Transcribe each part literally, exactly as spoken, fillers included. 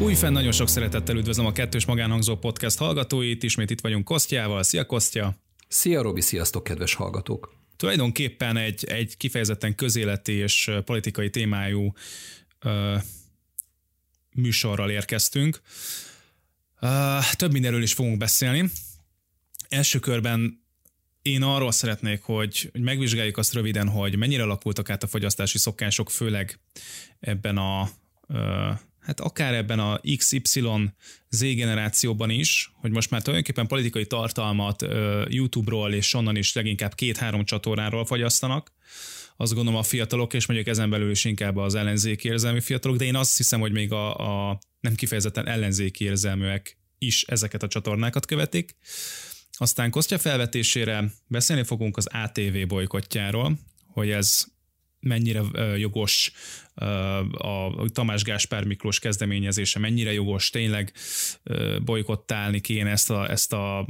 Újfenn nagyon sok szeretettel üdvözlöm a Kettős Magánhangzó Podcast hallgatóit, ismét itt vagyunk Kosztjával. Szia Kosztja! Szia Robi, sziasztok kedves hallgatók! Tulajdonképpen egy, egy kifejezetten közéleti és politikai témájú ö, műsorral érkeztünk. Ö, több mindenről is fogunk beszélni. Első körben én arról szeretnék, hogy, hogy megvizsgáljuk azt röviden, hogy mennyire alakultak át a fogyasztási szokások, főleg ebben a ö, hát akár ebben a iksz ipszilon zé generációban is, hogy most már tulajdonképpen politikai tartalmat uh, YouTube-ról és onnan is leginkább két-három csatornáról fogyasztanak. Azt gondolom a fiatalok, és mondjuk ezen belül is inkább az ellenzéki érzelmű fiatalok, de én azt hiszem, hogy még a, a nem kifejezetten ellenzéki érzelműek is ezeket a csatornákat követik. Aztán Kosztja felvetésére beszélni fogunk az á té vé bolykottjáról, hogy ez mennyire jogos, a Tamás Gáspár Miklós kezdeményezése, mennyire jogos, tényleg bolykottálni kéne ezt a, ezt a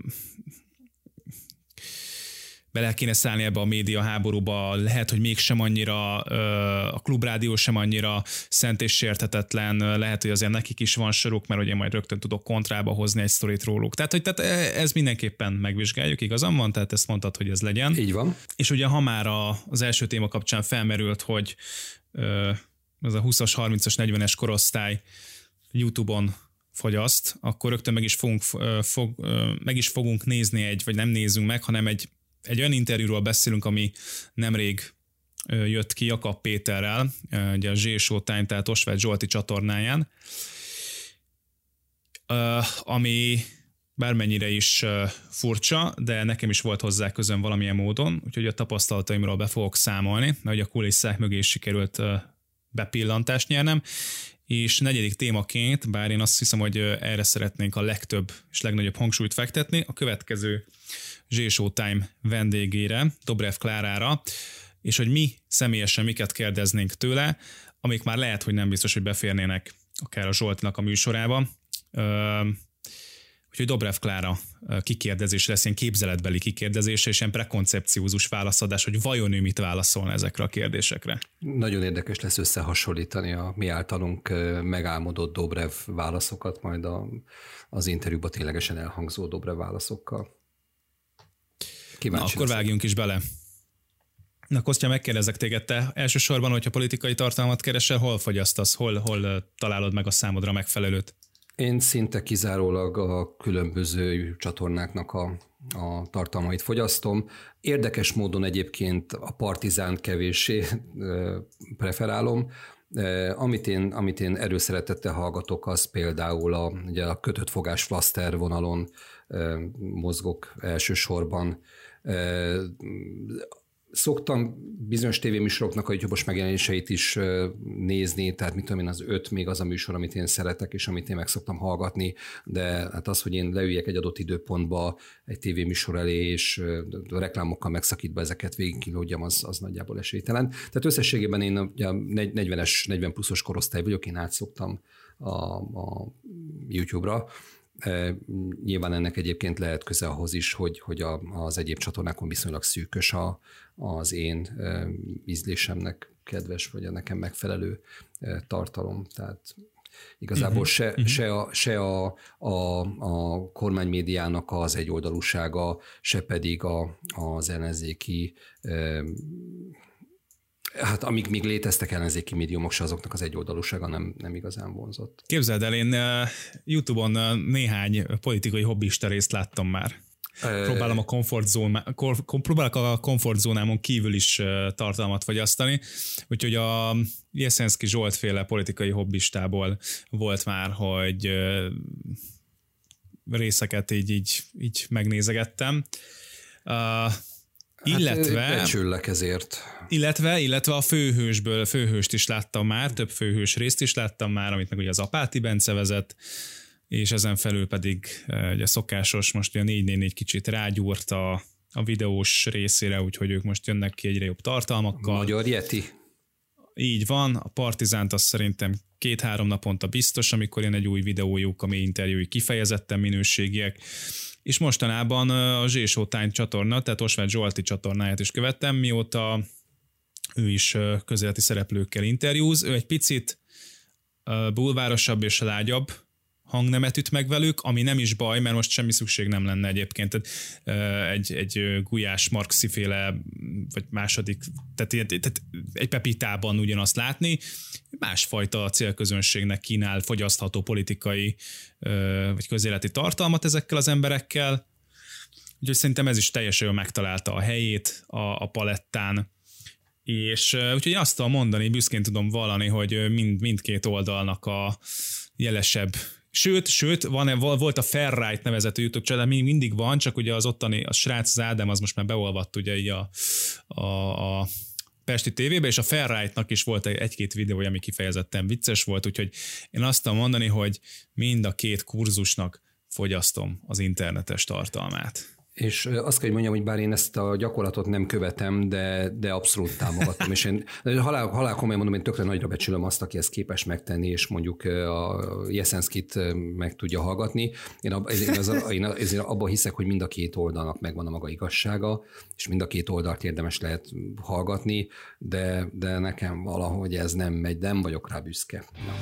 bele kéne szállni ebbe a média háborúba, lehet, hogy mégsem annyira, a klubrádió sem annyira szent és sérthetetlen, lehet, hogy azért nekik is van soruk, mert ugye majd rögtön tudok kontrába hozni egy sztorit róluk. Tehát, hogy tehát ez mindenképpen megvizsgáljuk, igazam van, tehát ezt mondtad, hogy ez legyen. Így van. És ugye ha már az első téma kapcsán felmerült, hogy ez a húszas, harmincas, negyvenes korosztály YouTube-on fogyaszt, akkor rögtön meg is fogunk, fog, meg is fogunk nézni egy, vagy nem nézünk meg, hanem egy Egy olyan interjúról beszélünk, ami nemrég jött ki Jakab Péterrel, ugye a Zsé-Showtime, tehát Osváth Zsolti csatornáján, ami bármennyire is furcsa, de nekem is volt hozzá közön valamilyen módon, úgyhogy a tapasztalataimról be fogok számolni, hogy a kulisszák mögé is sikerült bepillantást nyernem, és negyedik témaként, bár én azt hiszem, hogy erre szeretnénk a legtöbb és legnagyobb hangsúlyt fektetni, a következő Zsé-Showtime vendégére, Dobrev Klárára, és hogy mi személyesen miket kérdeznénk tőle, amik már lehet, hogy nem biztos, hogy beférnének akár a Zsoltinak a műsorába. Úgyhogy Dobrev Klára kikérdezés lesz, ilyen képzeletbeli kikérdezése, és ilyen prekoncepciózus válaszadás, hogy vajon ő mit válaszolna ezekre a kérdésekre. Nagyon érdekes lesz összehasonlítani a mi általunk megálmodott Dobrev válaszokat, majd a, az interjúban ténylegesen elhangzó Dobrev válaszokkal. Na, akkor vágjunk is bele. Na, Kosztja, megkérdezek téged, te elsősorban, hogyha politikai tartalmat keresel, hol fogyasztasz, hol, hol találod meg a számodra megfelelőt? Én szinte kizárólag a különböző csatornáknak a, a tartalmait fogyasztom. Érdekes módon egyébként a Partizánt kevéssé preferálom. Amit én, amit én erőszeretettel hallgatok, az például a, ugye a kötött fogás flaszter vonalon mozgok elsősorban. Szoktam bizonyos tévéműsoroknak a YouTube-os megjelenéseit is nézni, tehát mit tudom én, az öt még az a műsor, amit én szeretek, és amit én meg szoktam hallgatni, de hát az, hogy én leüljek egy adott időpontba egy tévéműsor elé, és a reklámokkal megszakítva ezeket végigkínlódjam, az, az nagyjából esélytelen. Tehát összességében én a negyvenes, negyven pluszos korosztály vagyok, én átszoktam a, a YouTube-ra. Nyilván ennek egyébként lehet köze ahhoz is, hogy, hogy a, az egyéb csatornákon viszonylag szűkös a, az én ízlésemnek kedves, vagy a nekem megfelelő tartalom. Tehát igazából se, uh-huh. se, a, se a, a, a kormánymédiának az egyoldalúsága, se pedig a, az ellenzéki hát amíg még léteztek ellenzéki médiumok, se azoknak az egyoldalúsága nem, nem igazán vonzott. Képzeld el, én YouTube-on néhány politikai hobbista részt láttam már. Próbálom a komfortzón, próbálok a komfortzónámon kívül is tartalmat fogyasztani, úgyhogy a Jeszenszky Zsolt féle politikai hobbistából volt már, hogy részeket így, így, így megnézegettem. Illetve, hát becsüllek ezért. Illetve, illetve a főhősből, főhőst is láttam már, több főhős részt is láttam már, amit meg ugye az Apáti Bence vezet, és ezen felül pedig ugye szokásos, most ugye a négy négy négy kicsit rágyúrt a, a videós részére, úgyhogy ők most jönnek ki egyre jobb tartalmakkal. Magyar Yeti. Így van, a Partizánt azt szerintem két-három naponta biztos, amikor jön egy új videójuk, ami interjúi kifejezetten minőségiek, és mostanában a Zsé-Showtime csatorna, tehát Osváth Zsolti csatornáját is követtem, mióta ő is közéleti szereplőkkel interjúz. Ő egy picit bulvárosabb és lágyabb hangnemet üt meg velük, ami nem is baj, mert most semmi szükség nem lenne egyébként. Tehát egy, egy Gulyás Marxi-féle, vagy második, tehát, tehát egy Pepitában ugyanazt látni, másfajta célközönségnek kínál fogyasztható politikai vagy közéleti tartalmat ezekkel az emberekkel. Úgyhogy szerintem ez is teljesen jól megtalálta a helyét a, a palettán. És úgyhogy azt tudom mondani, büszkén tudom vallani, hogy mind, mindkét oldalnak a jelesebb. Sőt, sőt van, volt a Fair Right nevezetű YouTube csatorna, még mindig van, csak ugye az ottani, a srác, az Ádám, az most már beolvadt ugye így a, a, a Pesti tévébe, és a Fair Right-nak is volt egy-két videója, ami kifejezetten vicces volt, úgyhogy én azt tudom mondani, hogy mind a két kurzusnak fogyasztom az internetes tartalmát. És azt kell, hogy mondjam, hogy bár én ezt a gyakorlatot nem követem, de, de abszolút támogatom. És én halál, halál komolyan mondom, én tökre nagyra becsülöm azt, aki ezt képes megtenni, és mondjuk a Jeszenszkit meg tudja hallgatni. Én, ab, én, az, én, én abban hiszek, hogy mind a két oldalnak megvan a maga igazsága, és mind a két oldalt érdemes lehet hallgatni, de, de nekem valahogy ez nem megy, nem vagyok rá büszke. Na.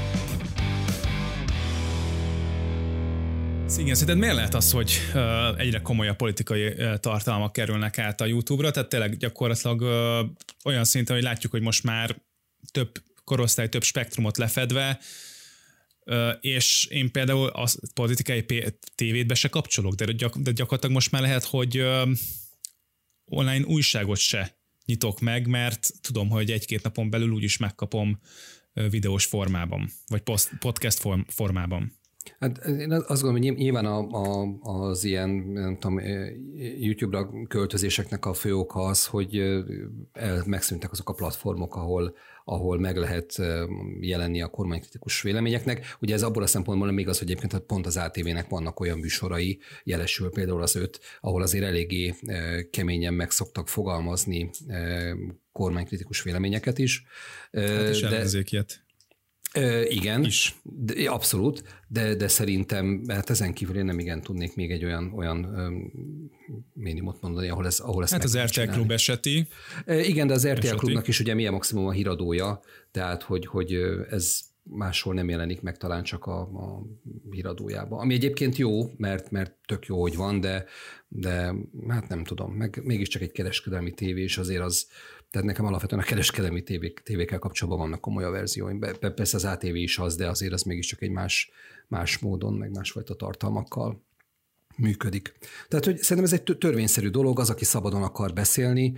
Igen, szerinted miért lehet az, hogy uh, egyre komolyabb politikai uh, tartalmak kerülnek át a YouTube-ra, tehát tényleg gyakorlatilag uh, olyan szinten, hogy látjuk, hogy most már több korosztály, több spektrumot lefedve, uh, és én például a politikai tévét be se kapcsolok, de, gyak, de gyakorlatilag most már lehet, hogy uh, online újságot se nyitok meg, mert tudom, hogy egy-két napon belül úgyis megkapom uh, videós formában, vagy post, podcast form, formában. Hát én azt gondolom, hogy nyilván a, a, az ilyen, nem tudom, YouTube-ra költözéseknek a fő oka az, hogy el, megszűntek azok a platformok, ahol, ahol meg lehet jelenni a kormánykritikus véleményeknek. Ugye ez abból a szempontból még az, hogy egyébként pont az á té vének vannak olyan műsorai, jelesül például az öt, ahol azért eléggé keményen meg szoktak fogalmazni kormánykritikus véleményeket is. Hát is ellenzék ilyet. Ö, igen, is. De, abszolút, de, de szerintem hát ezen kívül én nem igen tudnék még egy olyan, olyan minimumot mondani, ahol ez ahol ezt hát az er té el Klub eseti. Ö, igen, de az er té el Klubnak is ugye milyen maximum a híradója, tehát hogy, hogy ez máshol nem jelenik meg, talán csak a, a híradójában. Ami egyébként jó, mert, mert tök jó, hogy van, de, de hát nem tudom, meg mégiscsak egy kereskedelmi tévé, és azért az, tehát nekem alapvetően a kereskedelmi tévék, tévékkel kapcsolatban vannak komoly verzióim. Persze az á té vé is az, de azért az mégiscsak egy más, más módon, meg másfajta tartalmakkal működik. Tehát, hogy szerintem ez egy törvényszerű dolog, az, aki szabadon akar beszélni,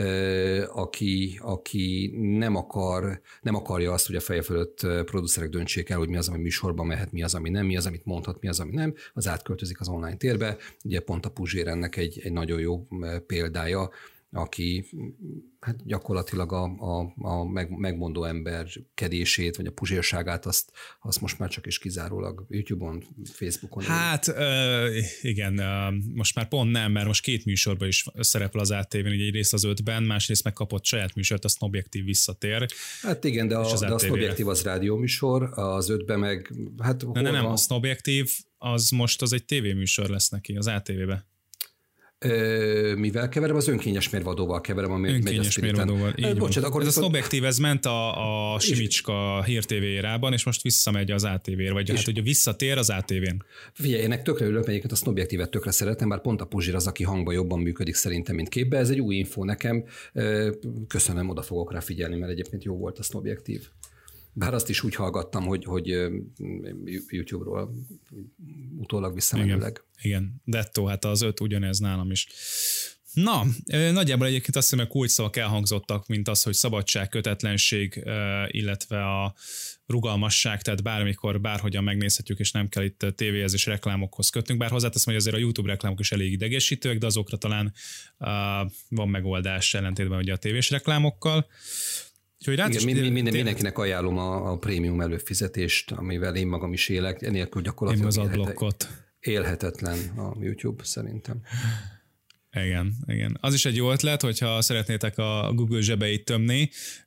aki, aki nem, akar, nem akarja azt, hogy a feje fölött producerek döntsék el, hogy mi az, ami műsorban mehet, mi az, ami nem, mi az, amit mondhat, mi az, ami nem, az átköltözik az online térbe. Ugye pont a Puzsér ennek egy, egy nagyon jó példája, aki hát gyakorlatilag a, a, a meg, megmondó emberkedését, vagy a puzsérságát, azt, azt most már csak is kizárólag YouTube-on, Facebookon. Hát ö, igen, ö, most már pont nem, mert most két műsorban is szerepel az á té vén, ugye egyrészt az ötben, másrészt megkapott saját műsort, azt Objektív visszatér. Hát igen, de, a, de az Objektív az rádióműsor, az ötben meg, hát ne, nem, nem, az Objektív, az most az egy tévéműsor lesz neki, az á té vébe. Ö, mivel keverem? Az önkényes mérvadóval keverem, ami önkényes mérvadóval. Így Bocsánat, akkor ez az Objektív, ez ment a, a Simicska Hír té vé érában, és most visszamegy az á té vére, vagy hát ugye visszatér az á té vén. Figyelj, ének tökre ülök, egyébként azt Objektívet tökre szeretem, bár pont a Puzsér az, aki hangban jobban működik szerintem, mint képbe. Ez egy új info nekem. Köszönöm, oda fogok rá figyelni, mert egyébként jó volt az Objektív. Bár azt is úgy hallgattam, hogy, hogy YouTube-ról utólag visszamenőleg. Igen, igen. Dettó, hát az öt ugyanez nálam is. Na, nagyjából egyébként azt hiszem, hogy kulcsszavak elhangzottak, mint az, hogy szabadság, kötetlenség, illetve a rugalmasság, tehát bármikor, bárhogyan megnézhetjük, és nem kell itt tévéhez és reklámokhoz kötnünk, bár hozzáteszem, hogy azért a YouTube reklámok is elég idegesítőek, de azokra talán uh, van megoldás ellentétben ugye a tévés reklámokkal. Igen, minden, minden, mindenkinek ajánlom a, a prémium előfizetést, amivel én magam is élek, enélkül gyakorlatilag élhet, blokkot. élhetetlen a YouTube szerintem. Igen, igen. Az is egy jó ötlet, hogyha szeretnétek a Google zsebeit tömni,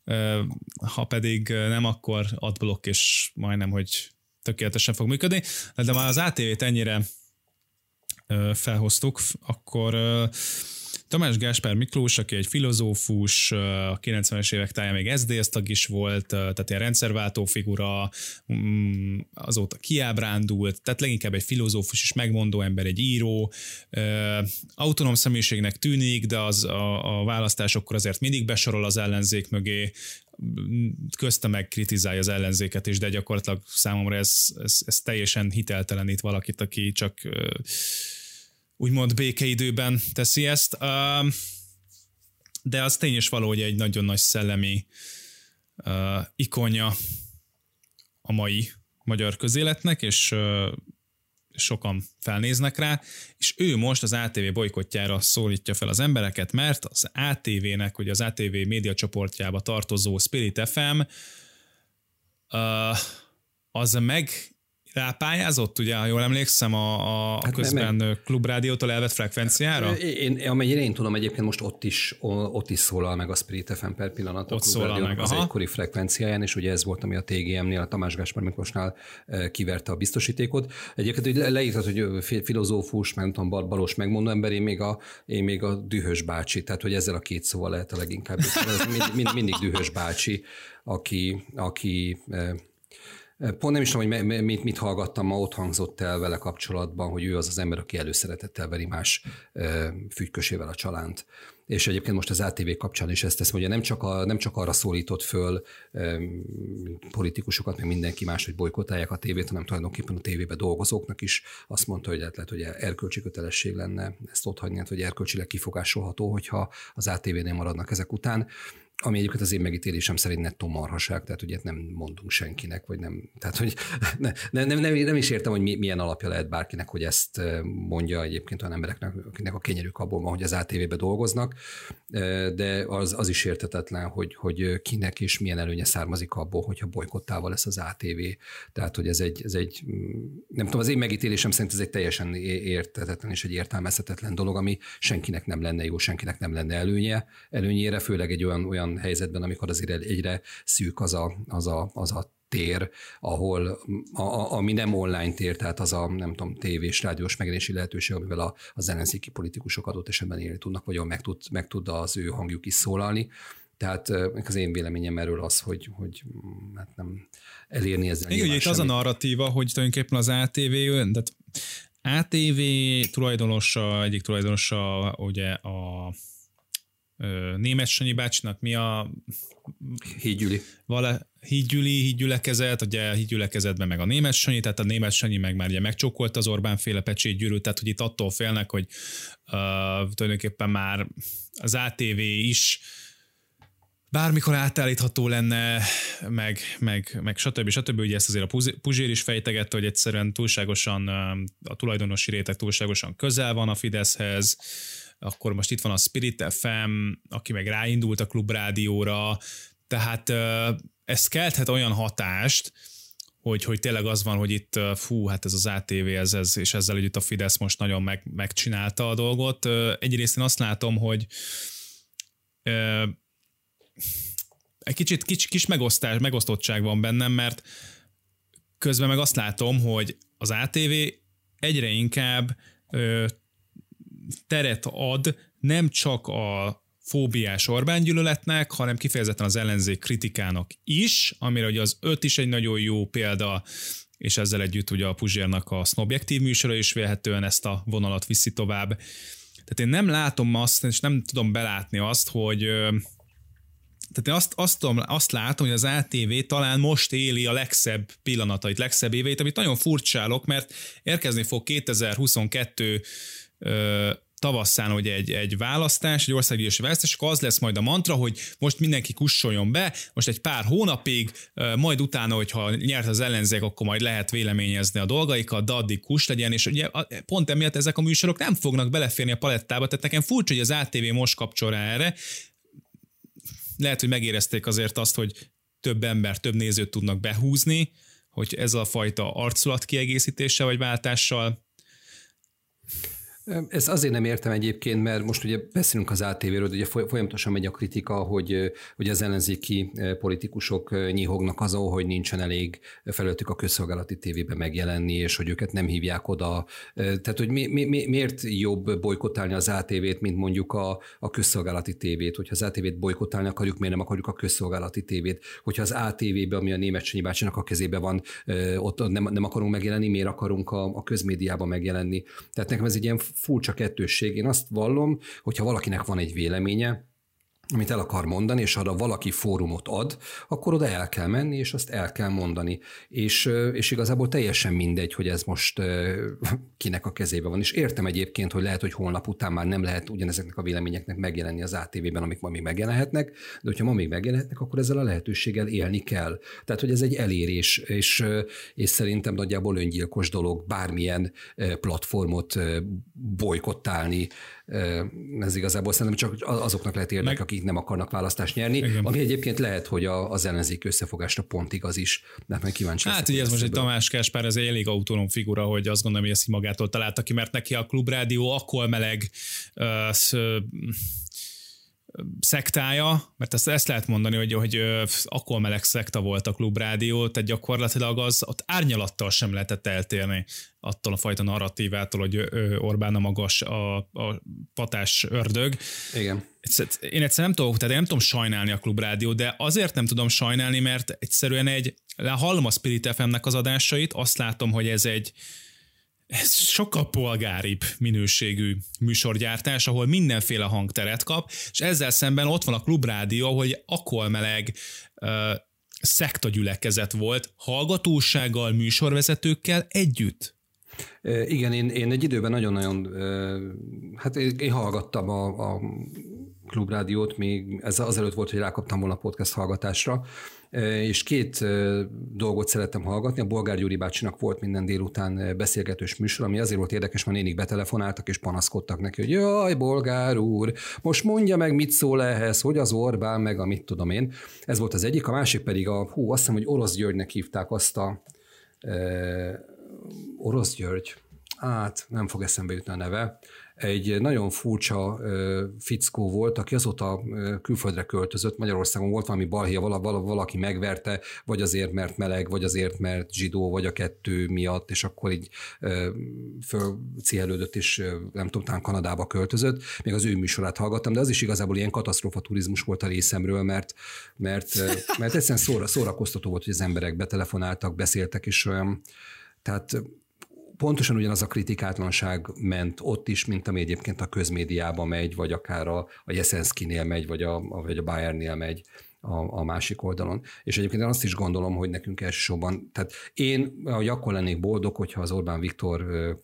ha pedig nem, akkor adblock, és majdnem, hogy tökéletesen fog működni. De már az á té vét ennyire felhoztuk, akkor Tamás Gáspár Miklós, aki egy filozófus, a kilencvenes évek táján még es zé dé es tag is volt, tehát ilyen rendszerváltó figura, azóta kiábrándult, tehát leginkább egy filozófus és megmondó ember, egy író, autonóm személyiségnek tűnik, de az a, a választásokkor azért mindig besorol az ellenzék mögé, közte meg kritizálja az ellenzéket is, de gyakorlatilag számomra ez, ez, ez teljesen hiteltelenít valakit, aki csak úgymond békeidőben teszi ezt. De az tény is való, hogy egy nagyon nagy szellemi ikonja a mai magyar közéletnek, és sokan felnéznek rá, és ő most az á té vé bojkottjára szólítja fel az embereket, mert az á té vének, ugye az á té vé médiacsoportjába tartozó Spirit ef em uh, az meg rápályázott, ugye, ha jól emlékszem, a, a hát közben meg, klubrádiótól elvett frekvenciára? Én, amennyire én tudom, egyébként most ott is, ott is szólal meg a Spirit ef em per pillanat a klubrádiónak az egykori frekvenciáján, és ugye ez volt, ami a té gé em-nél, a Tamás Gáspár Miklósnál kiverte a biztosítékot. Egyébként hogy leírtad, hogy filozófus, meg nem tudom, balos megmondó ember, én még, a, én még a dühös bácsi, tehát hogy ezzel a két szóval lehet a leginkább. mind, mind, mindig dühös bácsi, aki, aki pont nem is tudom, hogy mit, mit hallgattam, ma ott hangzott el vele kapcsolatban, hogy ő az az ember, aki előszeretettel veri más fügykösével a csalánt. És egyébként most az á té vé kapcsán is ezt teszem, hogy nem csak, a, nem csak arra szólított föl politikusokat, meg mindenki más, hogy bojkottálják a tévét, hanem tulajdonképpen a tévébe dolgozóknak is azt mondta, hogy lehet, hogy erkölcsi kötelesség lenne ezt otthagyni, hogy erkölcsileg kifogásolható, hogyha az á té vénél maradnak ezek után. Ami egyébként az én megítélésem szerint nettó marhaság, tehát ugye nem mondunk senkinek, vagy nem, tehát hogy ne, nem, nem, nem is értem, hogy milyen alapja lehet bárkinek, hogy ezt mondja egyébként olyan embereknek, akinek a kenyerük abból van, hogy az á té vébe dolgoznak, de az, az is értetetlen, hogy, hogy kinek és milyen előnye származik abból, hogyha bojkottával lesz az á té vé. Tehát, hogy ez egy, ez egy, nem tudom, az én megítélésem szerint ez egy teljesen értetetlen és egy értelmezhetetlen dolog, ami senkinek nem lenne jó, senkinek nem lenne előnye, előnyére, főleg egy olyan, olyan helyzetben, amikor azért egyre szűk az a, az a, az a tér, ahol, a, a, ami nem online tér, tehát az a, nem tudom, tévés, rádiós megjelenési lehetőség, amivel a, az ellenzéki politikusok adott esetben élni tudnak, vagy meg tud, meg tud az ő hangjuk is szólalni. Tehát az én véleményem erről az, hogy, hogy hát nem elérni ezzel. Igen, ugye itt az a narratíva, hogy tulajdonképpen az á té vé, tehát á té vé tulajdonosa, egyik tulajdonosa ugye a Németh Sanyi bácsinak mi a... Hídgyüli. Vala, Hídgyüli, hídgyülekezet, ugye a hídgyülekezetben meg a Németh Sanyi, tehát a Németh Sanyi meg már ugye megcsókolt az Orbán féle pecsétgyűrűt, tehát hogy itt attól félnek, hogy uh, tulajdonképpen már az á té vé is bármikor átállítható lenne, meg, meg, meg stb. stb. Ugye ezt azért a Puzsér is fejtegette, hogy egyszerűen túlságosan, a tulajdonosi réteg túlságosan közel van a Fideszhez, akkor most itt van a Spirit ef em, aki meg ráindult a klubrádióra, tehát ez kelthet olyan hatást, hogy, hogy tényleg az van, hogy itt fú, hát ez az á té vé, ez, ez, és ezzel együtt a Fidesz most nagyon meg, megcsinálta a dolgot. Egyrészt én azt látom, hogy egy kicsit kis, kis megosztás, megosztottság van bennem, mert közben meg azt látom, hogy az á té vé egyre inkább teret ad nem csak a fóbiás Orbán gyűlöletnek, hanem kifejezetten az ellenzék kritikának is, amire ugye az öt is egy nagyon jó példa, és ezzel együtt ugye a Puzsérnak a Sznobjektív műsora is vélhetően ezt a vonalat viszi tovább. Tehát én nem látom azt, és nem tudom belátni azt, hogy tehát én azt, azt, tudom, azt látom, hogy az á té vé talán most éli a legszebb pillanatait, legszebb éveit, amit nagyon furcsálok, mert érkezni fog kétezer-huszonkettő ö, tavasszán, hogy egy, egy választás, egy országgyűlési választás, és akkor az lesz majd a mantra, hogy most mindenki kussoljon be, most egy pár hónapig, majd utána, hogyha nyert az ellenzék, akkor majd lehet véleményezni a dolgaikat, de addig kus legyen, és ugye pont emiatt ezek a műsorok nem fognak beleférni a palettába, tehát nekem furcsa, hogy az á té vé most kapcsol rá erre. Lehet, hogy megérezték azért azt, hogy több ember, több nézőt tudnak behúzni, hogy ez a fajta arculat kiegészítéssel vagy váltással. Ezt azért nem értem egyébként, mert most ugye beszélünk az á té véről, ugye folyamatosan megy a kritika, hogy, hogy az ellenzéki politikusok nyihognak azon, hogy nincsen elég felületük a közszolgálati tévében megjelenni, és hogy őket nem hívják oda. Tehát, hogy mi, mi, miért jobb bolykottálni az á té vét, mint mondjuk a, a közszolgálati tévét? Hogyha az á té vét bolykottálni akarjuk, miért nem akarjuk a közszolgálati tévét? Hogyha az á té vébe, ami a Németh-Sanyi bácsinak a kezébe van, ott nem, nem akarunk megjelenni, miért akarunk a, a közmédiában megjelenni? Tehát nekem ez egy ilyen furcsa kettősség. Én azt vallom, hogyha valakinek van egy véleménye, amit el akar mondani, és arra valaki fórumot ad, akkor oda el kell menni, és azt el kell mondani. És, és igazából teljesen mindegy, hogy ez most kinek a kezében van. És értem egyébként, hogy lehet, hogy holnap után már nem lehet ugyanezeknek a véleményeknek megjelenni az á té vében, amik ma még megjelenhetnek, de hogyha ma még megjelenhetnek, akkor ezzel a lehetőséggel élni kell. Tehát, hogy ez egy elérés, és, és szerintem nagyjából öngyilkos dolog bármilyen platformot bolykottálni. Ez igazából szerintem csak azoknak lehet érdek, akik nem akarnak választást nyerni, igen. Ami egyébként lehet, hogy a, az ellenzék összefogásra pont igaz is. De hát kíváncsi. Hát ugye ez most egy Tamás Gáspár, ez egy elég autonóm figura, hogy azt gondolom, hogy ezt magától találta ki, mert neki a Klubrádió akkor meleg uh, szektája, mert ezt, ezt lehet mondani, hogy, hogy akkor meleg szekta volt a Klubrádió, tehát gyakorlatilag az ott árnyalattal sem lehetett eltérni attól a fajta narratívától, hogy Orbán a magas, a, a patás ördög. Igen. Én egyszerűen nem tudom, tehát én nem tudom sajnálni a Klubrádiót, de azért nem tudom sajnálni, mert egyszerűen egy, hallom a Spirit ef em-nek az adásait, azt látom, hogy ez egy ez sokkal polgáribb minőségű műsorgyártás, ahol mindenféle hangteret kap, és ezzel szemben ott van a Klubrádió, hogy alkoholmeleg uh, szektagyülekezet volt hallgatósággal, műsorvezetőkkel együtt. Igen, én, én egy időben nagyon-nagyon, hát én hallgattam a, a Klubrádiót, még ez azelőtt volt, hogy rákaptam volna podcast hallgatásra, és két dolgot szerettem hallgatni. A Bolgár Gyuri bácsinak volt minden délután beszélgetős műsor, ami azért volt érdekes, mert nénik betelefonáltak és panaszkodtak neki, hogy jaj, Bolgár úr, most mondja meg, mit szól ehhez, hogy az Orbán, meg a mit tudom én. Ez volt az egyik, a másik pedig a, hú, azt hiszem, hogy Orosz Györgynek hívták azt a e, Orosz György, hát nem fog eszembe jutni a neve, egy nagyon furcsa ö, fickó volt, aki azóta ö, külföldre költözött, Magyarországon volt valami balhéja, vala, vala, valaki megverte, vagy azért, mert meleg, vagy azért, mert zsidó, vagy a kettő miatt, és akkor így ö, fölcihelődött, és ö, nem tudom, talán Kanadába költözött. Még az ő műsorát hallgattam, de az is igazából ilyen katasztrófa turizmus volt a részemről, mert, mert, ö, mert egyszerűen szóra, szórakoztató volt, hogy az emberek betelefonáltak, beszéltek, és olyan, tehát pontosan ugyanaz a kritikátlanság ment ott is, mint ami egyébként a közmédiában megy, vagy akár a, a Jeszenszkinél megy, vagy a, vagy a Bayernnél megy a, a másik oldalon. És egyébként én azt is gondolom, hogy nekünk elsősorban, tehát én ahogy akkor lennék boldog, hogyha az Orbán Viktor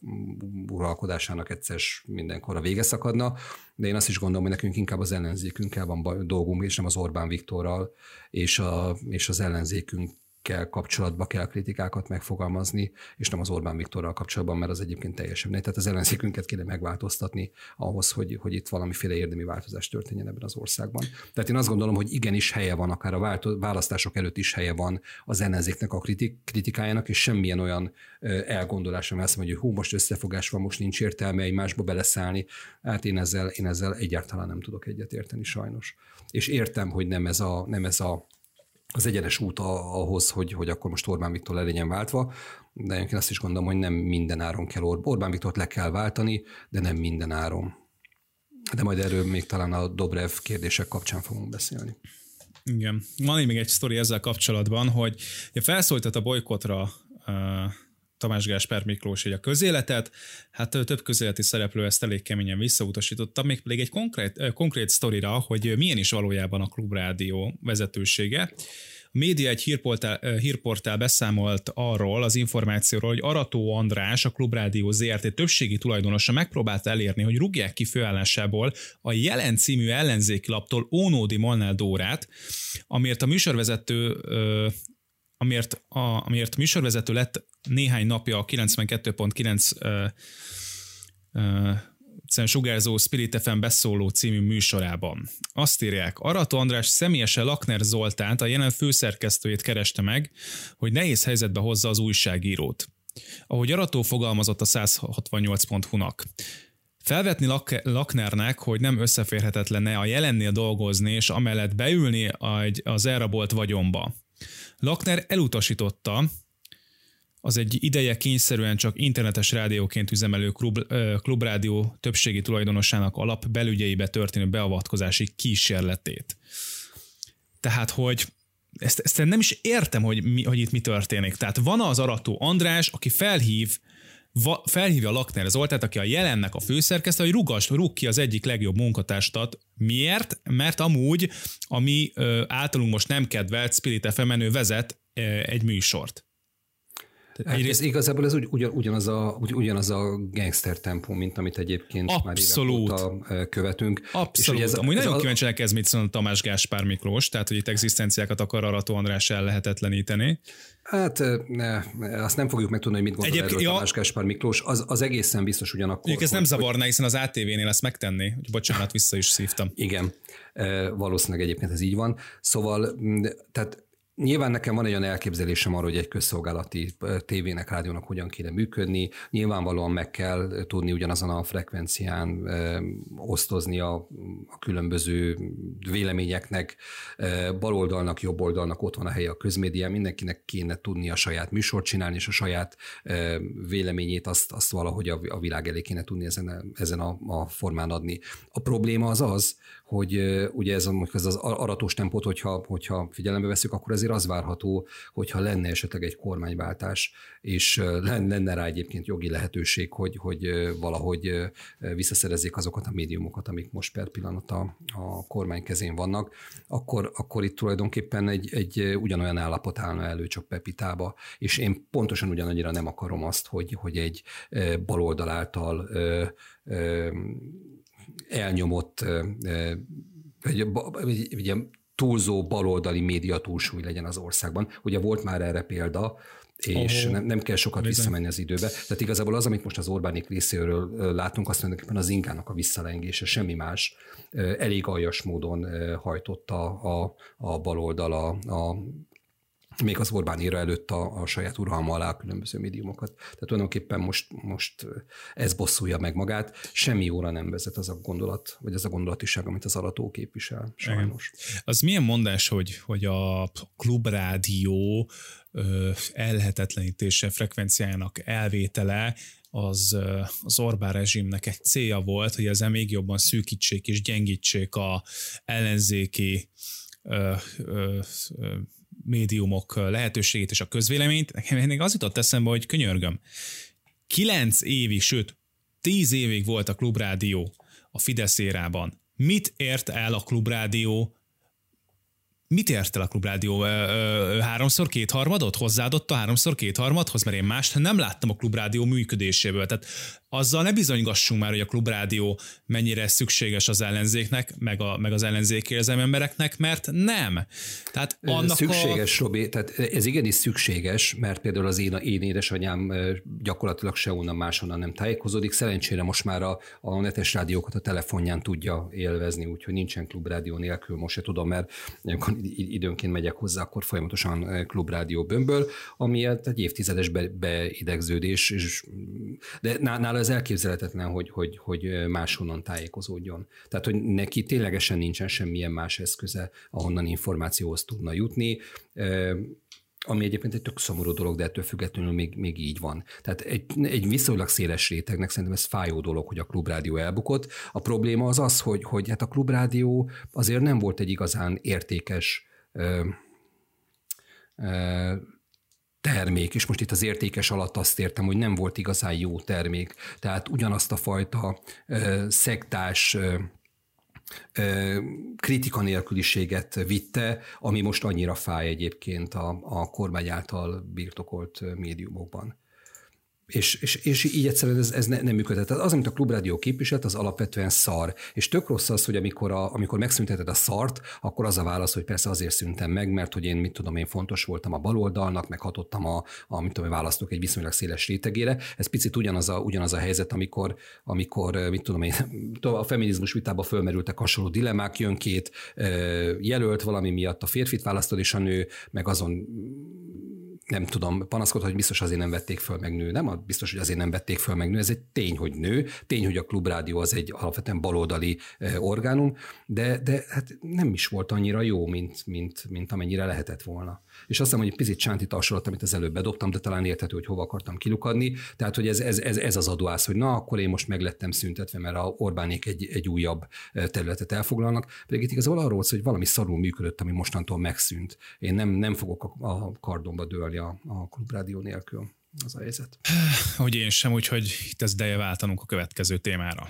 uralkodásának egyszer mindenkorra vége szakadna, de én azt is gondolom, hogy nekünk inkább az ellenzékünkkel van dolgunk, és nem az Orbán Viktorral, és, a, és az ellenzékünk kell kapcsolatba kell kritikákat megfogalmazni, és nem az Orbán Viktorral kapcsolatban, mert az egyébként teljesen nem. Tehát az ellenzékünket kéne megváltoztatni ahhoz, hogy, hogy itt valamiféle érdemi változás történjen ebben az országban. Tehát én azt gondolom, hogy igenis helye van, akár a választások előtt is helye van az ellenzéknek a kritik, kritikájának, és semmilyen olyan elgondolás, ami azt mondja, hogy hú, most összefogás van, most nincs értelme egymásba beleszállni. Hát én ezzel, én ezzel egyáltalán nem tudok egyetérteni sajnos. És értem, hogy nem ez a, nem ez a az egyenes út ahhoz, hogy, hogy akkor most Orbán Viktor le legyen váltva, de én azt is gondolom, hogy nem minden áron kell Or- Orbán Viktort le kell váltani, de nem minden áron. De majd erről még talán a Dobrev kérdések kapcsán fogunk beszélni. Igen. Van még egy sztori ezzel kapcsolatban, hogy felszólított a bolykottra uh, Tamás Gáspár Miklós így a közéletet, hát több közéleti szereplő ezt elég keményen visszautasította, még pedig egy konkrét, konkrét sztorira, hogy milyen is valójában a Klubrádió vezetősége. A média egy hírportál, hírportál beszámolt arról az információról, hogy Arató András, a Klubrádió zé er té többségi tulajdonosa megpróbálta elérni, hogy rúgják ki főállásából a Jelen című ellenzéki laptól Ónódi Molnár Dórát, amiért a műsorvezető amiért a, amiért műsorvezető lett néhány napja a kilencvenkettő pont kilenc uh, uh, sugárzó Spirit ef em beszóló című műsorában. Azt írják, Arató András személyesen Lakner Zoltánt, a Jelen főszerkesztőjét kereste meg, hogy nehéz helyzetbe hozza az újságírót. Ahogy Arató fogalmazott a száz hatvannyolc pont hu-nak. Felvetni Laknernek, hogy nem összeférhetetlene a jelennél dolgozni, és amellett beülni az elrabolt vagyonba. Lakner elutasította, az egy ideje kényszerűen csak internetes rádióként üzemelő klub, klubrádió többségi tulajdonosának alap belügyeibe történő beavatkozási kísérletét. Tehát, hogy ezt, ezt nem is értem, hogy, mi, hogy itt mi történik. Tehát van az Arató András, aki felhív, va, felhívja Lakner Zoltát, aki a Jelennek a főszerkesztő, hogy rugast, rúg ki az egyik legjobb munkatársat. Miért? Mert amúgy, ami ö, általunk most nem kedvelt Spirit ef em-en ő vezet ö, egy műsort. Hát egyrészt... ez igazából ez ugy, ugyan, ugyanaz, a, ugy, ugyanaz a gangster tempó, mint amit egyébként abszolút. Már évek óta követünk. Abszolút. Ez, Amúgy ez nagyon a... kíváncsiak ez mit szól Tamás Gáspár Miklós, tehát hogy itt egzisztenciákat akar Arató András el lehetetleníteni. Hát ne, azt nem fogjuk megtudni, hogy mit gondol Egyéb, erről ja. Tamás Gáspár Miklós. Az, az egészen biztos ugyanakkor. Mondjuk ez nem zavarná, hiszen az á té vé-nél ezt megtenni, hogy bocsánat, vissza is szívtam. Igen, valószínűleg egyébként ez így van. Szóval, tehát nyilván nekem van egy olyan elképzelésem arról, hogy egy közszolgálati tévének, rádiónak hogyan kéne működni. Nyilvánvalóan meg kell tudni ugyanazon a frekvencián e, osztozni a, a különböző véleményeknek, e, baloldalnak, jobboldalnak ott van a helye a közmédián, mindenkinek kéne tudni a saját műsort csinálni, és a saját e, véleményét azt, azt valahogy a, a világ elé kéne tudni ezen, ezen a, a formán adni. A probléma az az, hogy ugye ez, ez az aratós tempót, hogyha, hogyha figyelembe veszük, akkor ezért az várható, hogyha lenne esetleg egy kormányváltás, és lenne rá egyébként jogi lehetőség, hogy, hogy valahogy visszaszerezzék azokat a médiumokat, amik most per pillanat a, a kormány kezén vannak, akkor, akkor itt tulajdonképpen egy, egy ugyanolyan állapot állna elő, csak Pepitába. És én pontosan ugyanannyira nem akarom azt, hogy, hogy egy baloldal által elnyomott, vagy ugye túlzó baloldali média túlsúly legyen az országban. Ugye volt már erre példa, és oh, nem, nem kell sokat bizony. visszamenni az időbe. Tehát igazából az, amit most az Orbánék részéről látunk, azt tulajdonképpen az ingának a visszalengése, semmi más. Elég aljas módon hajtotta a, a baloldal a, a még az Orbán éra előtt a, a saját uralma alá a különböző médiumokat. Tehát tulajdonképpen most, most ez bosszulja meg magát. Semmi jóra nem vezet az a gondolat, vagy az a gondolatiság, amit az Arató képvisel, sajnos. Igen. Az milyen mondás, hogy, hogy a klubrádió ellehetetlenítése, frekvenciájának elvétele az, az Orbán rezsimnek egy célja volt, hogy ezzel még jobban szűkítsék és gyengítsék a ellenzéki ö, ö, ö, médiumok lehetőségét és a közvéleményt. Nekem még az jutott eszembe, hogy könyörgöm, kilenc évig, sőt, tíz évig volt a Klubrádió a Fidesz érában. Mit ért el a Klubrádió? Mit ért el a Klubrádió? Háromszor kétharmadot? Hozzáadott a háromszor kétharmadhoz? Mert én mást nem láttam a Klubrádió működéséből. Tehát azzal ne bizonygassunk már, hogy a Klubrádió mennyire szükséges az ellenzéknek, meg, a, meg az ellenzéki érzelmű embereknek, mert nem. Tehát annak szükséges, a... Robi, tehát ez igenis szükséges, mert például az én, én édesanyám gyakorlatilag sehonnan máshonnan nem tájékozódik. Szerencsére most már a, a netes rádiókat a telefonján tudja élvezni, úgyhogy nincsen Klubrádió nélkül, most se tudom, mert amikor időnként megyek hozzá, akkor folyamatosan Klubrádió bömböl, ami egy évtizedes be, beidegződés, és, de nála ez elképzelhetetlen, hogy, hogy, hogy máshonnan tájékozódjon. Tehát, hogy neki ténylegesen nincsen semmilyen más eszköze, ahonnan információhoz tudna jutni, ami egyébként egy tök szomorú dolog, de ettől függetlenül még, még így van. Tehát egy, egy viszonylag széles rétegnek szerintem ez fájó dolog, hogy a Klubrádió elbukott. A probléma az az, hogy, hogy hát a Klubrádió azért nem volt egy igazán értékes ö, ö, termék, és most itt az értékes alatt azt értem, hogy nem volt igazán jó termék. Tehát ugyanazt a fajta ö, szektás ö, kritika nélküliséget vitte, ami most annyira fáj egyébként a, a kormány által birtokolt médiumokban. És, és, és így egyszerűen ez, ez ne, nem működhet. Tehát az, amit a Klubrádió képviselt, az alapvetően szar. És tök rossz az, hogy amikor, a, amikor megszünteted a szart, akkor az a válasz, hogy persze azért szüntem meg, mert hogy én, mit tudom, én fontos voltam a baloldalnak, meg hatottam a, a mit tudom, választók egy viszonylag széles rétegére. Ez picit ugyanaz a, ugyanaz a helyzet, amikor, amikor, mit tudom én, a feminizmus vitában fölmerültek hasonló dilemmák, jön két jelölt valami miatt, a férfit választod, és a nő meg azon nem tudom, panaszkodhat, hogy biztos azért nem vették föl meg nő. Nem biztos, hogy azért nem vették föl meg nő. Ez egy tény, hogy nő. Tény, hogy a Klubrádió az egy alapvetően baloldali orgánum, de, de hát nem is volt annyira jó, mint, mint, mint amennyire lehetett volna. És azt hiszem, hogy egy picit csántit hasonlott, amit az előbb bedobtam, de talán érthető, hogy hova akartam kilukadni. Tehát, hogy ez, ez, ez, ez az adóász, hogy na, akkor én most meglettem szüntetve, mert a Orbánék egy, egy újabb területet elfoglalnak. Pedig itt igazából arról szól, hogy valami szarul működött, ami mostantól megszűnt. Én nem, nem fogok a, a kardomba dőlni a, a Klubrádió nélkül. Az a helyzet. Hogy én sem, úgyhogy itt ez ideje váltanunk a következő témára.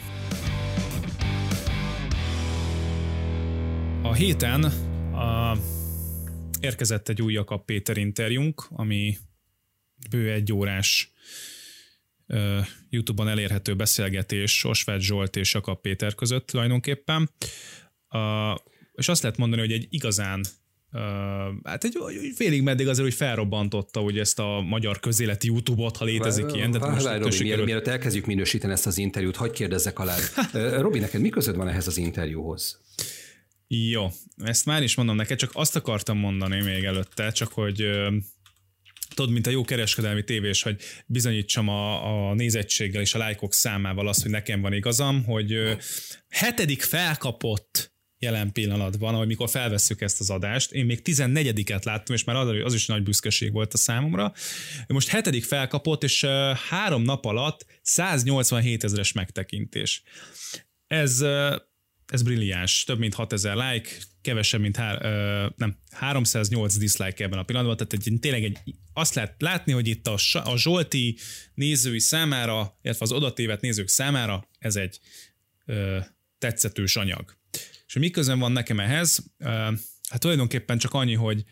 A héten a, érkezett egy új Jakab Péter interjúnk, ami bő egy órás uh, YouTube-on elérhető beszélgetés Osváth Zsolt és Jakab Péter között tulajdonképpen. Uh, és azt lehet mondani, hogy egy igazán Uh, hát egy, egy félig meddig azért, hogy felrobbantotta ugye ezt a magyar közéleti YouTube-ot, ha létezik Vár, ilyen. Vár, Robi, sikerült... mielőtt, mielőtt elkezdjük minősíteni ezt az interjút, hadd kérdezzek alá. Robi, neked mi közöd van ehhez az interjúhoz? Jó, ezt már is mondom neked, csak azt akartam mondani még előtte, csak hogy uh, tudod, mint a jó kereskedelmi tévés, hogy bizonyítsam a, a nézettséggel és a lájkok számával azt, hogy nekem van igazam, hogy uh, hetedik felkapott jelen pillanatban, ahogy mikor felvesszük ezt az adást, én még tizennegyediket láttam, és már az is nagy büszkeség volt a számomra. Most hetedik felkapott, és uh, három nap alatt száznyolcvanhét ezeres megtekintés. Ez, uh, ez brilliáns. Több mint hatezer like, kevesebb, mint há- uh, nem, háromszáznyolc dislike ebben a pillanatban, tehát egy, tényleg egy, azt lehet látni, hogy itt a, a Zsolti nézői számára, illetve az odatévedt nézők számára ez egy uh, tetszetős anyag. És mi közön van nekem ehhez? Hát tulajdonképpen csak annyi, hogy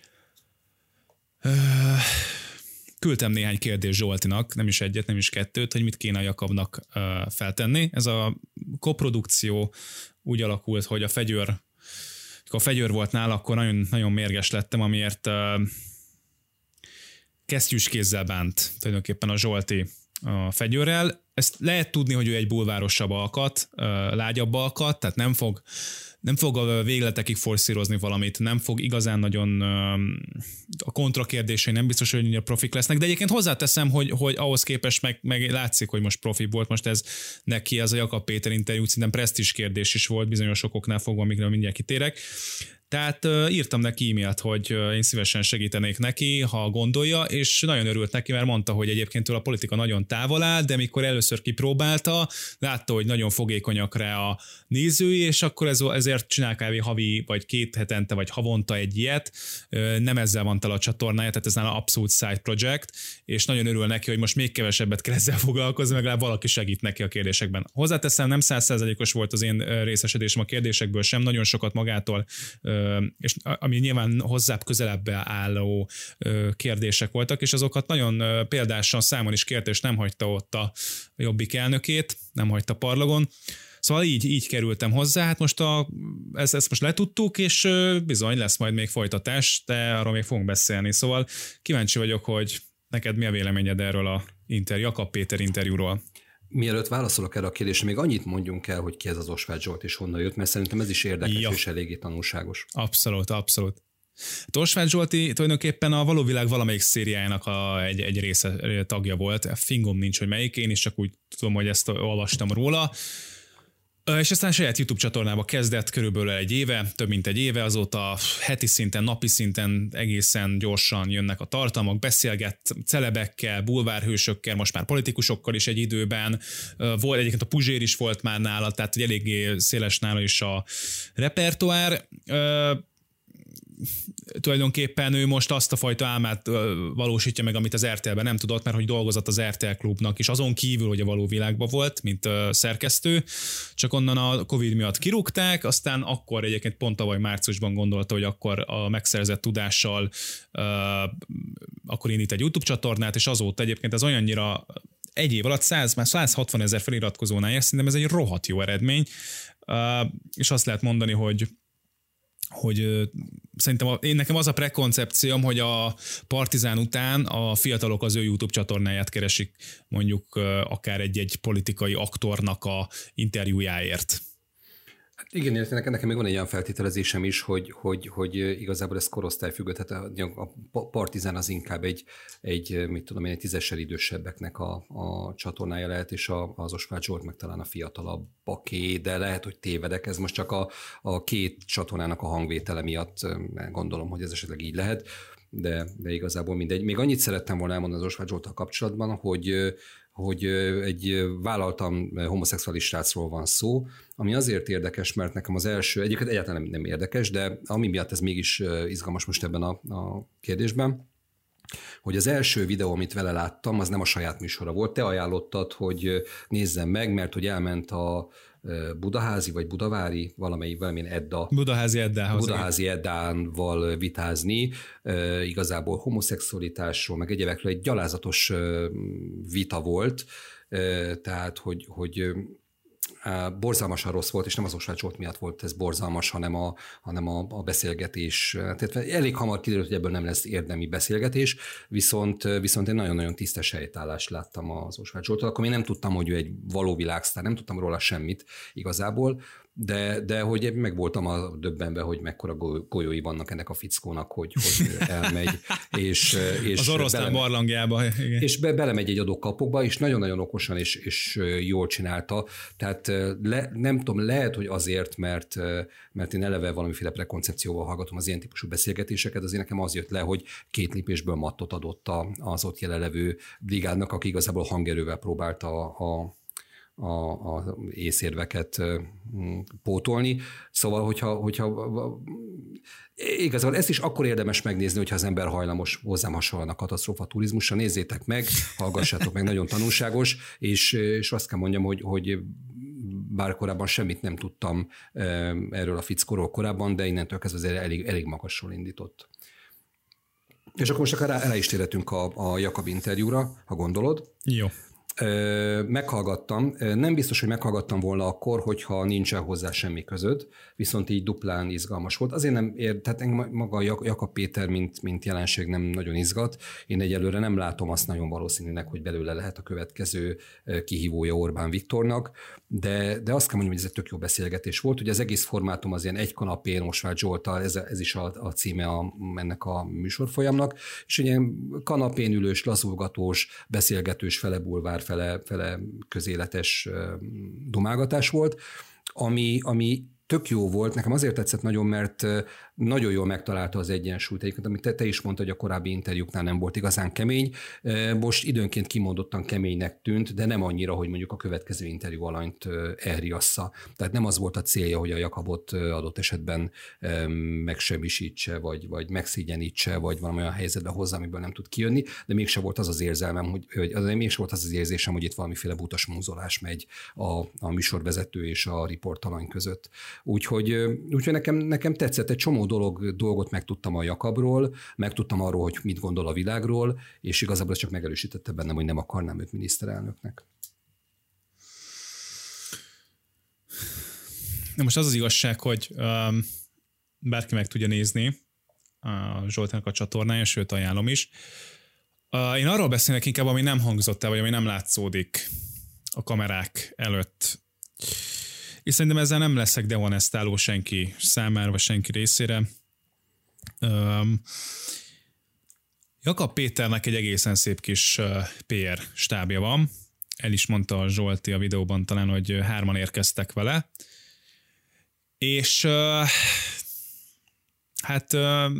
küldtem néhány kérdést Zsoltinak, nem is egyet, nem is kettőt, hogy mit kéne a Jakabnak feltenni. Ez a koprodukció úgy alakult, hogy a Fegyőr, amikor a Fegyőr volt nála, akkor nagyon, nagyon mérges lettem, amiért kesztyűs kézzel bánt tulajdonképpen a Zsolti a Fegyőrrel. Ezt lehet tudni, hogy ő egy bulvárosabb alkat, lágyabb alkat, tehát nem fog nem fog a végletekig forszírozni valamit, nem fog igazán nagyon a kontrakérdései nem biztos, hogy a profik lesznek, de egyébként hozzáteszem, hogy, hogy ahhoz képest meg, meg látszik, hogy most profi volt, most ez neki az a Jakab Péter interjú szerintem presztízs kérdés is volt bizonyos okoknál fogva, amikre mindjárt kitérek. Tehát uh, írtam neki e-mailt, hogy uh, én szívesen segítenék neki, ha gondolja, és nagyon örült neki, mert mondta, hogy egyébként tőle a politika nagyon távol áll, de mikor először kipróbálta, látta, hogy nagyon fogékonyak rá a nézői, és akkor ez, ezért csinál kb. Havi, vagy két hetente, vagy havonta egy ilyet. Uh, nem ezzel van tele a csatornája, tehát ez nála abszolút side project, és nagyon örül neki, hogy most még kevesebbet kell ezzel foglalkozni, meg legalább valaki segít neki a kérdésekben. Hozzáteszem, nem száz százalékos volt az én részesedésem a kérdésekből sem, nagyon sokat magától és ami nyilván hozzább közelebb álló kérdések voltak, és azokat nagyon példásan számon is kért, és nem hagyta ott a Jobbik elnökét, nem hagyta parlagon. Szóval így, így kerültem hozzá, hát most a, ezt, ezt most letudtuk, és bizony lesz majd még folytatás, de arról még fogunk beszélni. Szóval kíváncsi vagyok, hogy neked mi a véleményed erről a interjú, Jakab Péter interjúról. Mielőtt válaszolok erre a kérdésre, még annyit mondjunk el, hogy ki ez az Osváth Zsolt és honnan jött, mert szerintem ez is érdekes ja. és eléggé tanulságos. Abszolút, abszolút. Osváth Zsolti tulajdonképpen a Való Világ valamelyik szériájának a, egy, egy része tagja volt. Fingom nincs, hogy melyik, én is csak úgy tudom, hogy ezt olvastam róla. És aztán saját YouTube csatornába kezdett körülbelül egy éve, több mint egy éve, azóta heti szinten, napi szinten egészen gyorsan jönnek a tartalmak, beszélget celebekkel, bulvárhősökkel, most már politikusokkal is egy időben, volt egyébként a Puzsér is volt már nála, tehát egy eléggé széles nála is a repertoár. Tulajdonképpen ő most azt a fajta álmát valósítja meg, amit az er té el-ben nem tudott, mert hogy dolgozott az er té el Klubnak is, azon kívül, hogy a Való Világban volt, mint szerkesztő, csak onnan a Covid miatt kirúgták, aztán akkor egyébként pont tavaly márciusban gondolta, hogy akkor a megszerzett tudással uh, akkor indít egy YouTube csatornát, és azóta egyébként ez olyannyira egy év alatt száz, már száz hatvan ezer feliratkozónál jár, szerintem ez egy rohadt jó eredmény, uh, és azt lehet mondani, hogy hogy ö, szerintem a, én nekem az a prekoncepcióm, hogy a Partizán után a fiatalok az ő YouTube csatornáját keresik mondjuk ö, akár egy-egy politikai aktornak a interjújáért. Igen, nekem, nekem még van egy olyan feltételezésem is, hogy, hogy, hogy igazából ez korosztályfüggő, tehát a Partizán az inkább egy, egy mit tudom én, egy tízessel idősebbeknek a, a csatornája lehet, és a, az Osváth Zsolt meg talán a fiatalabbaké, de lehet, hogy tévedek, ez most csak a, a két csatornának a hangvétele miatt gondolom, hogy ez esetleg így lehet, de, de igazából mindegy. Még annyit szerettem volna elmondani az Osváth Zsolttal kapcsolatban, hogy hogy egy vállaltam homoszexuális srácról van szó, ami azért érdekes, mert nekem az első, egyébként egyáltalán nem, nem érdekes, de ami miatt ez mégis izgalmas most ebben a, a kérdésben, hogy az első videó, amit vele láttam, az nem a saját műsora volt. Te ajánlottad, hogy nézzem meg, mert hogy elment a Budaházi vagy Budavári, valamelyik, valamilyen Edda. Budaházi Eddához. Budaházi Eddával vitázni, e, igazából homoszexualitásról, meg egyébekről egy gyalázatos vita volt, e, tehát, hogy, hogy borzalmasan rossz volt, és nem az Osváth Zsolt miatt volt ez borzalmas, hanem a, hanem a, a beszélgetés. Tehát elég hamar kiderült, hogy ebből nem lesz érdemi beszélgetés, viszont, viszont egy nagyon-nagyon tisztes helytállást láttam az Osváth Zsoltól. Akkor én nem tudtam, hogy ő egy való világsztár, nem tudtam róla semmit igazából, de, de hogy meg voltam a döbbenve, hogy mekkora golyói vannak ennek a fickónak, hogy, hogy elmegy. És, és az oroszlán barlangjába. Igen. És be, belemegy egy adott kapokba, és nagyon-nagyon okosan és, és jól csinálta. Tehát le, nem tudom, lehet, hogy azért, mert, mert én eleve valamiféle prekoncepcióval hallgatom az ilyen típusú beszélgetéseket, azért nekem az jött le, hogy két lépésből mattot adott az ott jelenlevő brigádnak, aki igazából hangerővel próbálta a, a a, a észérveket pótolni. Szóval, hogyha, hogyha igazából ezt is akkor érdemes megnézni, hogyha az ember hajlamos hozzám hasonlóan a katasztrófa turizmusra. Nézzétek meg, hallgassátok meg, nagyon tanulságos, és, és azt kell mondjam, hogy, hogy bár korábban semmit nem tudtam erről a fickóról korábban, de innentől kezdve azért elég, elég magasról indított. És akkor most akár rá, rá is térhetünk a, a Jakab interjúra, ha gondolod. Jó. Meghallgattam, nem biztos, hogy meghallgattam volna akkor, hogyha nincsen hozzá semmi között, viszont így duplán izgalmas volt. Azért nem ér, tehát maga Jakab Péter, mint, mint jelenség nem nagyon izgat. Én egyelőre nem látom azt nagyon valószínűnek, hogy belőle lehet a következő kihívója Orbán Viktornak, de, de azt kell mondjam, hogy ez egy tök jó beszélgetés volt. Ugye az egész formátum az ilyen egy kanapén, Osváth Zsolttal, ez, ez is a, a címe a, ennek a műsorfolyamnak, és ugye kanapén ülős, lazulgatós, beszélgetős, fele bulvár, fele, fele közéletes dumálgatás volt, ami, ami tök jó volt. Nekem azért tetszett nagyon, mert nagyon jól megtalálta az egyensúlyt. Egyébként, amit te, te is mondtad, hogy a korábbi interjúknál nem volt igazán kemény. Most időnként kimondottan keménynek tűnt, de nem annyira, hogy mondjuk a következő interjú alanyt elriassza. Tehát nem az volt a célja, hogy a Jakabot adott esetben megsemmisítse, vagy, vagy megszégyenítse, vagy valami olyan helyzetbe hozzá, amiből nem tud kijönni, de mégse volt az az érzelmem, hogy, hogy az, mégse volt az az érzésem, hogy itt valamiféle butas múzolás megy a, a műsorvezető és a riportalany között. Úgyhogy, úgyhogy nekem, nekem tetszett, egy csomó dolog, dolgot megtudtam a Jakabról, megtudtam arról, hogy mit gondol a világról, és igazából ez csak megerősítette bennem, hogy nem akarnám őt miniszterelnöknek. Na most az az igazság, hogy um, bárki meg tudja nézni a Zsoltnak a csatornája, sőt ajánlom is. Uh, én arról beszélek inkább, ami nem hangzott el, vagy ami nem látszódik a kamerák előtt. És szerintem ezzel nem leszek dehonestáló senki számára, vagy senki részére. Um, Jakab Péternek egy egészen szép kis uh, pé er stábja van. El is mondta a Zsolti a videóban talán, hogy hárman érkeztek vele. És uh, hát uh,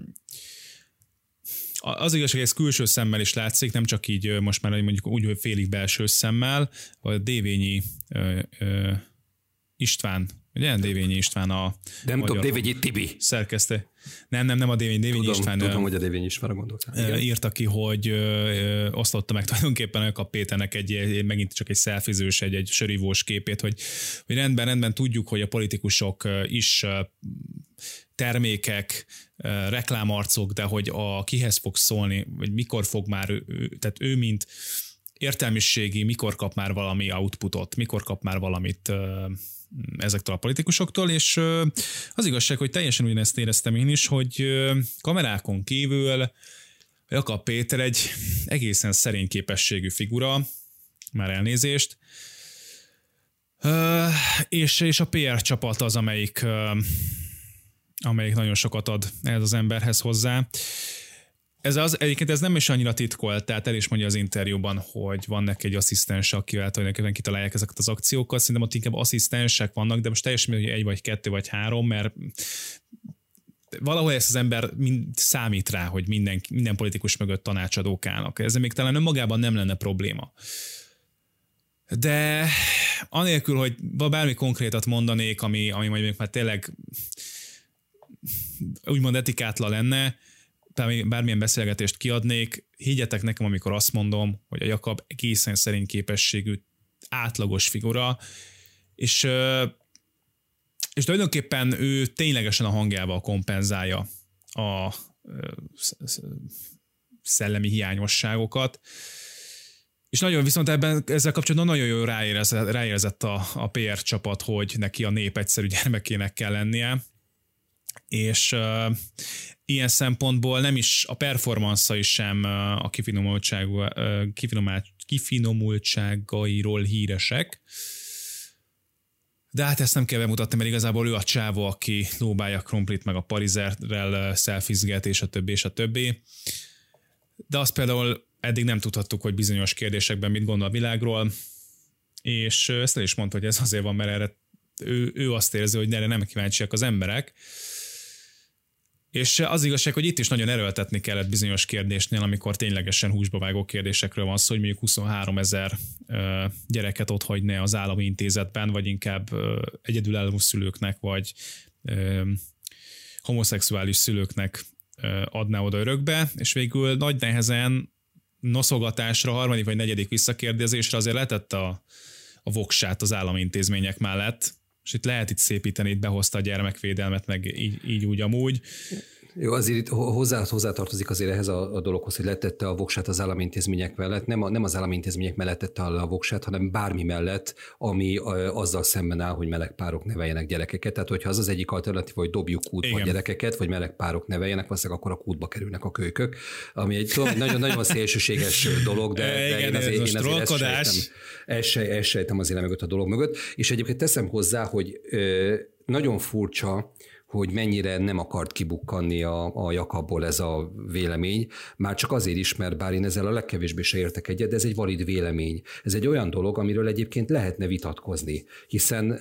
az igazság, hogy ez külső szemmel is látszik, nem csak így most már mondjuk úgy, hogy félig belső szemmel, a Dévényi uh, uh, István, ugye? Dévényi István a... Nem tudom, Dévényi Tibi. Szerkesztő. Nem, nem, nem a Dévényi, Dévényi tudom, István. Tudom, hogy a Dévényi Istvánra gondoltál. Írta ki, hogy ö, ö, osztotta meg tulajdonképpen Jakab Péternek egy, megint csak egy szelfizős, egy, egy sörívós képét, hogy, hogy rendben, rendben tudjuk, hogy a politikusok is termékek, reklámarcok, de hogy a kihez fog szólni, vagy mikor fog már, ő, tehát ő mint értelmiségi, mikor kap már valami outputot, mikor kap már valamit ezektől a politikusoktól, és az igazság, hogy teljesen ugyanezt éreztem én is, hogy kamerákon kívül Jakab Péter egy egészen szerény képességű figura, már elnézést, Uh, és, és a pé er csapat az, amelyik, uh, amelyik nagyon sokat ad ez az emberhez hozzá. Ez az, egyébként ez nem is annyira titkolt, tehát el is mondja az interjúban, hogy van neki egy asszisztens, akivel tulajdonképpen kitalálják ezeket az akciókat. Szerintem ott inkább asszisztensek vannak, de most teljesen hogy egy vagy kettő vagy három, mert valahol ezt az ember mind számít rá, hogy minden, minden politikus mögött tanácsadók állnak. Ez még talán önmagában nem lenne probléma. De anélkül, hogy bármi konkrétat mondanék, ami, ami mondjuk már tényleg úgymond etikátlan lenne, bármilyen beszélgetést kiadnék, higgyetek nekem, amikor azt mondom, hogy a Jakab egészen szerény képességű, átlagos figura, és, és tulajdonképpen ő ténylegesen a hangjával kompenzálja a szellemi hiányosságokat, és nagyon viszont ebben ezzel kapcsolatban nagyon jól ráérezett, ráérezett a, a pé er csapat, hogy neki a nép egyszerű gyermekének kell lennie, és uh, ilyen szempontból nem is a performance-ai sem uh, a kifinomultságú, uh, kifinomultságairól híresek, de hát ezt nem kell bemutatni, mert igazából ő a csávó, aki lóbálja krumplit, meg a parizerrel szelfizget, és a többi, és a többi. De azt például eddig nem tudhattuk, hogy bizonyos kérdésekben mit gondol a világról, és ezt el is mondta, hogy ez azért van, mert erre ő, ő azt érzi, hogy erre nem kíváncsiak az emberek. És az igazság, hogy itt is nagyon erőltetni kellett bizonyos kérdésnél, amikor ténylegesen húsba vágó kérdésekről van szó, hogy mondjuk huszonháromezer gyereket ott hagyne az állami intézetben, vagy inkább egyedülálló szülőknek, vagy ö, homoszexuális szülőknek ö, adná oda örökbe, és végül nagy nehezen noszogatásra, harmadik vagy negyedik visszakérdezésre azért letette a, a voksát az állami intézmények mellett, és itt lehet itt szépíteni, itt behozta a gyermekvédelmet, meg így, így úgy amúgy. Jó, azért itt hozzá, hozzátartozik azért ehhez a, a dologhoz, hogy letette a voksát az állami intézmények mellett. Nem, a, nem az állami intézmények mellett tette a voksát, hanem bármi mellett, ami a, azzal szemben áll, hogy meleg párok neveljenek gyerekeket. Tehát, hogyha az az egyik alternatív, hogy dobjuk kútba a gyerekeket, vagy meleg párok neveljenek, valószínűleg akkor a kútba kerülnek a kölykök, ami egy tudom, nagyon-nagyon szélsőséges dolog, de, de igen, én azért, ez én azért ezt sejtem, ezt sejtem, ezt sejtem azért mögött a dolog mögött. És egyébként teszem hozzá, hogy ö, nagyon furcsa, hogy mennyire nem akart kibukkanni a, a Jakabból ez a vélemény, már csak azért is, mert bár én ezzel a legkevésbé se értek egyet, de ez egy valid vélemény. Ez egy olyan dolog, amiről egyébként lehetne vitatkozni, hiszen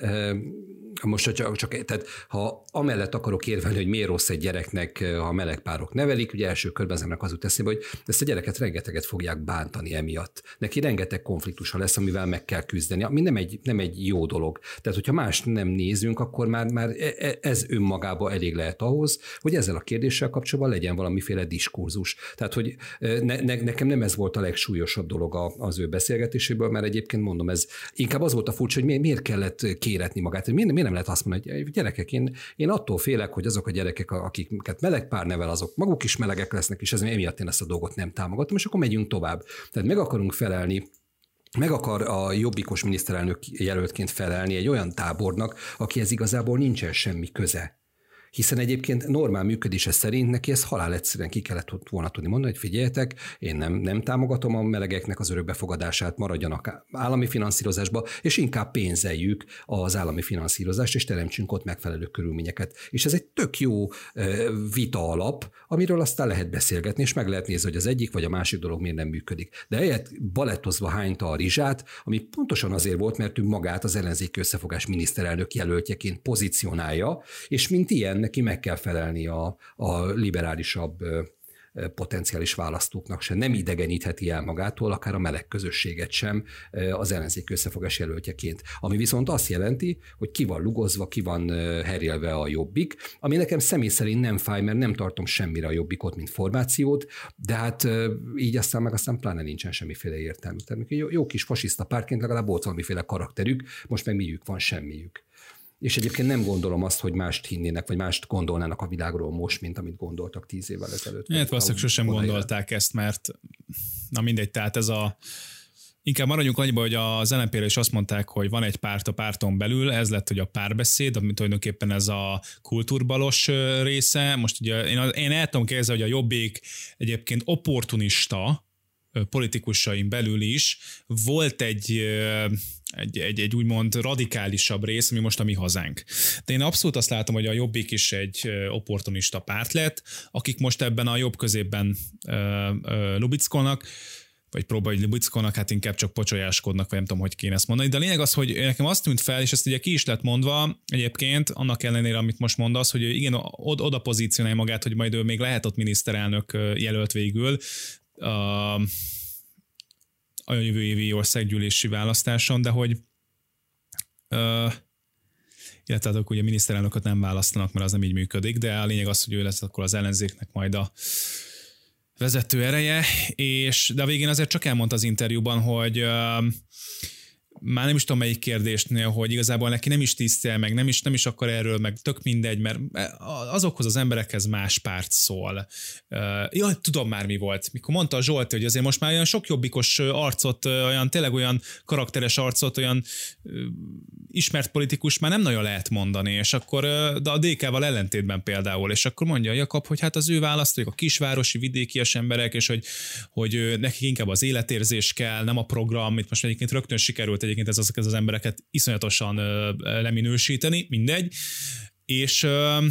most csak, csak tehát, ha amellett akarok érvelni, hogy miért rossz egy gyereknek, ha meleg párok nevelik, ugye első körben az emberek az jut eszébe, hogy ezt a gyereket rengeteget fogják bántani emiatt. Neki rengeteg konfliktusa lesz, amivel meg kell küzdeni, ami nem egy, nem egy jó dolog. Tehát, hogyha más nem nézünk, akkor már, már ez önmagában elég lehet ahhoz, hogy ezzel a kérdéssel kapcsolatban legyen valamiféle diskurzus. Tehát, hogy ne, ne, nekem nem ez volt a legsúlyosabb dolog az ő beszélgetéséből, mert egyébként mondom, ez inkább az volt a furcsa, hogy miért kellett kéretni magát, hogy miért, miért nem lehet azt mondani, hogy gyerekek, én, én attól félek, hogy azok a gyerekek, akiket meleg pár nevel, azok maguk is melegek lesznek, és ez emiatt én ezt a dolgot nem támogatom, és akkor megyünk tovább. Tehát meg akarunk felelni, meg akar a jobbikos miniszterelnök jelöltként felelni egy olyan tábornak, akihez igazából nincsen semmi köze. Hiszen egyébként normál működése szerint neki ez halál egyszerűen ki kellett volna tudni mondani, hogy figyeljetek, én nem, nem támogatom a melegeknek az örökbefogadását, maradjanak állami finanszírozásba, és inkább pénzeljük az állami finanszírozást, és teremtsünk ott megfelelő körülményeket. És ez egy tök jó vita alap, amiről aztán lehet beszélgetni, és meg lehet nézni, hogy az egyik vagy a másik dolog miért nem működik. De helyett balettozva hányta a rizsát, ami pontosan azért volt, mert ő magát az ellenzéki összefogás miniszterelnök jelöltjeként pozícionálja, és mint ilyen neki meg kell felelni a, a liberálisabb potenciális választóknak sem. Nem idegenítheti el magától, akár a meleg közösséget sem az ellenzék összefogás jelöltjeként. Ami viszont azt jelenti, hogy ki van lugozva, ki van herélve a Jobbik, ami nekem személy szerint nem fáj, mert nem tartom semmire a Jobbikot, mint formációt, de hát így aztán meg aztán pláne nincsen semmiféle értelmű. Tehát jó, jó kis fasiszta pártként legalább volt valamiféle karakterük, most meg miük van, semmiük. És egyébként nem gondolom azt, hogy mást hinnének, vagy mást gondolnának a világról most, mint amit gondoltak tíz évvel ezelőtt. Hát valószínűleg sosem gondolták ezt, mert na mindegy, tehát ez a... Inkább maradjunk annyiba, hogy az el en pére is azt mondták, hogy van egy párt a párton belül, ez lett, hogy a párbeszéd, ami tulajdonképpen ez a kultúrbalos része. Most ugye én, én el tudom kérdezni, hogy a Jobbik egyébként opportunista, politikusain belül is volt egy, egy, egy, egy úgymond radikálisabb rész, ami most a mi hazánk. De én abszolút azt látom, hogy a Jobbik is egy opportunista párt lett, akik most ebben a jobb középben lubickolnak, vagy próbálj lubickolnak, hát inkább csak pocsolyáskodnak, vagy nem tudom, hogy kéne ezt mondani. De a lényeg az, hogy nekem azt tűnt fel, és ezt ugye ki is lett mondva egyébként, annak ellenére, amit most mondasz, hogy igen, oda pozícionálja magát, hogy majd ő még lehet ott miniszterelnök jelölt végül a, a jövő évi országgyűlési választáson, de hogy uh, illetve akkor ugye miniszterelnököt nem választanak, mert az nem így működik, de a lényeg az, hogy ő lesz akkor az ellenzéknek majd a vezető ereje, és de a végén azért csak elmondta az interjúban, hogy uh, már nem is tudom melyik kérdésnél, hogy igazából neki nem is tisztel, meg nem is, nem is akar erről, meg tök mindegy, mert azokhoz az emberekhez más párt szól. Uh, jaj, tudom már mi volt, mikor mondta a Zsolti, hogy azért most már olyan sok jobbikos arcot, olyan tényleg olyan karakteres arcot, olyan uh, ismert politikus már nem nagyon lehet mondani, és akkor uh, de a dé ká-val ellentétben például, és akkor mondja Jakab, hogy hát az ő választóik a kisvárosi, vidékies emberek, és hogy, hogy uh, nekik inkább az életérzés kell, nem a program, itt most egyébként rögtön sikerült egyébként ez az, ez az embereket iszonyatosan uh, leminősíteni, mindegy, és uh,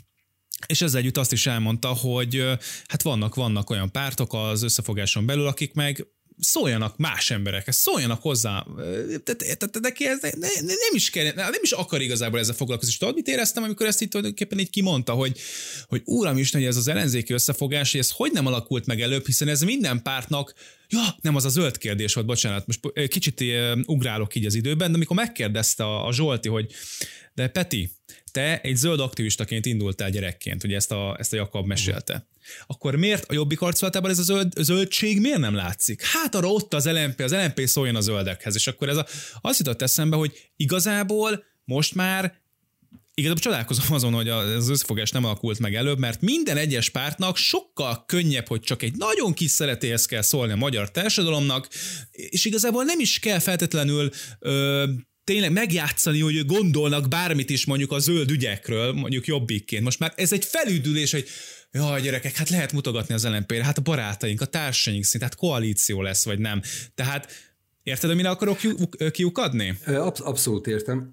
és ezzel együtt azt is elmondta, hogy uh, hát vannak, vannak olyan pártok az összefogáson belül, akik meg szóljanak más emberekhez, szóljanak hozzá, tehát neki ez ne, ne, nem is kell, nem is akar igazából ezzel foglalkozni. És tudod, mit éreztem, amikor ezt itt tulajdonképpen így kimondta, hogy, hogy Úramisten, hogy ez az ellenzéki összefogás, hogy ez hogy nem alakult meg előbb, hiszen ez minden pártnak, ja, nem, az a zöld kérdés volt, bocsánat, most kicsit ugrálok így az időben, de amikor megkérdezte a, a Zsolti, hogy de Peti, te egy zöld aktivistaként indultál gyerekként, ugye ezt a, ezt a Jakab mesélte. Akkor miért a Jobbik arculatában ez a zöld, zöldség miért nem látszik? Hát arra ott az el em pé, az el em pé szóljon a zöldekhez, és akkor ez a, az jutott eszembe, hogy igazából most már igazából csodálkozom azon, hogy az összefogás nem alakult meg előbb, mert minden egyes pártnak sokkal könnyebb, hogy csak egy nagyon kis szeletéhez kell szólni a magyar társadalomnak, és igazából nem is kell feltétlenül ö, tényleg megjátszani, hogy gondolnak bármit is mondjuk a zöld ügyekről, mondjuk Jobbikként. Most már ez egy felüdülés, hogy jaj, gyerekek, hát lehet mutogatni az el em pére, hát a barátaink, a társaink szint, hát koalíció lesz, vagy nem. Tehát érted, hogy mire akarok kiukadni? Absz- abszolút értem.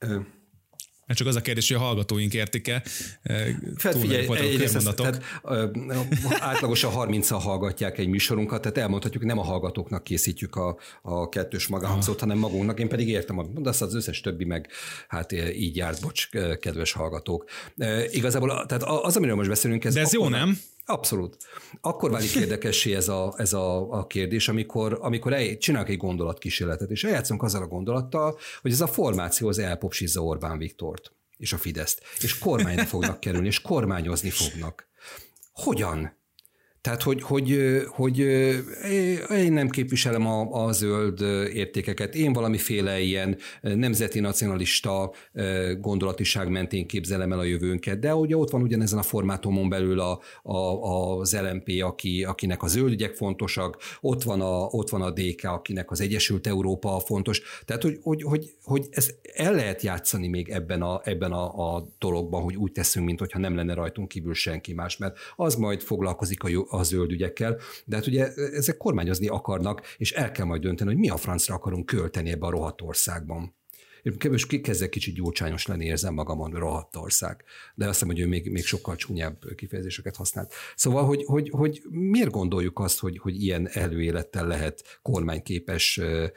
Mert csak az a kérdés, hogy a hallgatóink értik-e. Hát figyelj, egyrészt tehát, átlagosan harmincan hallgatják egy műsorunkat, tehát elmondhatjuk, hogy nem a hallgatóknak készítjük a, a kettős magahangzót, hanem magunknak. Én pedig értem, de azt az összes többi meg hát így járt, bocs, kedves hallgatók. Igazából tehát az, amiről most beszélünk, ez... De ez jó, nem? Abszolút. Akkor válik érdekessé ez a, ez a, a kérdés, amikor, amikor el, csinálunk egy gondolatkísérletet, és eljátszunk azzal a gondolattal, hogy ez a formáció az elpopsizza Orbán Viktort és a Fideszt, és kormányra fognak kerülni, és kormányozni fognak. Hogyan? Tehát, hogy, hogy, hogy én nem képviselem a, a zöld értékeket, én valamiféle ilyen nemzeti nacionalista gondolatiság mentén képzelem el a jövőnket, de ugye ott van ugyanezen a formátumon belül a, a, az el em pé, aki, akinek a zöld ügyek fontosak, ott van, a, ott van a dé ká, akinek az Egyesült Európa fontos. Tehát, hogy, hogy, hogy, hogy ezt el lehet játszani még ebben a, ebben a, a dologban, hogy úgy teszünk, mintha nem lenne rajtunk kívül senki más, mert az majd foglalkozik a jó, a zöld ügyekkel, de hát ugye ezek kormányozni akarnak, és el kell majd dönteni, hogy mi a francra akarunk költeni ebben a rohadt országban. Most kezdek kicsit gyurcsányos lenni, érzem magamon, rohadt ország. De azt hiszem, hogy ő még, még sokkal csúnyább kifejezéseket használt. Szóval, hogy, hogy, hogy miért gondoljuk azt, hogy, hogy ilyen előélettel lehet kormányképes,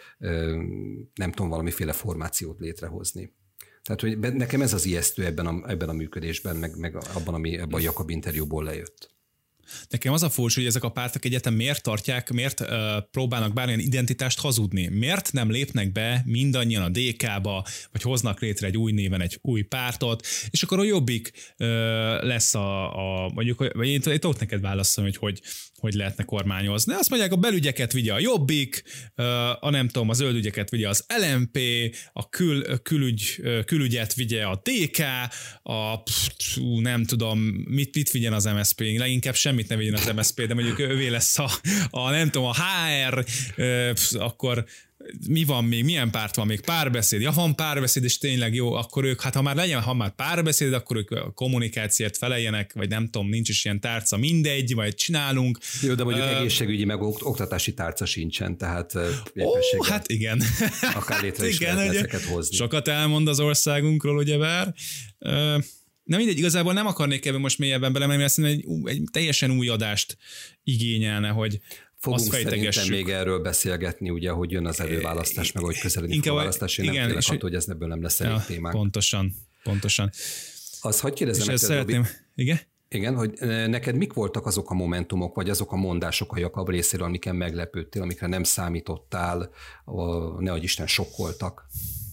nem tudom, valamiféle formációt létrehozni. Tehát, hogy nekem ez az ijesztő ebben a, ebben a működésben, meg, meg abban, ami ebben a Jakab interjúból lejött. Nekem az a furcsa, hogy ezek a pártok egyetem miért tartják, miért uh, próbálnak bármilyen identitást hazudni? Miért nem lépnek be mindannyian a dé ká-ba, vagy hoznak létre egy új néven egy új pártot, és akkor a Jobbik uh, lesz a, a mondjuk, vagy én, én tudok neked válaszolni, hogy, hogy hogy lehetne kormányozni. Azt mondják, a belügyeket vigye a Jobbik, a nem tudom, a zöld ügyeket vigye az el em pé, a kül, külügy, külügyet vigye a dé ká, a pff, nem tudom, mit, mit vigyen az em es pé, leginkább semmit ne vigyen az em es pé, de mondjuk ővé lesz a, a nem tudom, a há er, pff, akkor mi van még, milyen párt van még, párbeszéd, ja van párbeszéd, és tényleg jó, akkor ők, hát ha már legyen, ha már párbeszéd, akkor ők a kommunikációt feleljenek, vagy nem tudom, nincs is ilyen tárca, mindegy, vagy csinálunk. Jó, de mondjuk uh, egészségügyi, meg oktatási tárca sincsen, tehát ó, hát igen. Akár létre hát is igen, lehet ugye, ezeket hozni. Sokat elmond az országunkról, ugyebár. Uh, Na mindegy, igazából nem akarnék ebben most mélyebben belemenni, mert azt egy, egy teljesen új adást igényelne, hogy fogunk szerintem még erről beszélgetni, ugye, hogy jön az előválasztás, meg hogy közeledik a választás, én nem félek attól, hogy ez ebből nem lesz elég ja, témánk. Pontosan, pontosan. Azt hadd kérdezzem meg, szeretném, Robi, igen? Igen, hogy neked mik voltak azok a momentumok, vagy azok a mondások a Jakab részéről, amiken meglepődtél, amikre nem számítottál, nehogy Isten sokkoltak?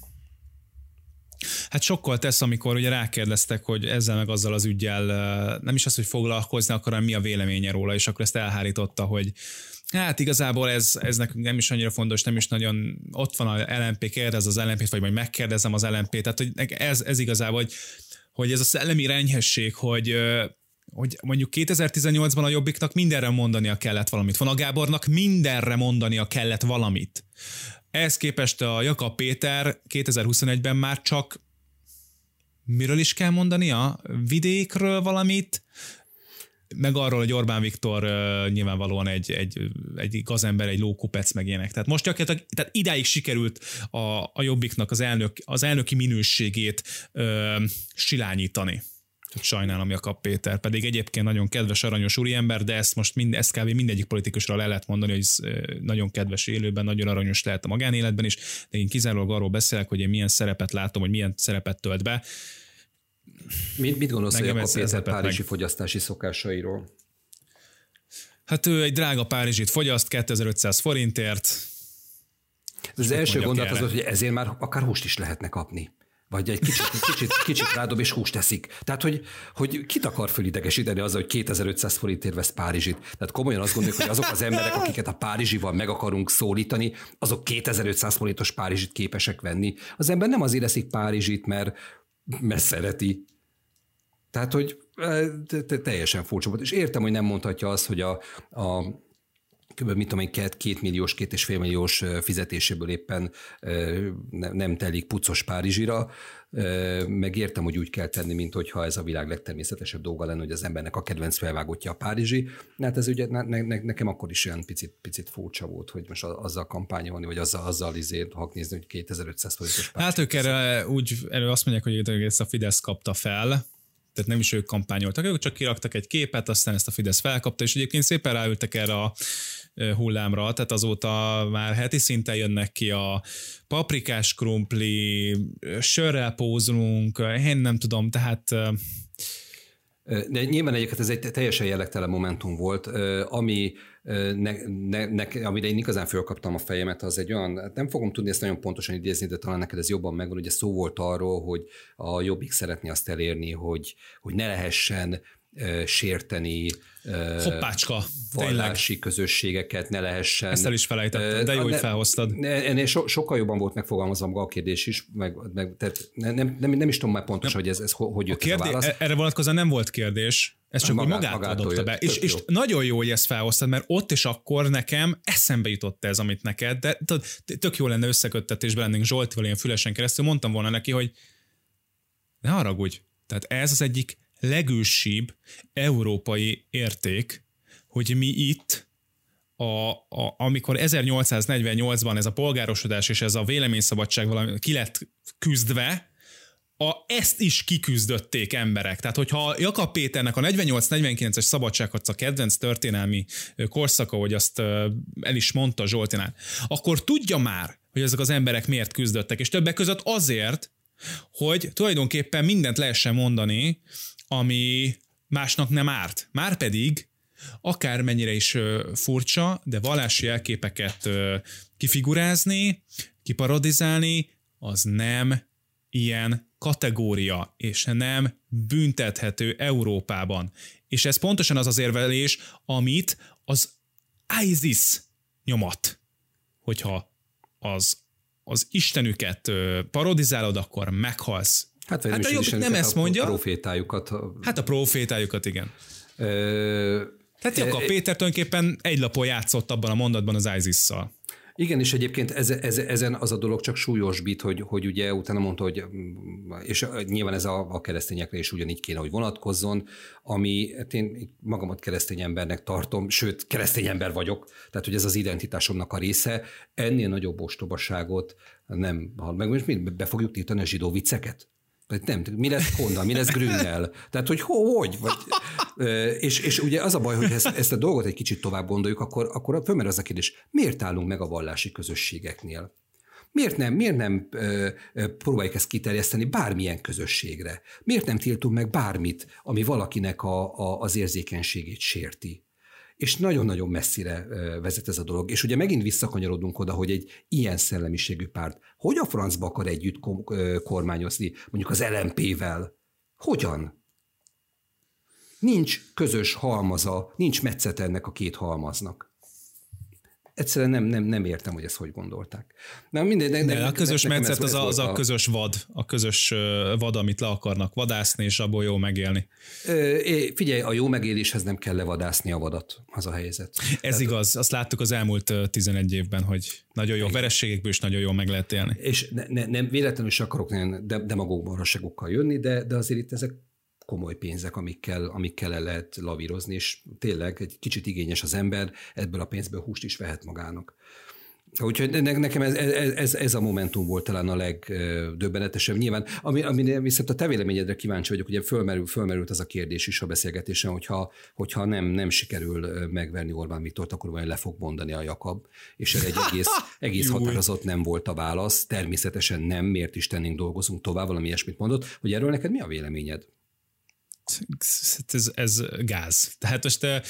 Hát sokkal tesz, amikor ugye rákérdeztek, hogy ezzel meg azzal az üggyel nem is az, hogy foglalkozni akar, hanem mi a véleménye róla, és akkor ezt elhárította, hogy hát igazából ez, ez nekünk nem is annyira fontos, nem is nagyon, ott van a el em pé, kérdez az el em pét, vagy majd megkérdezem az el em pét, tehát hogy ez, ez igazából, hogy, hogy ez a szellemi renyhesség, hogy hogy mondjuk kétezer-tizennyolcban a Jobbiknak mindenre mondania kellett valamit. Van a Gábornak mindenre mondania kellett valamit. Ehhez képest a Jakab Péter kétezer-huszonegyben már csak miről is kell mondania? Vidékről valamit, meg arról, hogy Orbán Viktor uh, nyilvánvalóan egy, egy, egy gazember, egy lókupec, meg ilyenek. Tehát most gyakorlatilag tehát idáig sikerült a, a Jobbiknak az, elnök, az elnöki minőségét uh, silányítani. Sajnálom Jakab Péter, pedig egyébként nagyon kedves, aranyos úriember, de ezt most mind, ezt kb. Mindegyik politikusra le lehet mondani, hogy nagyon kedves élőben, nagyon aranyos lehet a magánéletben is, de én kizárólag arról beszélek, hogy én milyen szerepet látom, hogy milyen szerepet tölt be. Mit, mit gondolsz a Jakab Péter párizsi meg... fogyasztási szokásairól? Hát ő egy drága párizsit fogyaszt, kétezer-ötszáz forintért. Az első gondolat az volt, hogy ezért már akár húst is lehetne kapni. Vagy egy kicsit, kicsit, kicsit rádob és húst teszik. Tehát, hogy, hogy kit akar fölidegesíteni azzal, hogy kétezer-ötszáz forintért vesz párizsit. Tehát komolyan azt gondoljuk, hogy azok az emberek, akiket a párizsival meg akarunk szólítani, azok kétezer-ötszáz forintos párizsit képesek venni. Az ember nem azért eszik párizsit, mert, mert szereti. Tehát, hogy teljesen furcsa volt. És értem, hogy nem mondhatja azt, hogy a, a kb. Mit tudom én, két, két milliós, két és fél milliós fizetéséből éppen nem telik puccos Párizsira, megértem, hogy úgy kell tenni, mint hogyha ez a világ legtermészetesebb dolga lenne, hogy az embernek a kedvenc felvágottja a párizsi. Hát ez ugye ne, ne, nekem akkor is olyan picit, picit furcsa volt, hogy most azzal kampányolni, vagy azzal, azzal izért haknézni, hogy kétezer-ötszáz forintos párizsi. Hát ők erre úgy, erről azt mondják, hogy ezt a Fidesz kapta fel, tehát nem is ők kampányoltak, ők csak kiraktak egy képet, aztán ezt a Fidesz felkapta, és egyébként szépen ráültek erre a hullámra, tehát azóta már heti szinten jönnek ki a paprikás krumpli, sörrel pózolunk, én nem tudom, tehát... De nyilván egyébként ez egy teljesen jellegtelen momentum volt, ami ne, ne, ne, amire én igazán fölkaptam a fejemet, az egy olyan, nem fogom tudni ezt nagyon pontosan idézni, de talán neked ez jobban megvan, ugye szó volt arról, hogy a Jobbik szeretné azt elérni, hogy, hogy ne lehessen sérteni Hoppácska, vallási tényleg. Közösségeket, ne lehessen. Ezt el is felejtettem, de jó, hogy felhoztad. Ennél so, sokkal jobban volt megfogalmazva maga a kérdés is, meg, meg tehát nem, nem, nem is tudom már pontosan, hogy ez, ez hogy jött a, kérdé- ez a válasz. Erre vonatkozóan nem volt kérdés, ez csak magát, magától, magától dobta be. És, és nagyon jó, hogy ezt felhoztad, mert ott és akkor nekem eszembe jutott ez, amit neked, de tök jó lenne összeköttetésben lennénk Zsoltival ilyen fülesen keresztül, mondtam volna neki, hogy ne haragudj, tehát ez az egyik legősibb európai érték, hogy mi itt, a, a, amikor ezernyolcszáznegyvennyolcban ez a polgárosodás és ez a véleményszabadság valami ki lett küzdve, a, ezt is kiküzdötték emberek. Tehát, hogyha Jakab Péternek a negyvennyolc negyvenkilences szabadságharc a kedvenc történelmi korszaka, hogy azt el is mondta Zsoltinál, akkor tudja már, hogy ezek az emberek miért küzdöttek, és többek között azért, hogy tulajdonképpen mindent lehessen mondani, ami másnak nem árt. Márpedig akármennyire is furcsa, de vallási jelképeket kifigurázni, kiparodizálni, az nem ilyen kategória, és nem büntethető Európában. És ez pontosan az az érvelés, amit az ISIS nyomat, hogyha az, az istenüket parodizálod, akkor meghalsz. Hát, hát a Jobbik nem ezt mondja. A profétájukat. A... Hát a profétájukat, igen. Ö... Tehát Jakab Péter tulajdonképpen egy lapon játszott abban a mondatban az ISIS-szal. Igen, és egyébként ez, ez, ezen az a dolog csak súlyosbít, hogy, hogy ugye utána mondta, hogy és nyilván ez a, a keresztényekre is ugyanígy kéne, hogy vonatkozzon, ami hát én magamat keresztény embernek tartom, sőt, keresztény ember vagyok, tehát hogy ez az identitásomnak a része, ennél nagyobb ostobaságot nem hall meg. Most mi, be fogjuk tiltani a zsidó vicceket? Nem, mi lesz Honda, mi lesz Grünnel? Tehát, hogy hogy? Vagy, és, és ugye az a baj, hogy ezt, ezt a dolgot egy kicsit tovább gondoljuk, akkor, akkor fölmerül az a kérdés, miért állunk meg a vallási közösségeknél? Miért nem, miért nem ö, ö, próbáljuk ezt kiterjeszteni bármilyen közösségre? Miért nem tiltunk meg bármit, ami valakinek a, a, az érzékenységét sérti? És nagyon-nagyon messzire vezet ez a dolog. És ugye megint visszakanyarodunk oda, hogy egy ilyen szellemiségű párt hogy a francba akar együtt kormányozni, mondjuk az el em pé-vel? Hogyan? Nincs közös halmaza, nincs metszete ennek a két halmaznak. Egyszerűen nem, nem, nem értem, hogy ezt hogy gondolták. Na, minden, de, de a közös metszet az, az a, a közös vad, a közös vad, amit le akarnak vadászni, és abból jó megélni. É, figyelj, a jó megéléshez nem kell levadászni a vadat, az a helyzet. Ez Tehát, igaz, azt láttuk az elmúlt tizenegy évben, hogy nagyon jó verességekből is nagyon jól meg lehet élni. És ne, ne, nem véletlenül is akarok nagyon demagóg marhaságokkal jönni, de, de azért itt ezek komoly pénzek, amikkel, amikkel el lehet lavírozni, és tényleg egy kicsit igényes az ember, ebből a pénzből húst is vehet magának. Úgyhogy nekem ez, ez, ez a momentum volt talán a legdöbbenetesebb. Nyilván, ami, ami viszont a te véleményedre kíváncsi vagyok, ugye fölmerül, fölmerült az a kérdés is a beszélgetésen, hogyha, hogyha nem, nem sikerül megverni Orbán Viktort, akkor majd le fog mondani a Jakab, és ez egy egész, egész határozott nem volt a válasz. Természetesen nem, miért is tennénk, dolgozunk tovább, valami ilyesmit mondott, hogy erről neked mi a véleményed? Ez, ez gáz. Tehát most uh,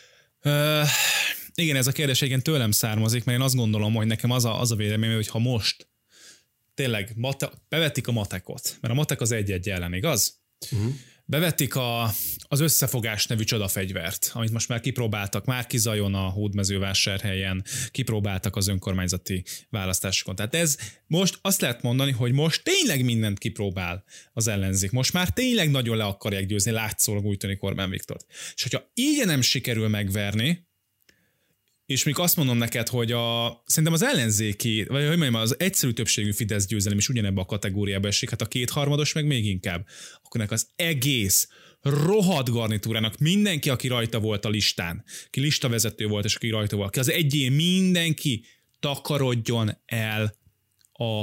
uh, igen, ez a kérdés igen tőlem származik, mert én azt gondolom, hogy nekem az a, az a vélemény, hogy ha most tényleg mate, bevetik a matekot, mert a matek az egy-egy ellen, igaz? Uh-huh. Bevetik a, az összefogás nevű csodafegyvert, amit most már kipróbáltak Márki-Zajon, a Hódmezővásárhelyen, kipróbáltak az önkormányzati választásokon. Tehát ez most azt lehet mondani, hogy most tényleg mindent kipróbál az ellenzék. Most már tényleg nagyon le akarják győzni, látszólag úgy tűnik Orbán Viktort. És hogyha így nem sikerül megverni, és még azt mondom neked, hogy a, szerintem az ellenzéki, vagy hogy mondjam, az egyszerű többségű Fidesz győzelem is ugyanebben a kategóriába esik, hát a kétharmados meg még inkább. Akkor az egész rohadt garnitúrának mindenki, aki rajta volt a listán, ki listavezető volt, és aki rajta volt, ki az egyén mindenki takarodjon el a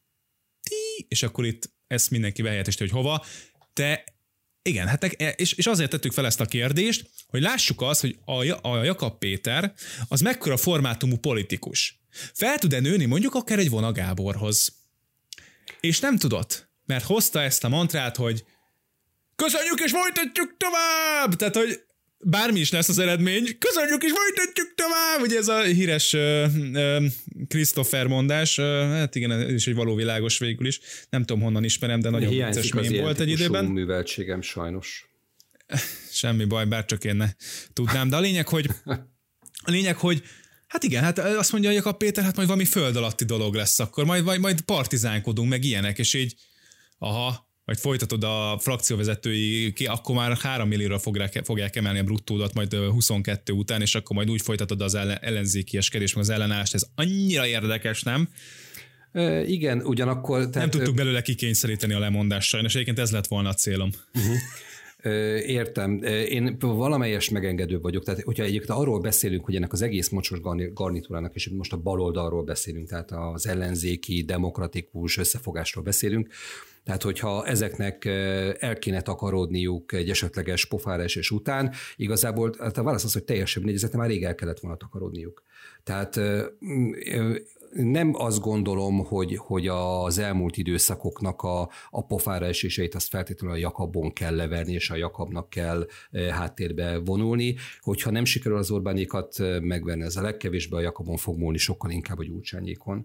ti, és akkor itt ezt mindenki behelyettesíti, hogy hova, te igen, hát és, és azért tettük fel ezt a kérdést, hogy lássuk azt, hogy a, a Jakab Péter az mekkora formátumú politikus. Fel tud-e nőni mondjuk akár egy Vona Gáborhoz? És nem tudott, mert hozta ezt a mantrát, hogy köszönjük és folytatjuk tovább! Tehát, hogy bármi is lesz az eredmény, köszönjük és folytatjuk tovább! Ugye ez a híres uh, uh, Christopher mondás, uh, hát igen, ez is egy való világos végül is. Nem tudom, honnan ismerem, de nagyon vicces mém volt egy időben. Műveltségem sajnos. Semmi baj, bárcsak én ne tudnám. De a lényeg, hogy a lényeg, hogy hát igen, hát azt mondja, hogy Jakab Péter, hát majd valami föld alatti dolog lesz akkor, majd, majd, majd partizánkodunk, meg ilyenek, és így aha, majd folytatod a frakcióvezetői, ki, akkor már három millióra fogják, fogják emelni a bruttódat majd huszonkettő után, és akkor majd úgy folytatod az ellen, ellenzékieskedést, meg az ellenállást, ez annyira érdekes, nem? E, igen, ugyanakkor... Tehát, nem tudtuk belőle kikényszeríteni a lemondást sajnos, egyébként ez lett volna a célom. Uh-huh. Értem. Én valamelyes megengedő vagyok. Tehát, hogyha egyébként arról beszélünk, hogy ennek az egész mocsos garnitúrának, és most a baloldalról beszélünk, tehát az ellenzéki, demokratikus összefogásról beszélünk, tehát, hogyha ezeknek el kéne takarodniuk egy esetleges pofáraesés után, igazából hát a válasz az, hogy teljesen mindegy, már rég el kellett volna takarodniuk. Tehát nem azt gondolom, hogy, hogy az elmúlt időszakoknak a, a pofára eséseit azt feltétlenül a Jakabon kell leverni, és a Jakabnak kell háttérbe vonulni. Hogyha nem sikerül az Orbánékat megverni, ez a legkevésbé a Jakabon fog múlni, sokkal inkább a Gyurcsányékon.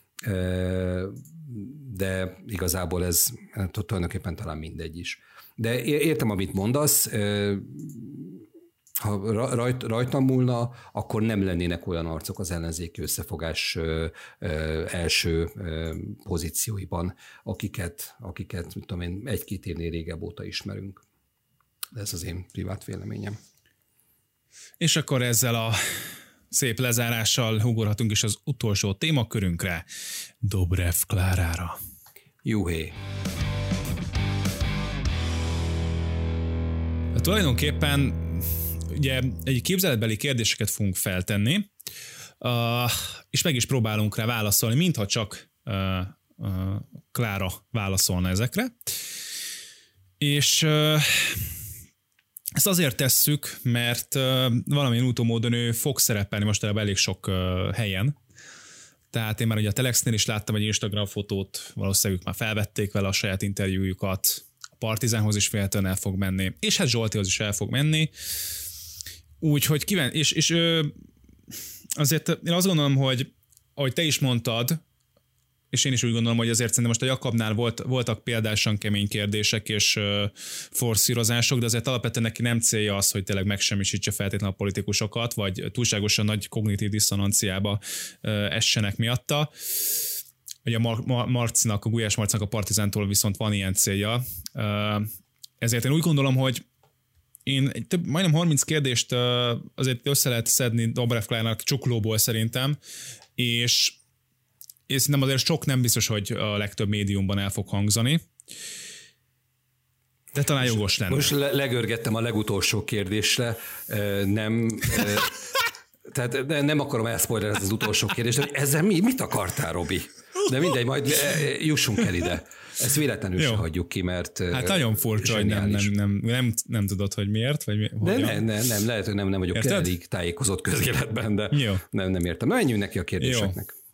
De igazából ez tulajdonképpen talán mindegy is. De értem, amit mondasz, ha rajt, rajtam múlna, akkor nem lennének olyan arcok az ellenzéki összefogás ö, ö, első ö, pozícióiban, akiket, akiket tudom én, egy-két évnél régebb óta ismerünk. De ez az én privát véleményem. És akkor ezzel a szép lezárással ugorhatunk is az utolsó témakörünkre, Dobrev Klárára. Juhé! Tulajdonképpen ugye egy képzeletbeli kérdéseket fogunk feltenni, uh, és meg is próbálunk rá válaszolni, mintha csak uh, uh, Klára válaszolna ezekre. És uh, ezt azért tesszük, mert uh, valamilyen úton ő fog szerepelni mostanában elég sok uh, helyen. Tehát én már ugye a Telexnél is láttam egy Instagram fotót, valószínűleg ők már felvették vele a saját interjújukat, a Partizánhoz is véletlenül el fog menni, és hát Zsoltihoz is el fog menni. Úgyhogy kíván, és, és ö, azért én azt gondolom, hogy ahogy te is mondtad, és én is úgy gondolom, hogy azért szerintem most a Jakabnál volt, voltak példásan kemény kérdések és ö, forszírozások, de azért alapvetően neki nem célja az, hogy tényleg megsemmisítse feltétlenül a politikusokat, vagy túlságosan nagy kognitív diszonanciába ö, essenek miatta. Ugye a Mar- Mar- Marcinak, a Gulyás Marcinak a Partizántól viszont van ilyen célja. Ö, ezért én úgy gondolom, hogy én több, majdnem harminc kérdést ö, azért össze lehet szedni Dobrev Klárának csuklóból szerintem, és és szerintem azért sok nem biztos, hogy a legtöbb médiumban el fog hangzani. De talán jogos lenne. Most legörgettem a legutolsó kérdésre. Nem, tehát nem akarom elszpoilerezni az utolsó kérdést, de ezzel mi, mit akartál, Robi? De mindegy, majd jussunk el ide. Ezt véletlenül se hagyjuk ki, mert hát nagyon furcsa, hogy nem, nem, nem, nem, nem tudod, hogy miért, vagy mi, de nem, nem, nem, lehet, hogy nem, nem vagyok elég tájékozott közéletben, de nem, nem értem. Na, menjünk neki a kérdéseknek. Jó.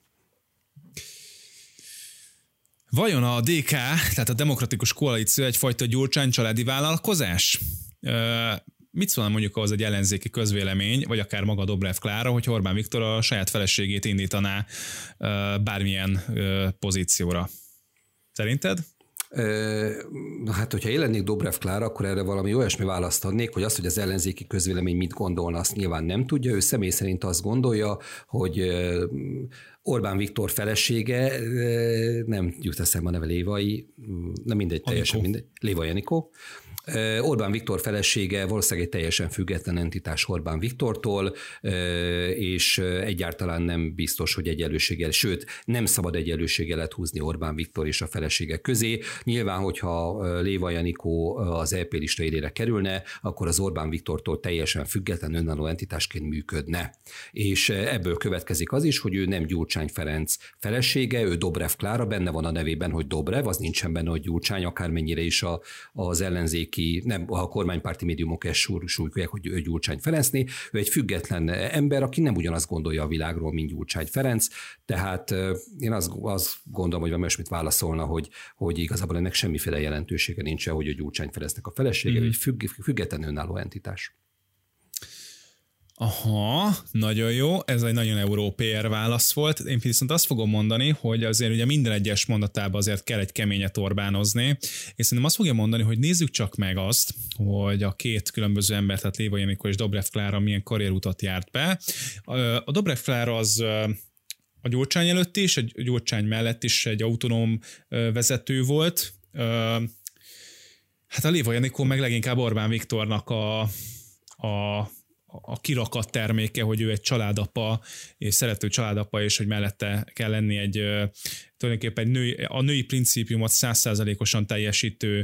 Vajon a dé ká, tehát a Demokratikus Koalíció egyfajta Gyurcsány családi vállalkozás? Mit szólna mondjuk ahhoz egy ellenzéki közvélemény, vagy akár maga Dobrev Klára, hogy Orbán Viktor a saját feleségét indítaná bármilyen pozícióra? Szerinted? Hát, hogyha én lennék Dobrev Klára, akkor erre valami olyasmi választ adnék, hogy azt, hogy az ellenzéki közvélemény mit gondolna, azt nyilván nem tudja. Ő személy szerint azt gondolja, hogy Orbán Viktor felesége, nem jut eszembe a neve, Lévai, nem mindegy, teljesen mindegy, Lévai Anikó. Orbán Viktor felesége valószínűleg egy teljesen független entitás Orbán Viktortól, és egyáltalán nem biztos, hogy egyenlőséggel, sőt, nem szabad egyenlőségjelet húzni Orbán Viktor és a felesége közé. Nyilván, hogyha Lévai Anikó az é pé lista élére kerülne, akkor az Orbán Viktortól teljesen független önálló entitásként működne. És ebből következik az is, hogy ő nem Gyurcsány Ferenc felesége, ő Dobrev Klára, benne van a nevében, hogy Dobrev, az nincsen benne, hogy Gyurcsány, akármennyire is a, az ellenzéki, nem, a kormánypárti médiumok ezt súlykolják, hogy ő Gyurcsány Ferencné, ő egy független ember, aki nem ugyanazt gondolja a világról, mint Gyurcsány Ferenc, tehát én azt, azt gondolom, hogy valami mit válaszolna, hogy, hogy igazából ennek semmiféle jelentősége nincsen, hogy a Gyurcsány Ferencnek a felesége, mm. egy függ, független önálló entitás. Aha, nagyon jó, ez egy nagyon európér válasz volt. Én viszont azt fogom mondani, hogy azért ugye minden egyes mondatában azért kell egy keményet Orbánozni, és szerintem azt fogja mondani, hogy nézzük csak meg azt, hogy a két különböző ember, tehát Lévai Anikó és Dobrev Klára milyen karrierutat járt be. A Dobrev Klára az a Gyurcsány előtt is, a Gyurcsány mellett is egy autonóm vezető volt. Hát a Lévai Anikó meg leginkább Orbán Viktornak a, a a kirakat terméke, hogy ő egy családapa, és szerető családapa, és hogy mellette kell lenni egy tulajdonképpen egy női, a női principiumot száz százalékosan teljesítő,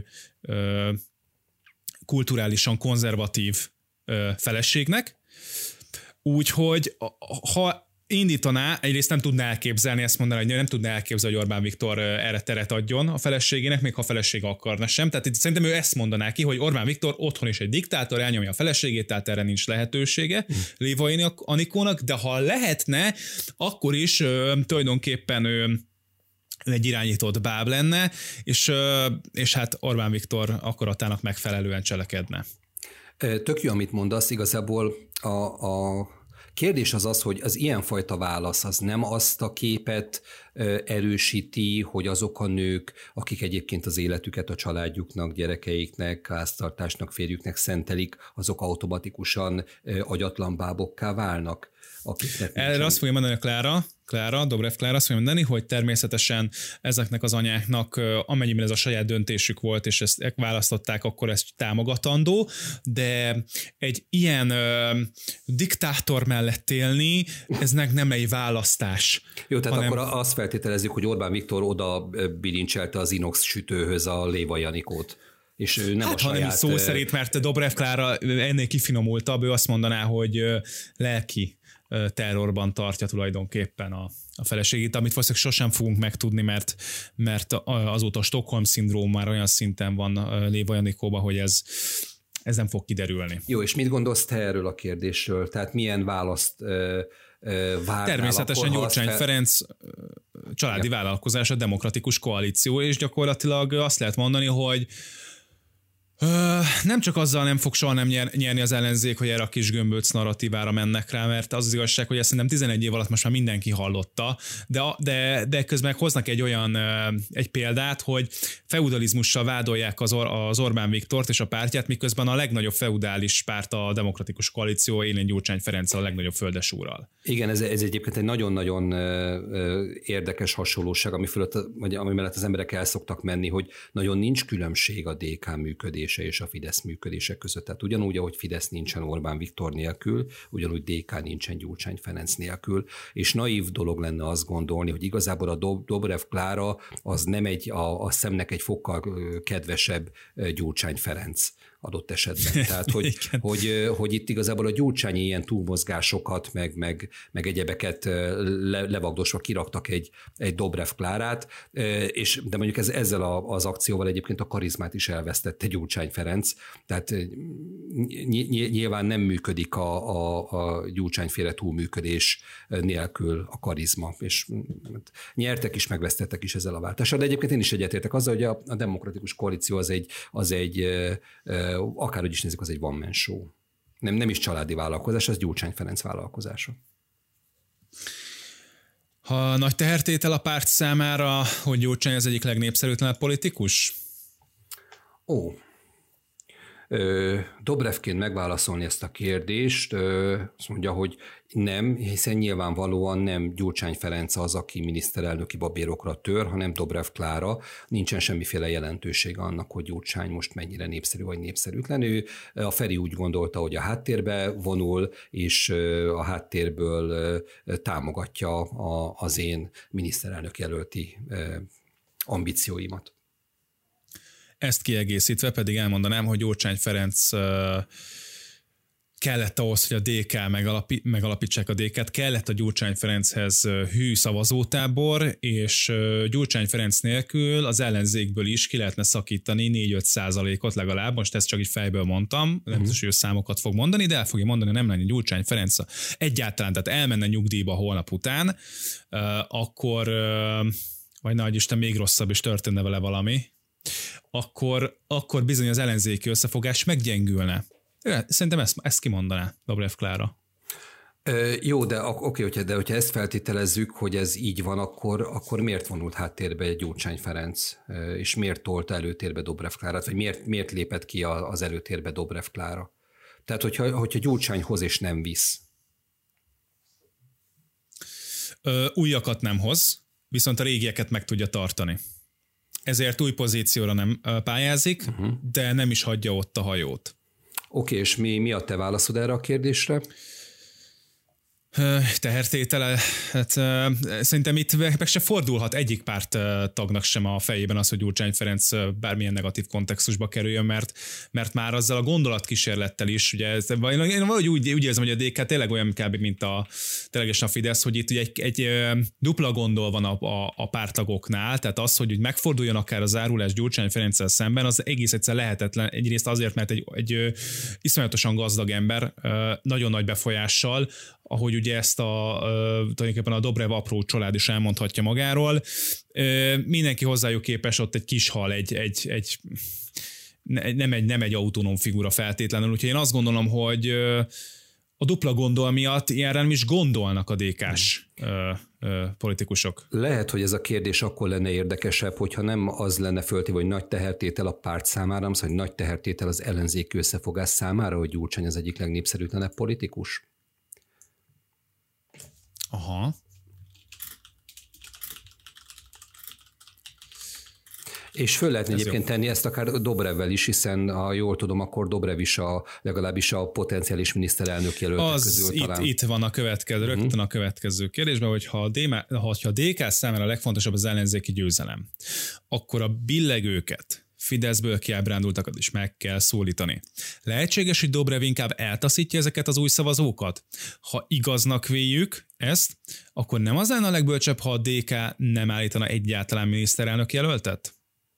kulturálisan konzervatív feleségnek. Úgyhogy ha indítaná, egyrészt nem tudná elképzelni, ezt mondaná, hogy nem tudná elképzelni, hogy Orbán Viktor erre teret adjon a feleségének, még ha a felesége akarna sem. Tehát itt szerintem ő ezt mondaná ki, hogy Orbán Viktor otthon is egy diktátor, elnyomja a feleségét, tehát erre nincs lehetősége mm. Lévai Anikónak, de ha lehetne, akkor is ö, tulajdonképpen ő egy irányított báb lenne, és, ö, és hát Orbán Viktor akaratának megfelelően cselekedne. Tök jó, amit mondasz, igazából a, a kérdés az az, hogy az ilyenfajta válasz az nem azt a képet erősíti, hogy azok a nők, akik egyébként az életüket a családjuknak, gyerekeiknek, háztartásnak, férjüknek szentelik, azok automatikusan agyatlan bábokká válnak. Erre azt fogja mondani a Klára, Klára, Dobrev Klára azt mondja mondani, hogy természetesen ezeknek az anyáknak, amennyiben ez a saját döntésük volt, és ezt választották, akkor ez támogatandó, de egy ilyen ö, diktátor mellett élni, eznek nem egy választás. Jó, tehát hanem... akkor azt feltételezzük, hogy Orbán Viktor oda bilincselte az inox sütőhöz a Léva Janikót. És ő nem hát, a saját... hanem is szó szerint, mert Dobrev Klára ennél kifinomultabb, ő azt mondaná, hogy lelki terrorban tartja tulajdonképpen a, a feleségét, amit valószínűleg sosem fogunk megtudni, mert, mert azóta a Stockholm-szindróm már olyan szinten van Léva Janikóban, hogy ez, ez nem fog kiderülni. Jó, és mit gondolsz te erről a kérdésről? Tehát milyen választ ö, ö, várnál? Természetesen Gyurcsány fel... Ferenc családi ja. vállalkozás, a Demokratikus Koalíció, és gyakorlatilag azt lehet mondani, hogy Ö, nem csak azzal nem fog soha nem nyer, nyerni az ellenzék, hogy erre a kis gömböc narratívára mennek rá, mert az az igazság, hogy ezt szerintem tizenegy év alatt most már mindenki hallotta, de, de, de közben hoznak egy olyan egy példát, hogy feudalizmussal vádolják az, Or, az Orbán Viktort és a pártját, miközben a legnagyobb feudális párt, a Demokratikus Koalíció élén Gyurcsány Ferenccel, a legnagyobb földesúrral. Igen, ez, ez egyébként egy nagyon-nagyon érdekes hasonlóság, ami, fölött, vagy ami mellett az emberek el szoktak menni, hogy nagyon nincs különbség a dé ká működés és a Fidesz működése között. Tehát ugyanúgy, ahogy Fidesz nincsen Orbán Viktor nélkül, ugyanúgy dé ká nincsen Gyurcsány Ferenc nélkül, és naív dolog lenne azt gondolni, hogy igazából a Dobrev Klára az nem egy, a, a szemnek egy fokkal kedvesebb Gyurcsány Ferenc adott esetben. Tehát, hogy, hogy, hogy itt igazából a Gyurcsányi ilyen túlmozgásokat, meg, meg, meg egyebeket le, levagdosva kiraktak egy, egy Dobrev Klárát, és, de mondjuk ez, ezzel a, az akcióval egyébként a karizmát is elvesztette Gyurcsány Ferenc, tehát nyilván nem működik a, a, a Gyurcsányféle túlműködés nélkül a karizma, és nyertek is, megvesztettek is ezzel a váltással, de egyébként én is egyetértek azzal, hogy a, a Demokratikus Koalíció az egy, az egy akárhogy is nézzük, az egy one man show. Nem, nem is családi vállalkozás, az Gyurcsány Ferenc vállalkozása. Ha nagy tehertétel a párt számára, hogy Gyurcsány az egyik legnépszerűtlenebb politikus? Ó, Dobrevként megválaszolni ezt a kérdést, azt mondja, hogy nem, hiszen nyilvánvalóan nem Gyurcsány Ferenc az, aki miniszterelnöki babérokra tör, hanem Dobrev Klára. Nincsen semmiféle jelentősége annak, hogy Gyurcsány most mennyire népszerű vagy népszerűtlen. Ő, a Feri úgy gondolta, hogy a háttérbe vonul, és a háttérből támogatja az én miniszterelnök jelölti ambícióimat. Ezt kiegészítve pedig elmondanám, hogy Gyurcsány Ferenc kellett ahhoz, hogy a dé ká megalapi, megalapítsák a dé ká-t, kellett a Gyurcsány Ferenchez hű szavazótábor, és Gyurcsány Ferenc nélkül az ellenzékből is ki lehetne szakítani négy-öt százalékot legalább, most ezt csak így fejből mondtam, nem biztos, hogy ő számokat fog mondani, de el fogja mondani, nem lenne Gyurcsány Ferenc egyáltalán, tehát elmenne nyugdíjba holnap után, akkor, vagy nagy Isten, még rosszabb, és történne vele valami, akkor, akkor bizony az ellenzéki összefogás meggyengülne. Szerintem ezt, ezt kimondaná Dobrev Klára. Jó, de oké, hogyha, de hogyha ezt feltételezzük, hogy ez így van, akkor, akkor miért vonult háttérbe egy Gyurcsány Ferenc, és miért tolta előtérbe Dobrev Klárát, vagy miért, miért lépett ki az előtérbe Dobrev Klára? Tehát, hogyha, hogyha Gyurcsány hoz és nem visz. Ö, újakat nem hoz, viszont a régieket meg tudja tartani. Ezért új pozícióra nem pályázik, uh-huh. de nem is hagyja ott a hajót. Oké, okay, és mi, mi a te válaszod erre a kérdésre? Tehertétele, hát szerintem itt meg se fordulhat egyik párt tagnak sem a fejében az, hogy Gyurcsány Ferenc bármilyen negatív kontextusba kerüljön, mert, mert már azzal a gondolatkísérlettel is, ugye ez, én valahogy úgy, úgy érzem, hogy a dé ká tényleg olyan kb. Mint a, ténylegesen a Fidesz, hogy itt ugye egy, egy dupla gondol van a, a, a pártagoknál, tehát az, hogy megforduljon akár a zárulás Gyurcsány Ferenccel szemben, az egész egyszer lehetetlen, egyrészt azért, mert egy, egy iszonyatosan gazdag ember, nagyon nagy befolyással, ahogy ugye ezt a, tulajdonképpen a Dobrev apró család is elmondhatja magáról. Mindenki hozzájuk képes ott egy kis hal, egy, egy, egy, nem, egy, nem egy autonóm figura feltétlenül, úgyhogy én azt gondolom, hogy a dupla gondol miatt ilyenre nem is gondolnak a dé ká-s politikusok. Lehet, hogy ez a kérdés akkor lenne érdekesebb, hogyha nem az lenne föltéve, hogy nagy tehertétel a párt számára, hanem hogy nagy tehertétel az ellenzéki összefogás számára, hogy Gyurcsány az egyik legnépszerűtlenebb politikus. Aha. És föl lehetne egyébként jó. tenni ezt akár Dobrevvel is, hiszen ha jól tudom, akkor Dobrev is a, legalábbis a potenciális miniszterelnök jelöltek az közül itt, talán. Itt van a következő, rögtön uh-huh. a következő kérdésben, hogyha a, D M, ha a dé ká számára a legfontosabb az ellenzéki győzelem, akkor a billegőket, Fideszből kiábrándultakat is meg kell szólítani. Lehetséges, hogy Dobrev inkább eltaszítja ezeket az új szavazókat? Ha igaznak véljük ezt, akkor nem az lenne a legbölcsebb, ha a dé ká nem állítana egyáltalán miniszterelnök jelöltet?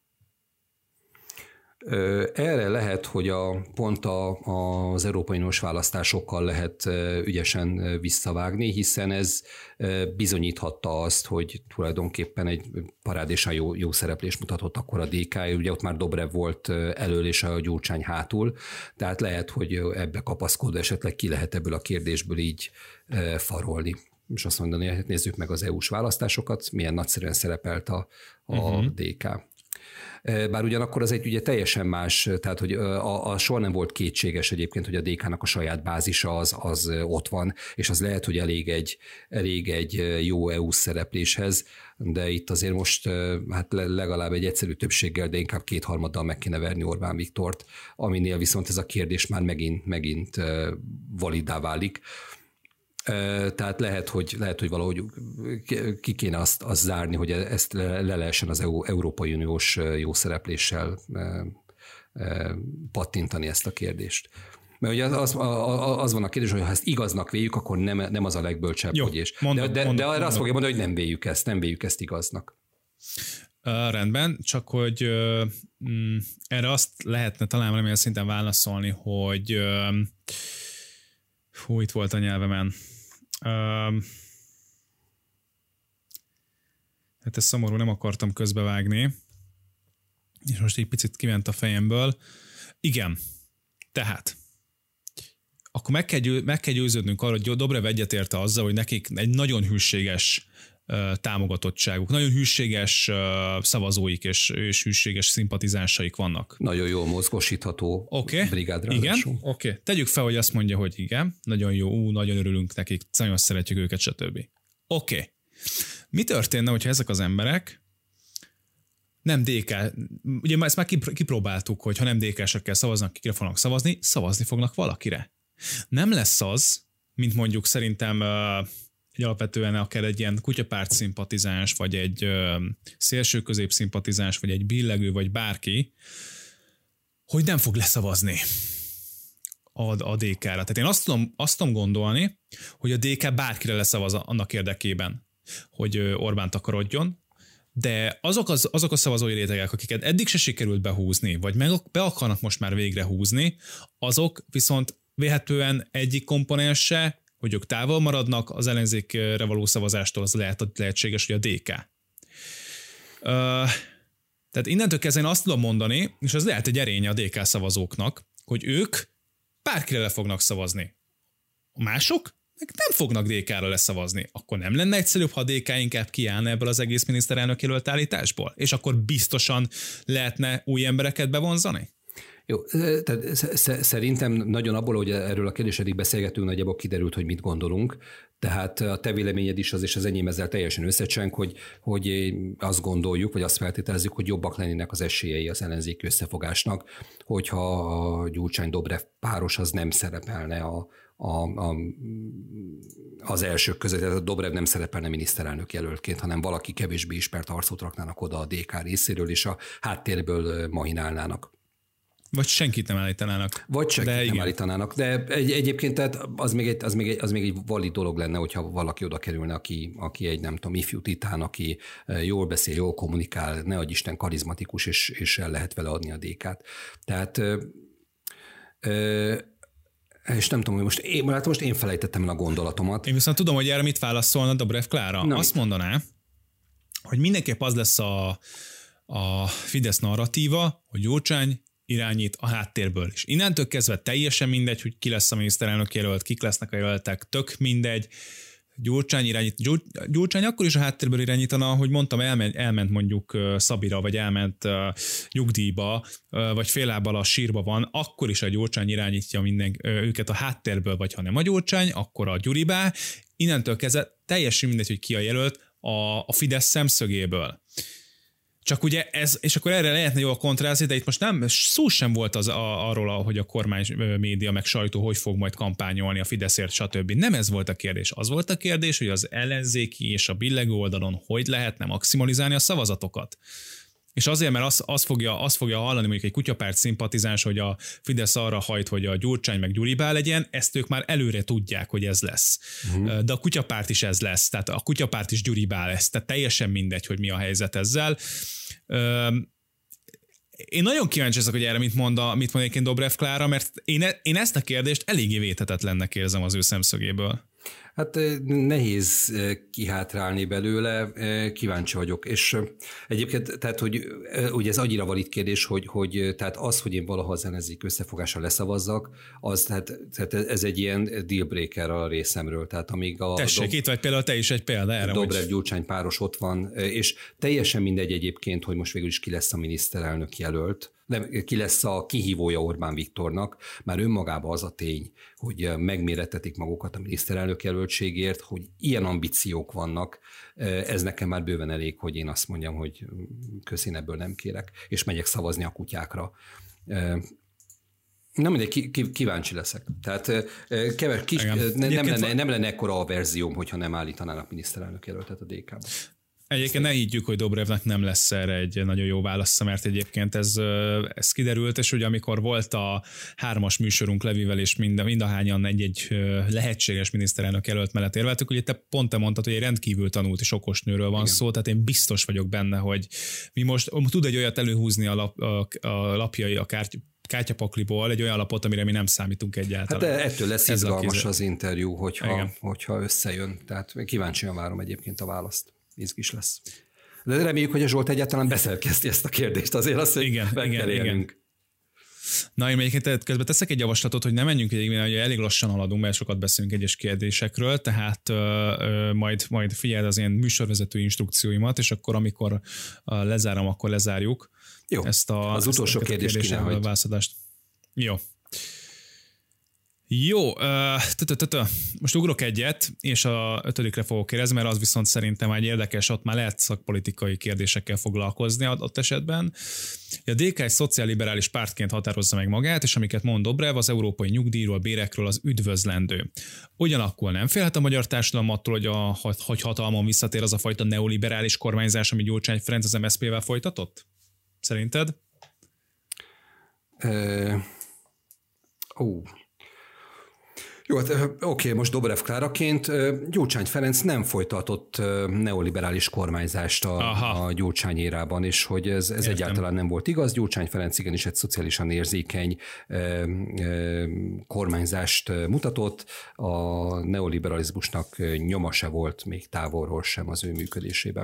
Erre lehet, hogy a, pont a, az Európai Uniós választásokkal lehet ügyesen visszavágni, hiszen ez bizonyíthatta azt, hogy tulajdonképpen egy parádésan jó, jó szereplést mutatott akkor a dé ká, ugye ott már Dobrev volt elől és a Gyurcsány hátul, tehát lehet, hogy ebbe kapaszkodva esetleg ki lehet ebből a kérdésből így farolni. És azt mondani, hogy nézzük meg az é u-s választásokat, milyen nagyszerűen szerepelt a, a uh-huh. dé ká. Bár ugyanakkor az egy ugye teljesen más, tehát hogy a, a soha nem volt kétséges egyébként, hogy a dé ká-nak a saját bázisa az, az ott van, és az lehet, hogy elég egy, elég egy jó é u szerepléshez, de itt azért most hát legalább egy egyszerű többséggel, de inkább kétharmaddal meg kéne verni Orbán Viktort, aminél viszont ez a kérdés már megint, megint validá válik. Tehát lehet, hogy, lehet, hogy valahogy ki kéne azt, azt zárni, hogy ezt le lehessen az Európai Uniós jó szerepléssel pattintani ezt a kérdést. Mert ugye az, az van a kérdés, hogy ha ezt igaznak véljük, akkor nem, nem az a legbölcsebb, jó, hogy és. Mondom, de de, mondom, de arra mondom. azt fogja mondani, hogy nem véljük ezt, nem véljük ezt igaznak. Uh, rendben, csak hogy uh, mm, erre azt lehetne talán valamilyen szinten válaszolni, hogy uh, hú, itt volt a nyelvemen. Uh, hát ez szomorú, nem akartam közbevágni, és most egy picit kiment a fejemből. Igen, tehát akkor meg kell, győ, meg kell győződnünk arra, hogy Dobrev egyetérte azzal, hogy nekik egy nagyon hűséges uh, támogatottságuk, nagyon hűséges uh, szavazóik és, és hűséges szimpatizánsaik vannak. Nagyon jól mozgósítható okay. brigádra. Igen, oké. Okay. Tegyük fel, hogy azt mondja, hogy igen, nagyon jó, ú, nagyon örülünk nekik, nagyon szeretjük őket, stb. Oké. Okay. Mi történne, hogyha ezek az emberek nem dé ká, ugye ezt már kipróbáltuk, hogy ha nem dé ká-sekkel szavaznak, kikre fognak szavazni, szavazni fognak valakire. Nem lesz az, mint mondjuk szerintem egy alapvetően akár egy ilyen kutyapárt szimpatizáns, vagy egy szélső közép szimpatizáns, vagy egy billegő, vagy bárki, hogy nem fog leszavazni a, a dé ká-ra. Tehát én azt tudom, azt tudom gondolni, hogy a dé ká bárkire leszavaz annak érdekében, hogy Orbán takarodjon, de azok, az, azok a szavazói rétegek, akiket eddig se sikerült behúzni, vagy meg be akarnak most már végre húzni, azok viszont véhetően egyik komponense, hogy ők távol maradnak az ellenzékre való szavazástól, az lehet, lehetséges, hogy a dé ká. Uh, tehát innentől kezdve én azt tudom mondani, és az lehet egy erénye a dé ká szavazóknak, hogy ők bárkire le fognak szavazni. A mások meg nem fognak dé ká-ra leszavazni. Akkor nem lenne egyszerűbb, ha a dé ká inkább kiállna ebből az egész miniszterelnök jelölt állításból? És akkor biztosan lehetne új embereket bevonzani? Jó, tehát szerintem nagyon abból, hogy erről a kérdésről eddig beszélgetünk, nagyjából kiderült, hogy mit gondolunk. Tehát a te véleményed is az, és az enyém ezzel teljesen összecseng, hogy, hogy azt gondoljuk, vagy azt feltételezzük, hogy jobbak lennének az esélyei az ellenzéki összefogásnak, hogyha a Gyurcsány-Dobrev páros az nem szerepelne a, a, a, az elsők között, tehát a Dobrev nem szerepelne miniszterelnök jelöltként, hanem valaki kevésbé ismert arcot raknának oda a dé ká részéről, és a háttérből mahinálnának. Vagy senkit nem állítanának. Vagy senkit de nem igen. állítanának. De egy, egyébként tehát az, még egy, az, még egy, az még egy valid dolog lenne, hogyha valaki oda kerülne, aki, aki egy nem tudom, ifjú titán, aki jól beszél, jól kommunikál, ne adj Isten karizmatikus, és, és el lehet vele adni a dé ká-t. Tehát ö, ö, és nem tudom, hogy most én, hát most én felejtettem el a gondolatomat. Én viszont tudom, hogy erre mit válaszolna Dobrev Klára. Na, azt mondaná, hogy mindenképp az lesz a, a Fidesz narratíva, hogy Gyurcsány irányít a háttérből. És innentől kezdve teljesen mindegy, hogy ki lesz a miniszterelnök jelölt, kik lesznek a jelöltek, tök mindegy. Gyurcsány irányít, Gyur, Gyurcsány akkor is a háttérből irányítana, hogy mondtam, elment, elment mondjuk Szabira, vagy elment uh, nyugdíjba, uh, vagy fél lábbal a sírba van, akkor is a Gyurcsány irányítja minden, uh, őket a háttérből, vagy ha nem a Gyurcsány, akkor a Gyuribá. Innentől kezdve teljesen mindegy, hogy ki a jelölt a, a Fidesz szemszögéből. Csak ugye ez, és akkor erre lehetne jól kontrázni, de itt most nem, szó sem volt az a, arról, hogy a kormány média meg sajtó hogy fog majd kampányolni a Fideszért, stb. Nem ez volt a kérdés. Az volt a kérdés, hogy az ellenzéki és a billegő oldalon hogy lehetne maximalizálni a szavazatokat. És azért, mert azt, azt, fogja, azt fogja hallani mondjuk egy kutyapárt szimpatizáns, hogy a Fidesz arra hajt, hogy a Gyurcsány meg Gyuribá legyen, ezt ők már előre tudják, hogy ez lesz. Uh-huh. De a kutyapárt is ez lesz, tehát a kutyapárt is Gyuribá lesz, tehát teljesen mindegy, hogy mi a helyzet ezzel. Én nagyon kíváncsi ezek, hogy erre mit mond, a, mit mond egyébként Dobrev Klára, mert én, én ezt a kérdést eléggé véthetetlennek érzem az ő szemszögéből. Hát nehéz kihátrálni belőle, kíváncsi vagyok. És egyébként, tehát, hogy ugye ez annyira valid kérdés, hogy, hogy tehát az, hogy én valaha az ellenzék összefogással leszavazzak, az, tehát, tehát ez egy ilyen dealbreaker a részemről. Tehát amíg a Tessék, Dob... itt vagy például te is egy példa erre. Dobrev-Gyurcsány páros ott van, és teljesen mindegy egyébként, hogy most végül is ki lesz a miniszterelnök jelölt, nem, ki lesz a kihívója Orbán Viktornak, már önmagában az a tény, hogy megmérettetik magukat a miniszterelnök jelöltségért, hogy ilyen ambíciók vannak, ez nekem már bőven elég, hogy én azt mondjam, hogy köszön, ebből nem kérek, és megyek szavazni a kutyákra. Nem mindegy, kíváncsi leszek. Tehát kever, kis, nem, nem, lenne, nem lenne ekkora a verzióm, hogyha nem állítanának miniszterelnök jelöltet a dé ká-ba. Egyébként ne higgyük, hogy Dobrevnek nem lesz erre egy nagyon jó válasza, mert egyébként ez, ez kiderült, és ugye amikor volt a hármas műsorunk Levivel, és mind, mindahányan egy-egy lehetséges miniszterelnök jelölt mellett érveltük, ugye te pont te mondtad, hogy egy rendkívül tanult és okos nőről van Igen. szó, tehát én biztos vagyok benne, hogy mi most tud egy olyat előhúzni a, lap, a, a lapjai, a kártya, kártyapakliból, egy olyan lapot, amire mi nem számítunk egyáltalán. Hát de ettől lesz ez izgalmas az interjú, hogyha, hogyha összejön. Tehát kíváncsian várom egyébként a választ. Izgis lesz. De reméljük, hogy a Zsolt egyáltalán beszerkeszti ezt a kérdést, azért azt, hogy igen, meg igen, kell élnünk. Na, én egyébként közben teszek egy javaslatot, hogy ne menjünk egyébként, hogy elég lassan haladunk, mert sokat beszélünk egyes kérdésekről, tehát ö, ö, majd, majd figyeld az én műsorvezető instrukcióimat, és akkor, amikor uh, lezárom, akkor lezárjuk. Jó, ezt a, az ezt utolsó a kérdés ki nem válaszadást. Jó. Jó, most ugrok egyet, és a ötödikre fogok kérdezni, mert az viszont szerintem egy érdekes, ott már lehet szakpolitikai kérdésekkel foglalkozni ott esetben. A dé ká egy szociálliberális pártként határozza meg magát, és amiket mond Dobrev, az európai nyugdíjról, bérekről az üdvözlendő. Ugyanakkor nem félhet a magyar társadalom attól, hogy, a, hogy hatalmon visszatér az a fajta neoliberális kormányzás, ami Gyurcsány Ferenc az em es zé pé-vel folytatott? Szerinted? Uh, ó... Jó, hát oké, okay, most Dobrev Kláraként Gyurcsány Ferenc nem folytatott neoliberális kormányzást a, a Gyurcsány érában, és hogy ez, ez egyáltalán nem volt igaz. Gyurcsány Ferenc igenis egy szociálisan érzékeny kormányzást mutatott, a neoliberalizmusnak nyoma se volt még távolról sem az ő működésében.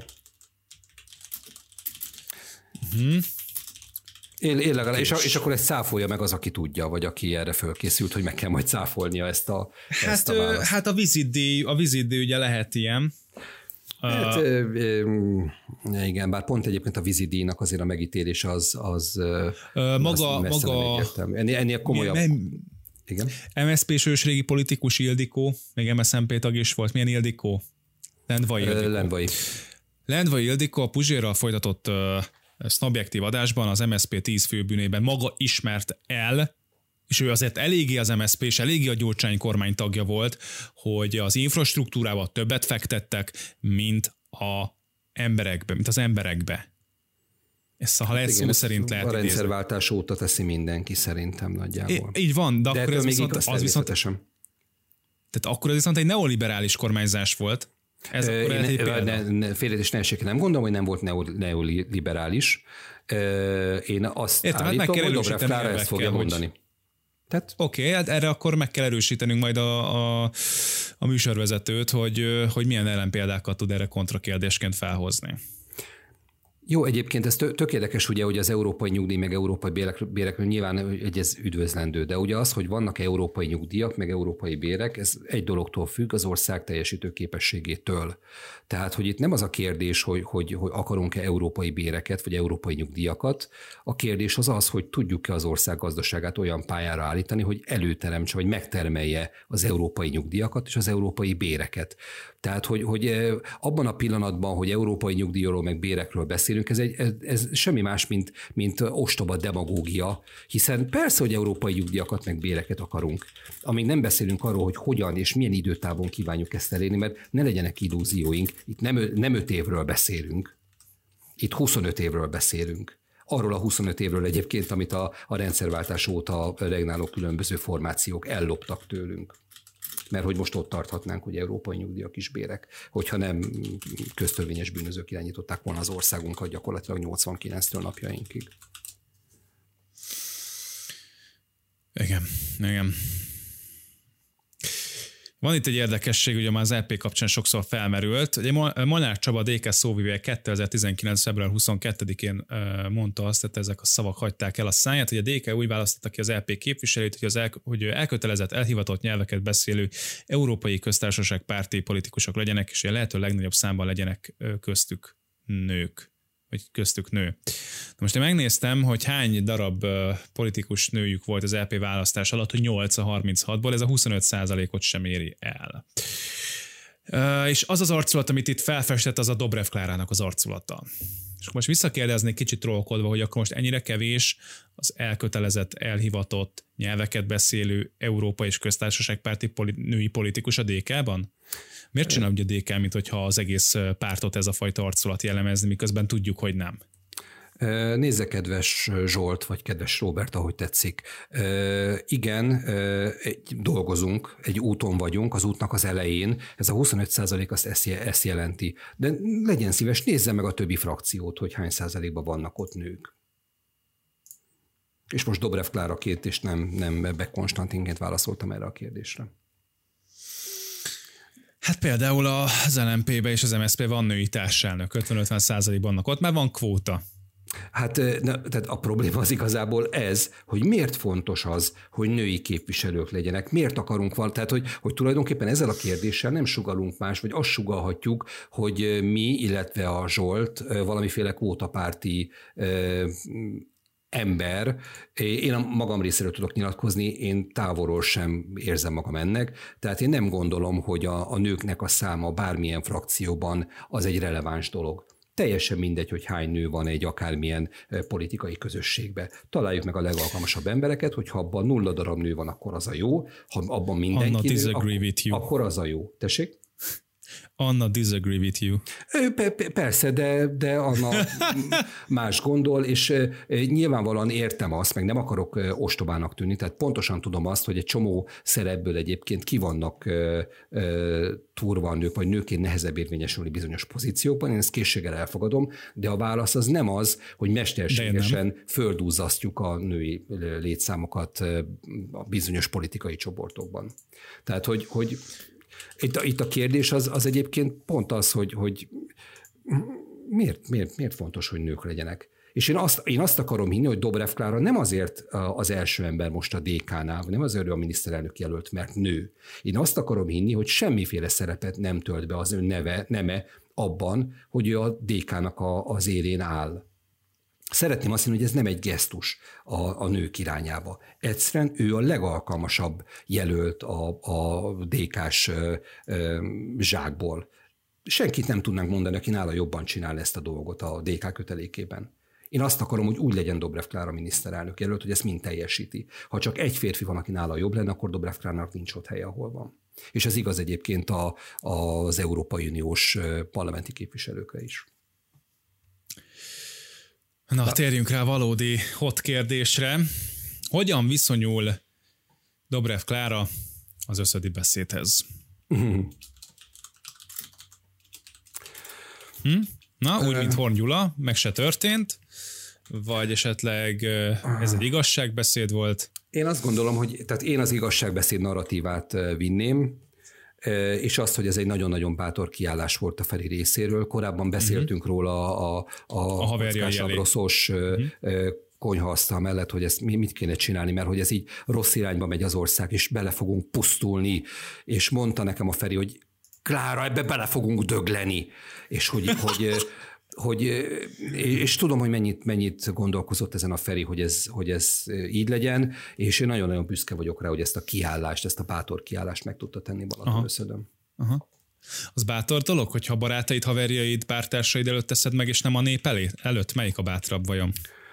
Uh-huh. Én, én legalább, és, és akkor ezt cáfolja meg az, aki tudja, vagy aki erre fölkészült, hogy meg kell majd cáfolnia ezt a, hát, ezt a választ. Hát a vizitdíj, a vizitdíj ugye lehet ilyen. Hát, uh, igen, bár pont egyébként a vizitdíjnak azért a megítélés az, az maga, maga ennél, ennél komolyabb. Nem, igen? em es zé pés ősrégi politikus Ildikó, még em es zé em pé tag is volt. Milyen Ildikó? Lendvai Ildikó. Lendvai. Lendvai Ildikó a Puzsérral folytatott ezt objektív adásban az em es zé pé tíz főbűnében maga ismert el, és ő azért eléggé az em es zé pé és eléggé a Gyurcsány kormány tagja volt, hogy az infrastruktúrával többet fektettek, mint a emberekbe, mint az emberekbe. Ezt ha lehet szó szerint lehet a rendszerváltás óta teszi mindenki szerintem nagyjából. É, így van, de, de akkor ez még viszont, igaz, az viszont, tehát akkor ez viszont egy neoliberális kormányzás volt. Ez Én, ne, ne, félretés ne essék, nem gondolom, hogy nem volt neoliberális. Én azt Értem, állítom, hát hogy Dobrev Klára ezt fogja hogy... mondani. Tehát... Oké, okay, hát erre akkor meg kell erősítenünk majd a, a, a műsorvezetőt, hogy, hogy milyen ellenpéldákat tud erre kontrakérdésként felhozni. Jó, egyébként ez tök érdekes, ugye, hogy az európai nyugdíj meg európai bérek, bérekről nyilván egy ez üdvözlendő, de ugye az, hogy vannak európai nyugdíjak, meg európai bérek, ez egy dologtól függ, az ország teljesítő képességétől. Tehát, hogy itt nem az a kérdés, hogy, hogy, hogy akarunk-e európai béreket, vagy európai nyugdíjakat, a kérdés az az, hogy tudjuk-e az ország gazdaságát olyan pályára állítani, hogy előteremtse, vagy megtermelje az európai nyugdíjakat és az európai béreket. Tehát, hogy, hogy abban a pillanatban, hogy európai nyugdíjról meg bérekről beszélünk, beszélünk, ez, egy, ez, ez semmi más, mint, mint ostoba demagógia, hiszen persze, hogy európai nyugdíjakat meg béreket akarunk. Amíg nem beszélünk arról, hogy hogyan és milyen időtávon kívánjuk ezt elérni, mert ne legyenek illúzióink, itt nem, nem öt évről beszélünk, itt huszonöt évről beszélünk. Arról a huszonöt évről egyébként, amit a, a rendszerváltás óta regnáló különböző formációk elloptak tőlünk. Mert hogy most ott tarthatnánk, hogy európai nyugdíjak is bérek, hogyha nem köztörvényes bűnözők irányították volna az országunkat gyakorlatilag nyolcvankilenctől napjainkig. Igen, igen. Van itt egy érdekesség, ugye már az é pé kapcsán sokszor felmerült. Ugye Molnár Csaba, dé ká szóvivője kétezer-tizenkilenc. február huszonkettedikén mondta azt, tehát ezek a szavak hagyták el a száját, hogy a dé ká úgy választotta ki az é pé képviselőt, hogy, az el, hogy elkötelezett, elhivatott nyelveket beszélő európai köztársaság párti politikusok legyenek, és a lehető legnagyobb számban legyenek köztük nők. Vagy köztük nő. Na most én megnéztem, hogy hány darab uh, politikus nőjük volt az é pé választás alatt, hogy nyolc a harminchatból, ez a huszonöt százalékot sem éri el. Uh, és az az arculat, amit itt felfestett, az a Dobrev Klárának az arculata. És most visszakérdeznék kicsit trollkodva, hogy akkor most ennyire kevés az elkötelezett, elhivatott, nyelveket beszélő Európa és köztársaságpárti poli- női politikus a dé ká-ban? Miért csinál ugye a dé ká, mint hogyha az egész pártot ez a fajta arculat jellemezni, miközben tudjuk, hogy nem? Nézze, kedves Zsolt, vagy kedves Róbert, ahogy tetszik. Igen, egy, dolgozunk, egy úton vagyunk, az útnak az elején, ez a huszonöt százalék azt ezt jelenti. De legyen szíves, nézze meg a többi frakciót, hogy hány százalékban vannak ott nők. És most Dobrev Klára két, és nem, nem Beck Konstantinként válaszoltam erre a kérdésre. Hát például az el em pé-be és az em es zé pé van női társelnök, ötven-ötven százalék vannak ott, mert van kvóta. Hát na, tehát a probléma az igazából ez, hogy miért fontos az, hogy női képviselők legyenek, miért akarunk valamit, tehát hogy, hogy tulajdonképpen ezzel a kérdéssel nem sugallunk más, vagy azt sugallhatjuk, hogy mi, illetve a Zsolt valamiféle kvótapárti ember. Én a magam részéről tudok nyilatkozni, én távolról sem érzem magam ennek, tehát én nem gondolom, hogy a, a nőknek a száma bármilyen frakcióban az egy releváns dolog. Teljesen mindegy, hogy hány nő van egy akármilyen politikai közösségbe. Találjuk meg a legalkalmasabb embereket, hogyha abban nulla darab nő van, akkor az a jó, ha abban mindenki nő, akkor, akkor az a jó. Tessék? Anna disagree with you. Persze, de, de Anna más gondol, és nyilvánvalóan értem azt, meg nem akarok ostobának tűnni, tehát pontosan tudom azt, hogy egy csomó szerepből egyébként ki vannak túrva a nők, vagy nőként nehezebb érvényesülni bizonyos pozíciókban, én ezt készséggel elfogadom, de a válasz az nem az, hogy mesterségesen földúzzasztjuk a női létszámokat a bizonyos politikai csoportokban. Tehát, hogy, hogy Itt a, itt a kérdés az, az egyébként pont az, hogy, hogy miért, miért, miért fontos, hogy nők legyenek. És én azt, én azt akarom hinni, hogy Dobrev Klára nem azért az első ember most a dé ká-nál, nem azért ő a miniszterelnök jelölt, mert nő. Én azt akarom hinni, hogy semmiféle szerepet nem tölt be az ön neve, neme abban, hogy ő a dé ká-nak a, az élén áll. Szeretném azt hinni, hogy ez nem egy gesztus a, a nők irányába. Egyszerűen ő a legalkalmasabb jelölt a, a dé ká-s ö, ö, zsákból. Senkit nem tudnánk mondani, aki nála jobban csinál ezt a dolgot a dé ká kötelékében. Én azt akarom, hogy úgy legyen Dobrev Klára miniszterelnök jelölt, hogy ezt mind teljesíti. Ha csak egy férfi van, aki nála jobb lenne, akkor Dobrev Klárának nincs ott helye, ahol van. És ez igaz egyébként a, az Európai Uniós parlamenti képviselőkre is. Na, térjünk rá valódi hot kérdésre. Hogyan viszonyul Dobrev Klára az összödi beszédhez? Uh-huh. Hm? Na, úgy, mint Horn Gyula, meg se történt, vagy esetleg ez egy igazságbeszéd volt? Én azt gondolom, hogy tehát én az igazságbeszéd narratívát vinném, és azt, hogy ez egy nagyon-nagyon bátor kiállás volt a Feri részéről. Korábban beszéltünk uh-huh. róla a, a, a kásabroszos uh-huh. konyhaasztal mellett, hogy ezt mit kéne csinálni, mert hogy ez így rossz irányba megy az ország, és bele fogunk pusztulni, és mondta nekem a Feri, hogy Klára, ebbe bele fogunk dögleni, és hogy, hogy, hogy és tudom, hogy mennyit, mennyit gondolkozott ezen a Feri, hogy ez, hogy ez így legyen, és én nagyon-nagyon büszke vagyok rá, hogy ezt a kiállást, ezt a bátor kiállást meg tudta tenni Balatonöszödön. Aha. Az bátor dolog, hogyha barátaid, haverjaid, pártársaid előtt teszed meg, és nem a nép elé, előtt? Melyik a bátrabb vajon?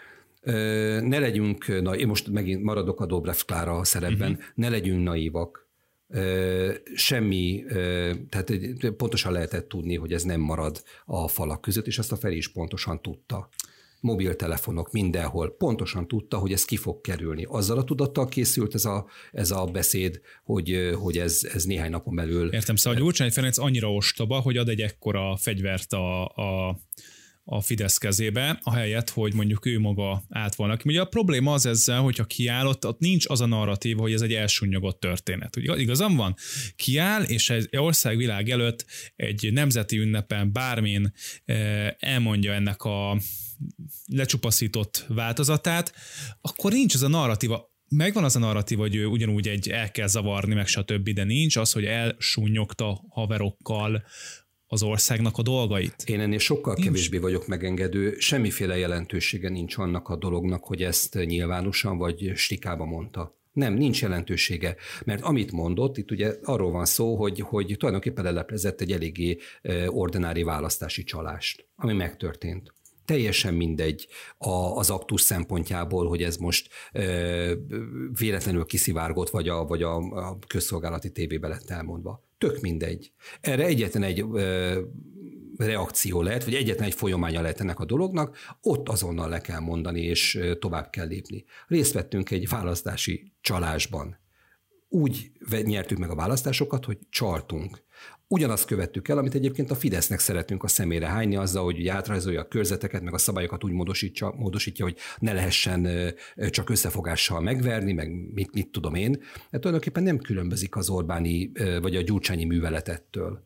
Ö, ne legyünk, na, én most megint maradok a Dobrev Klára szerepben, uh-huh. ne legyünk naívak. Ö, semmi, ö, tehát pontosan lehetett tudni, hogy ez nem marad a falak között, és azt a Feri is pontosan tudta. Mobiltelefonok mindenhol, pontosan tudta, hogy ez ki fog kerülni. Azzal a tudattal készült ez a, ez a beszéd, hogy, hogy ez, ez néhány napon belül... Értem, szóval Gyurcsány Ferenc annyira ostoba, hogy ad egy ekkora fegyvert a, a, a Fidesz kezébe, ahelyett, hogy mondjuk ő maga állt volna ki. Ugye a probléma az ezzel, hogyha kiállott, ott nincs az a narratív, hogy ez egy elsúnyogott történet. Ugye, igazam van? Kiáll, és egy országvilág előtt egy nemzeti ünnepen bármin elmondja ennek a lecsupaszított változatát, akkor nincs az a narratíva. Megvan az a narratíva, hogy ő ugyanúgy egy el kell zavarni, meg stb., de nincs az, hogy elsúnyogta haverokkal az országnak a dolgait. Én ennél sokkal nincs. Kevésbé vagyok megengedő, semmiféle jelentősége nincs annak a dolognak, hogy ezt nyilvánosan vagy stikába mondta. Nem, nincs jelentősége, mert amit mondott, itt ugye arról van szó, hogy, hogy tulajdonképpen leleplezett egy eléggé ordinári választási csalást, ami megtörtént. Teljesen mindegy az aktus szempontjából, hogy ez most ö, véletlenül kiszivárgott, vagy a, vagy a, a közszolgálati tévébe lett elmondva. Tök mindegy. Erre egyetlen egy ö, reakció lehet, vagy egyetlen egy folyamánya lehet ennek a dolognak, ott azonnal le kell mondani, és tovább kell lépni. Részt vettünk egy választási csalásban. Úgy nyertük meg a választásokat, hogy csaltunk. Ugyanazt követtük el, amit egyébként a Fidesznek szeretünk a szemére hányni, azzal, hogy átrajzolja a körzeteket, meg a szabályokat úgy módosítja, módosítja, hogy ne lehessen csak összefogással megverni, meg mit, mit tudom én. Tehát tulajdonképpen nem különbözik az Orbáni vagy a Gyurcsányi műveletettől.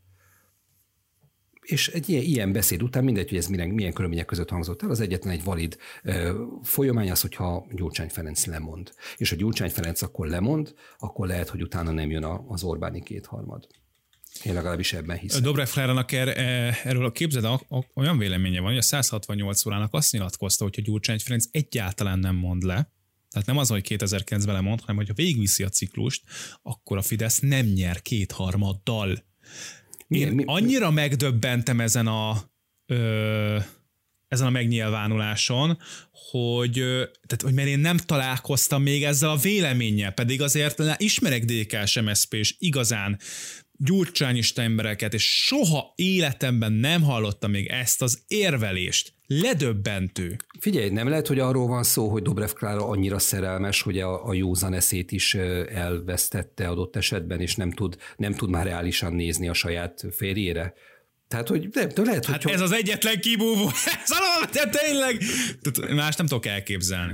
És egy ilyen, ilyen beszéd után mindegy, hogy ez milyen, milyen körülmények között hangzott el, az egyetlen egy valid folyamány az, hogyha Gyurcsány Ferenc lemond. És ha Gyurcsány Ferenc akkor lemond, akkor lehet, hogy utána nem jön az Orbáni kétharmad. Én legalábbis ebben hiszem. Dobrev Klárának er, erről a képzeld, olyan véleménye van, hogy a száz hatvannyolc órának azt nyilatkozta, hogy a Gyurcsány Ferenc egyáltalán nem mond le. Tehát nem az, hogy kétezer-kilencben lemond, hanem hogyha végigviszi a ciklust, akkor a Fidesz nem nyer kétharmaddal. Én mi, mi, annyira megdöbbentem ezen a, ö, ezen a megnyilvánuláson, hogy, tehát, hogy mert én nem találkoztam még ezzel a véleménnyel, pedig azért ismerek dé ká es em es zé pé és igazán gyurcsányista embereket, és soha életemben nem hallottam még ezt az érvelést. Ledöbbentő. Figyelj, nem lehet, hogy arról van szó, hogy Dobrev Klára annyira szerelmes, hogy a, a józan eszét is elvesztette adott esetben, és nem tud, nem tud már reálisan nézni a saját férjére. Tehát, hogy nem, lehet, hát hogy... ez az egyetlen kibúvó. Ez alapvetően tényleg. Más nem tudok elképzelni.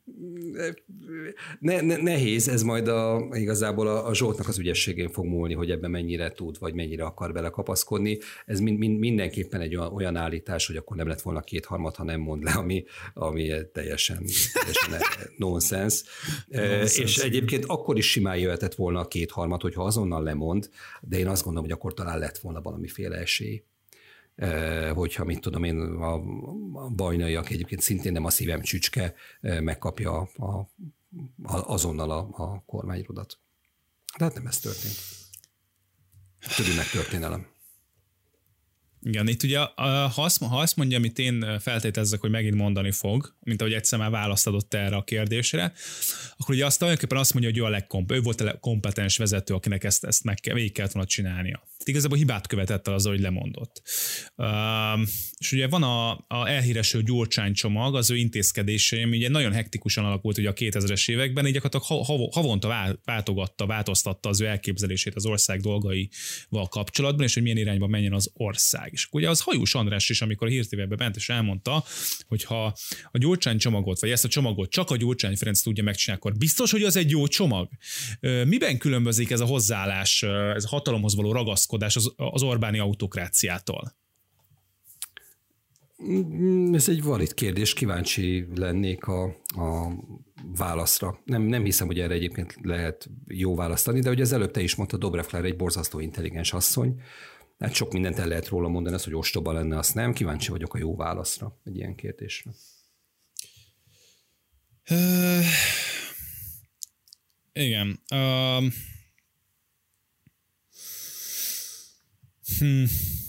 Ne, ne, nehéz, ez majd a, igazából a, a Zsoltnak az ügyességén fog múlni, hogy ebben mennyire tud, vagy mennyire akar vele kapaszkodni. Ez mind, mind, mindenképpen egy olyan, olyan állítás, hogy akkor nem lett volna kétharmad, ha nem mond le, ami, ami teljesen, teljesen nonsens. nonsens. És egyébként akkor is simán jöhetett volna a kétharmad, hogyha azonnal lemond, de én azt gondolom, hogy akkor talán lett volna valamiféle esély. Hogyha, mit tudom én, a bajnaiak egyébként szintén nem a szívem csücske, megkapja a, a, azonnal a, a kormányrudat. De hát nem ez történt. Többi megtörténelem. Igen, itt ugye, ha azt, ha azt mondja, amit én feltételezzek, hogy megint mondani fog, mint ahogy egyszer már választ adott erre a kérdésre, akkor ugye azt tulajdonképpen azt mondja, hogy ő, a legkomp- ő volt a kompetens vezető, akinek ezt, ezt meg kell, végig kellett volna csinálnia. Igazából hibát követett el azzal, hogy lemondott. Uh, és ugye van a, a elhíresült Gyurcsány csomag, az ő intézkedései, ami ugye nagyon hektikusan alakult ugye a kétezres években, így gyakorlatilag havonta váltogatta, változtatta az ő elképzelését az ország dolgaival kapcsolatban, és hogy milyen irányba menjen az ország. És ugye az Hajós András is, amikor a Hír té vében bent és elmondta, hogy ha a Gyurcsány csomagot, vagy ezt a csomagot csak a Gyurcsány Ferenc tudja megcsinálni, akkor biztos, hogy az egy jó csomag. Miben különbözik ez a hozzáállás, ez a hatalomhoz való ragaszkodás az, az Orbáni autokráciától? Ez egy valid kérdés, kíváncsi lennék a, a válaszra. Nem, nem hiszem, hogy erre egyébként lehet jó választani, de ugye az előbb te is mondta, Dobrev Klára egy borzasztó intelligens asszony. Hát sok mindent el lehet róla mondani, az, hogy ostoba lenne, azt nem. Kíváncsi vagyok a jó válaszra egy ilyen kérdésre. Uh, igen. Uh, Hmm.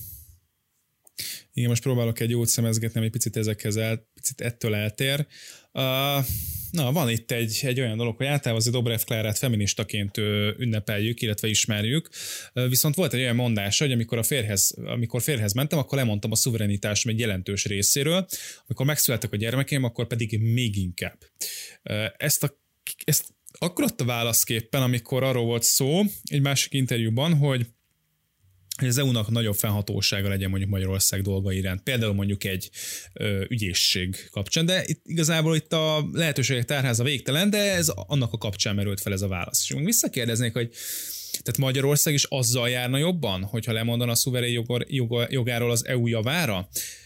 Igen, most próbálok egy jót szemezgetni, ami picit ezekhez el, picit ettől eltér. Uh, na, van itt egy, egy olyan dolog, hogy általában az Dobrev Klárát feministaként ünnepeljük, illetve ismerjük, uh, viszont volt egy olyan mondása, hogy amikor a férhez, amikor férhez mentem, akkor lemondtam a szuverenitásom egy jelentős részéről, amikor megszülettek a gyermekeim, akkor pedig még inkább. Uh, ezt a, ezt akkor adta válaszképpen, amikor arról volt szó egy másik interjúban, hogy hogy az é u-nak nagyobb fennhatósága legyen mondjuk Magyarország dolgai iránt. Például mondjuk egy ö, ügyészség kapcsán, de itt igazából itt a lehetőségek tárháza végtelen, de ez annak a kapcsán merült fel ez a válasz. És visszakérdeznék, hogy tehát Magyarország is azzal járna jobban, hogyha lemondan a szuverén jogor, jog, jogáról az é u javára?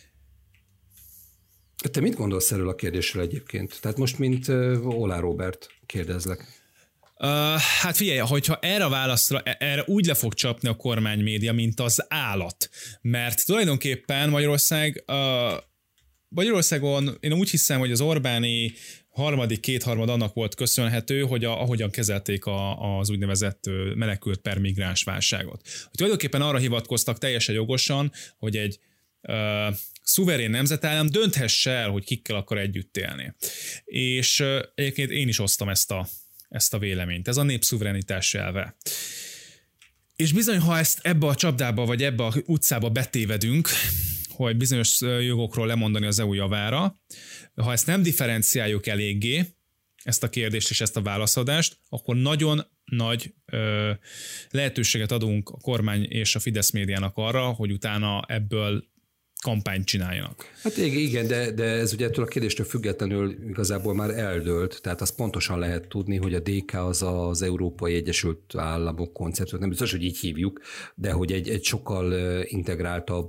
Te mit gondolsz erről a kérdésről egyébként? Tehát most, mint uh, Oláh Róbert kérdezlek. Uh, hát figyelj, hogyha erre a válaszra, erre úgy le fog csapni a kormánymédia, mint az állat. Mert tulajdonképpen Magyarország, uh, Magyarországon én úgy hiszem, hogy az Orbáni harmadik kétharmad annak volt köszönhető, hogy a, ahogyan kezelték a, az úgynevezett menekült per migráns válságot. Hogy tulajdonképpen arra hivatkoztak teljesen jogosan, hogy egy uh, szuverén nemzetállam dönthesse el, hogy kikkel akar együtt élni. És uh, egyébként én is osztom ezt a ezt a véleményt. Ez a népszuverenitás elve. És bizony, ha ezt ebbe a csapdába, vagy ebbe a utcába betévedünk, hogy bizonyos jogokról lemondani az é u javára, ha ezt nem differenciáljuk eléggé, ezt a kérdést és ezt a válaszadást, akkor nagyon nagy ö, lehetőséget adunk a kormány és a Fidesz médiának arra, hogy utána ebből kampányt csináljanak. Hát igen, de, de ez ugye ettől a kérdéstől függetlenül igazából már eldőlt, tehát azt pontosan lehet tudni, hogy a dé ká az az Európai Egyesült Államok koncepció, nem biztos, hogy így hívjuk, de hogy egy, egy sokkal integráltabb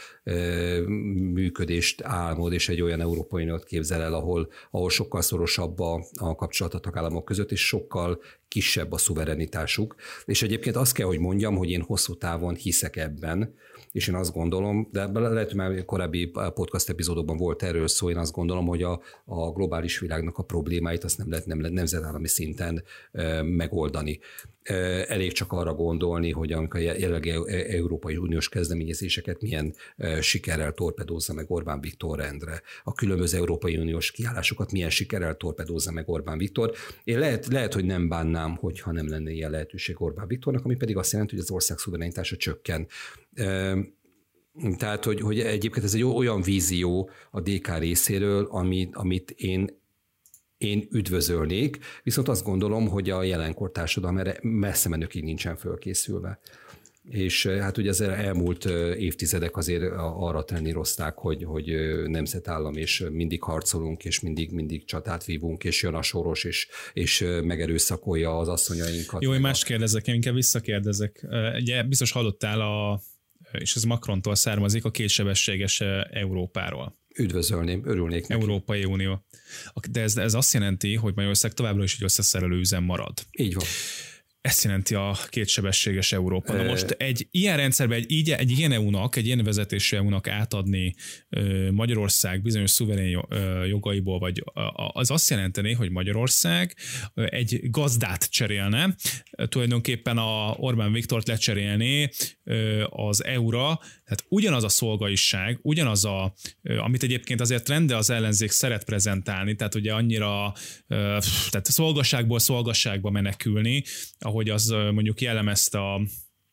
működést álmod, és egy olyan Európai Uniót képzel el, ahol, ahol sokkal szorosabb a, a kapcsolat a tagállamok között, és sokkal kisebb a szuverenitásuk. És egyébként azt kell, hogy mondjam, hogy én hosszú távon hiszek ebben, és én azt gondolom, de lehet, hogy már korábbi podcast epizódokban volt erről szó, én azt gondolom, hogy a, a globális világnak a problémáit azt nem lehet nem, nemzetállami szinten e, megoldani. E, elég csak arra gondolni, hogy amikor a jelenlegi Európai Uniós kezdeményezéseket milyen e, sikerrel torpedózza meg Orbán Viktor rendre. A különböző Európai Uniós kiállásokat milyen sikerrel torpedózza meg Orbán Viktor. Én lehet, lehet, hogy nem bánnám, hogyha nem lenne ilyen lehetőség Orbán Viktornak, ami pedig azt jelenti, hogy az ország szuverenitása csökken. Tehát, hogy, hogy egyébként ez egy olyan vízió a dé ká részéről, amit, amit én, én üdvözölnék, viszont azt gondolom, hogy a jelenkor társadalom erre messze menőkig nincsen fölkészülve. És hát ugye az elmúlt évtizedek azért arra trenírozták, hogy, hogy nemzetállam, és mindig harcolunk, és mindig, mindig csatát vívunk, és jön a soros, és, és megerőszakolja az asszonyainkat. Jó, én más kérdezek, én inkább visszakérdezek. Ugye biztos hallottál, a, és ez Macrontól származik, a kétsebességes Európáról. Üdvözölném, örülnék neki. Európai Unió. De ez, ez azt jelenti, hogy Magyarország továbbra is egy összeszerelő üzem marad. Így van. Ezt jelenti a kétsebességes Európa. Na most egy ilyen rendszerben, egy, így, egy ilyen é u-nak, egy ilyen vezetésű é u-nak átadni Magyarország bizonyos szuverén jogaiból, vagy az azt jelenteni, hogy Magyarország egy gazdát cserélne, tulajdonképpen a Orbán Viktort lecserélni az é u-ra, tehát ugyanaz a szolgaiság, ugyanaz a, amit egyébként azért rende az ellenzék szeret prezentálni, tehát ugye annyira tehát szolgasságból szolgasságba menekülni, ahogy az mondjuk jellemezte a,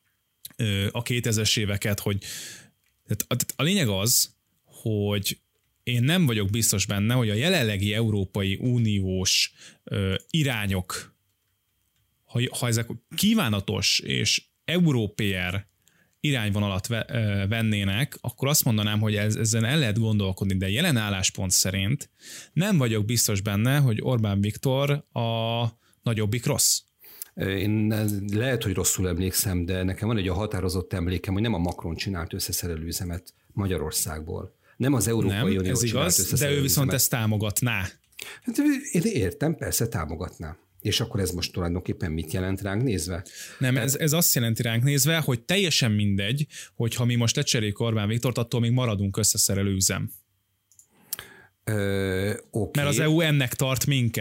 a kétezres éveket, hogy a, a lényeg az, hogy én nem vagyok biztos benne, hogy a jelenlegi Európai Uniós irányok, ha, ha ezek kívánatos és európér irányvonalat vennének, akkor azt mondanám, hogy ez, ezzel el lehet gondolkodni, de jelen álláspont szerint nem vagyok biztos benne, hogy Orbán Viktor a nagyobbik rossz. Én lehet, hogy rosszul emlékszem, de nekem van egy a határozott emlékem, hogy nem a Macron csinált összeszerelő üzemet Magyarországból. Nem az Európai Unió csinált összeszerelő üzemet. De ő viszont ezt támogatná. Hát én értem, persze támogatná. És akkor ez most tulajdonképpen mit jelent ránk nézve? Nem, Tehát... ez, ez azt jelenti ránk nézve, hogy teljesen mindegy, hogy ha mi most lecseréljük Orbán Viktort, attól még maradunk összeszerelő üzem. Ö, okay. Mert az é u ennek tart minket.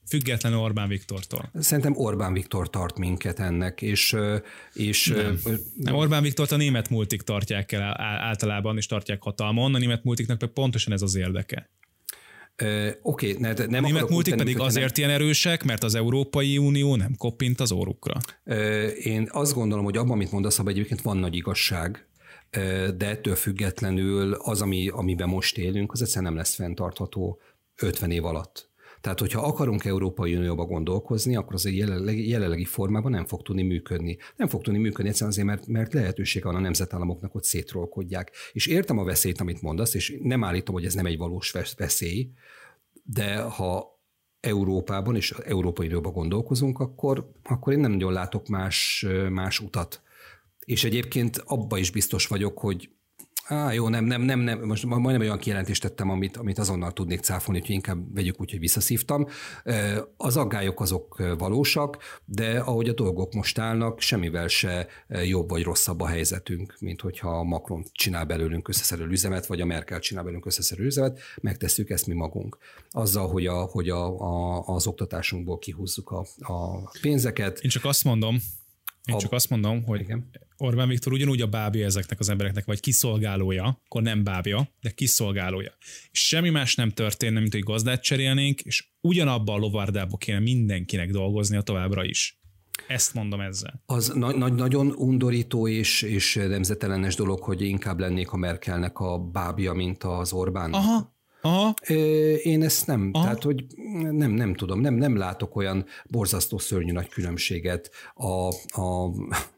függetlenül Orbán Viktortól. Szerintem Orbán Viktor tart minket ennek, és... és nem. nem, Orbán Viktort a német multik tartják el általában, és tartják hatalmon, a német multiknak pedig pontosan ez az érdeke. Uh, Oké, okay, ne, nem a német multik pedig működni, azért nem... ilyen erősek, mert az Európai Unió nem koppint az órukra. Uh, én azt gondolom, hogy abban, amit mondasz, abban egyébként van nagy igazság, uh, de ettől függetlenül az, ami, amiben most élünk, az egyszerűen nem lesz fenntartható ötven év alatt. Tehát, hogyha akarunk Európai Unióba gondolkozni, akkor az egy jelenlegi, jelenlegi formában nem fog tudni működni. Nem fog tudni működni egyszerűen azért, mert, mert lehetőség van a nemzetállamoknak, hogy szétrolkodják. És értem a veszélyt, amit mondasz, és nem állítom, hogy ez nem egy valós veszély, de ha Európában és Európai Unióban gondolkozunk, akkor, akkor én nem nagyon látok más, más utat. És egyébként abba is biztos vagyok, hogy Á, jó, nem, nem, nem, nem, most majdnem olyan kijelentést tettem, amit, amit azonnal tudnék cáfolni, hogy inkább vegyük úgy, hogy visszaszívtam. Az aggályok azok valósak, de ahogy a dolgok most állnak, semmivel se jobb vagy rosszabb a helyzetünk, mint hogyha Macron csinál belőlünk összeszerelő üzemet, vagy a Merkel csinál belőlünk összeszerelő üzemet, megtesszük ezt mi magunk. Azzal, hogy, a, hogy a, a, az oktatásunkból kihúzzuk a, a pénzeket. Én csak azt mondom, Én csak azt mondom, hogy igen. Orbán Viktor ugyanúgy a bábja ezeknek az embereknek, vagy kiszolgálója, akkor nem bábja, de kiszolgálója. És semmi más nem történne, mint hogy gazdát cserélnénk, és ugyanabba a lovardába kéne mindenkinek dolgoznia továbbra is. Ezt mondom ezzel. Az na- na- nagyon undorító és, és nemzetellenes dolog, hogy inkább lennék a Merkelnek a bábja, mint az Orbán. Aha. Aha. Én ezt nem, Aha. tehát hogy nem, nem tudom, nem, nem látok olyan borzasztó szörnyű nagy különbséget a, a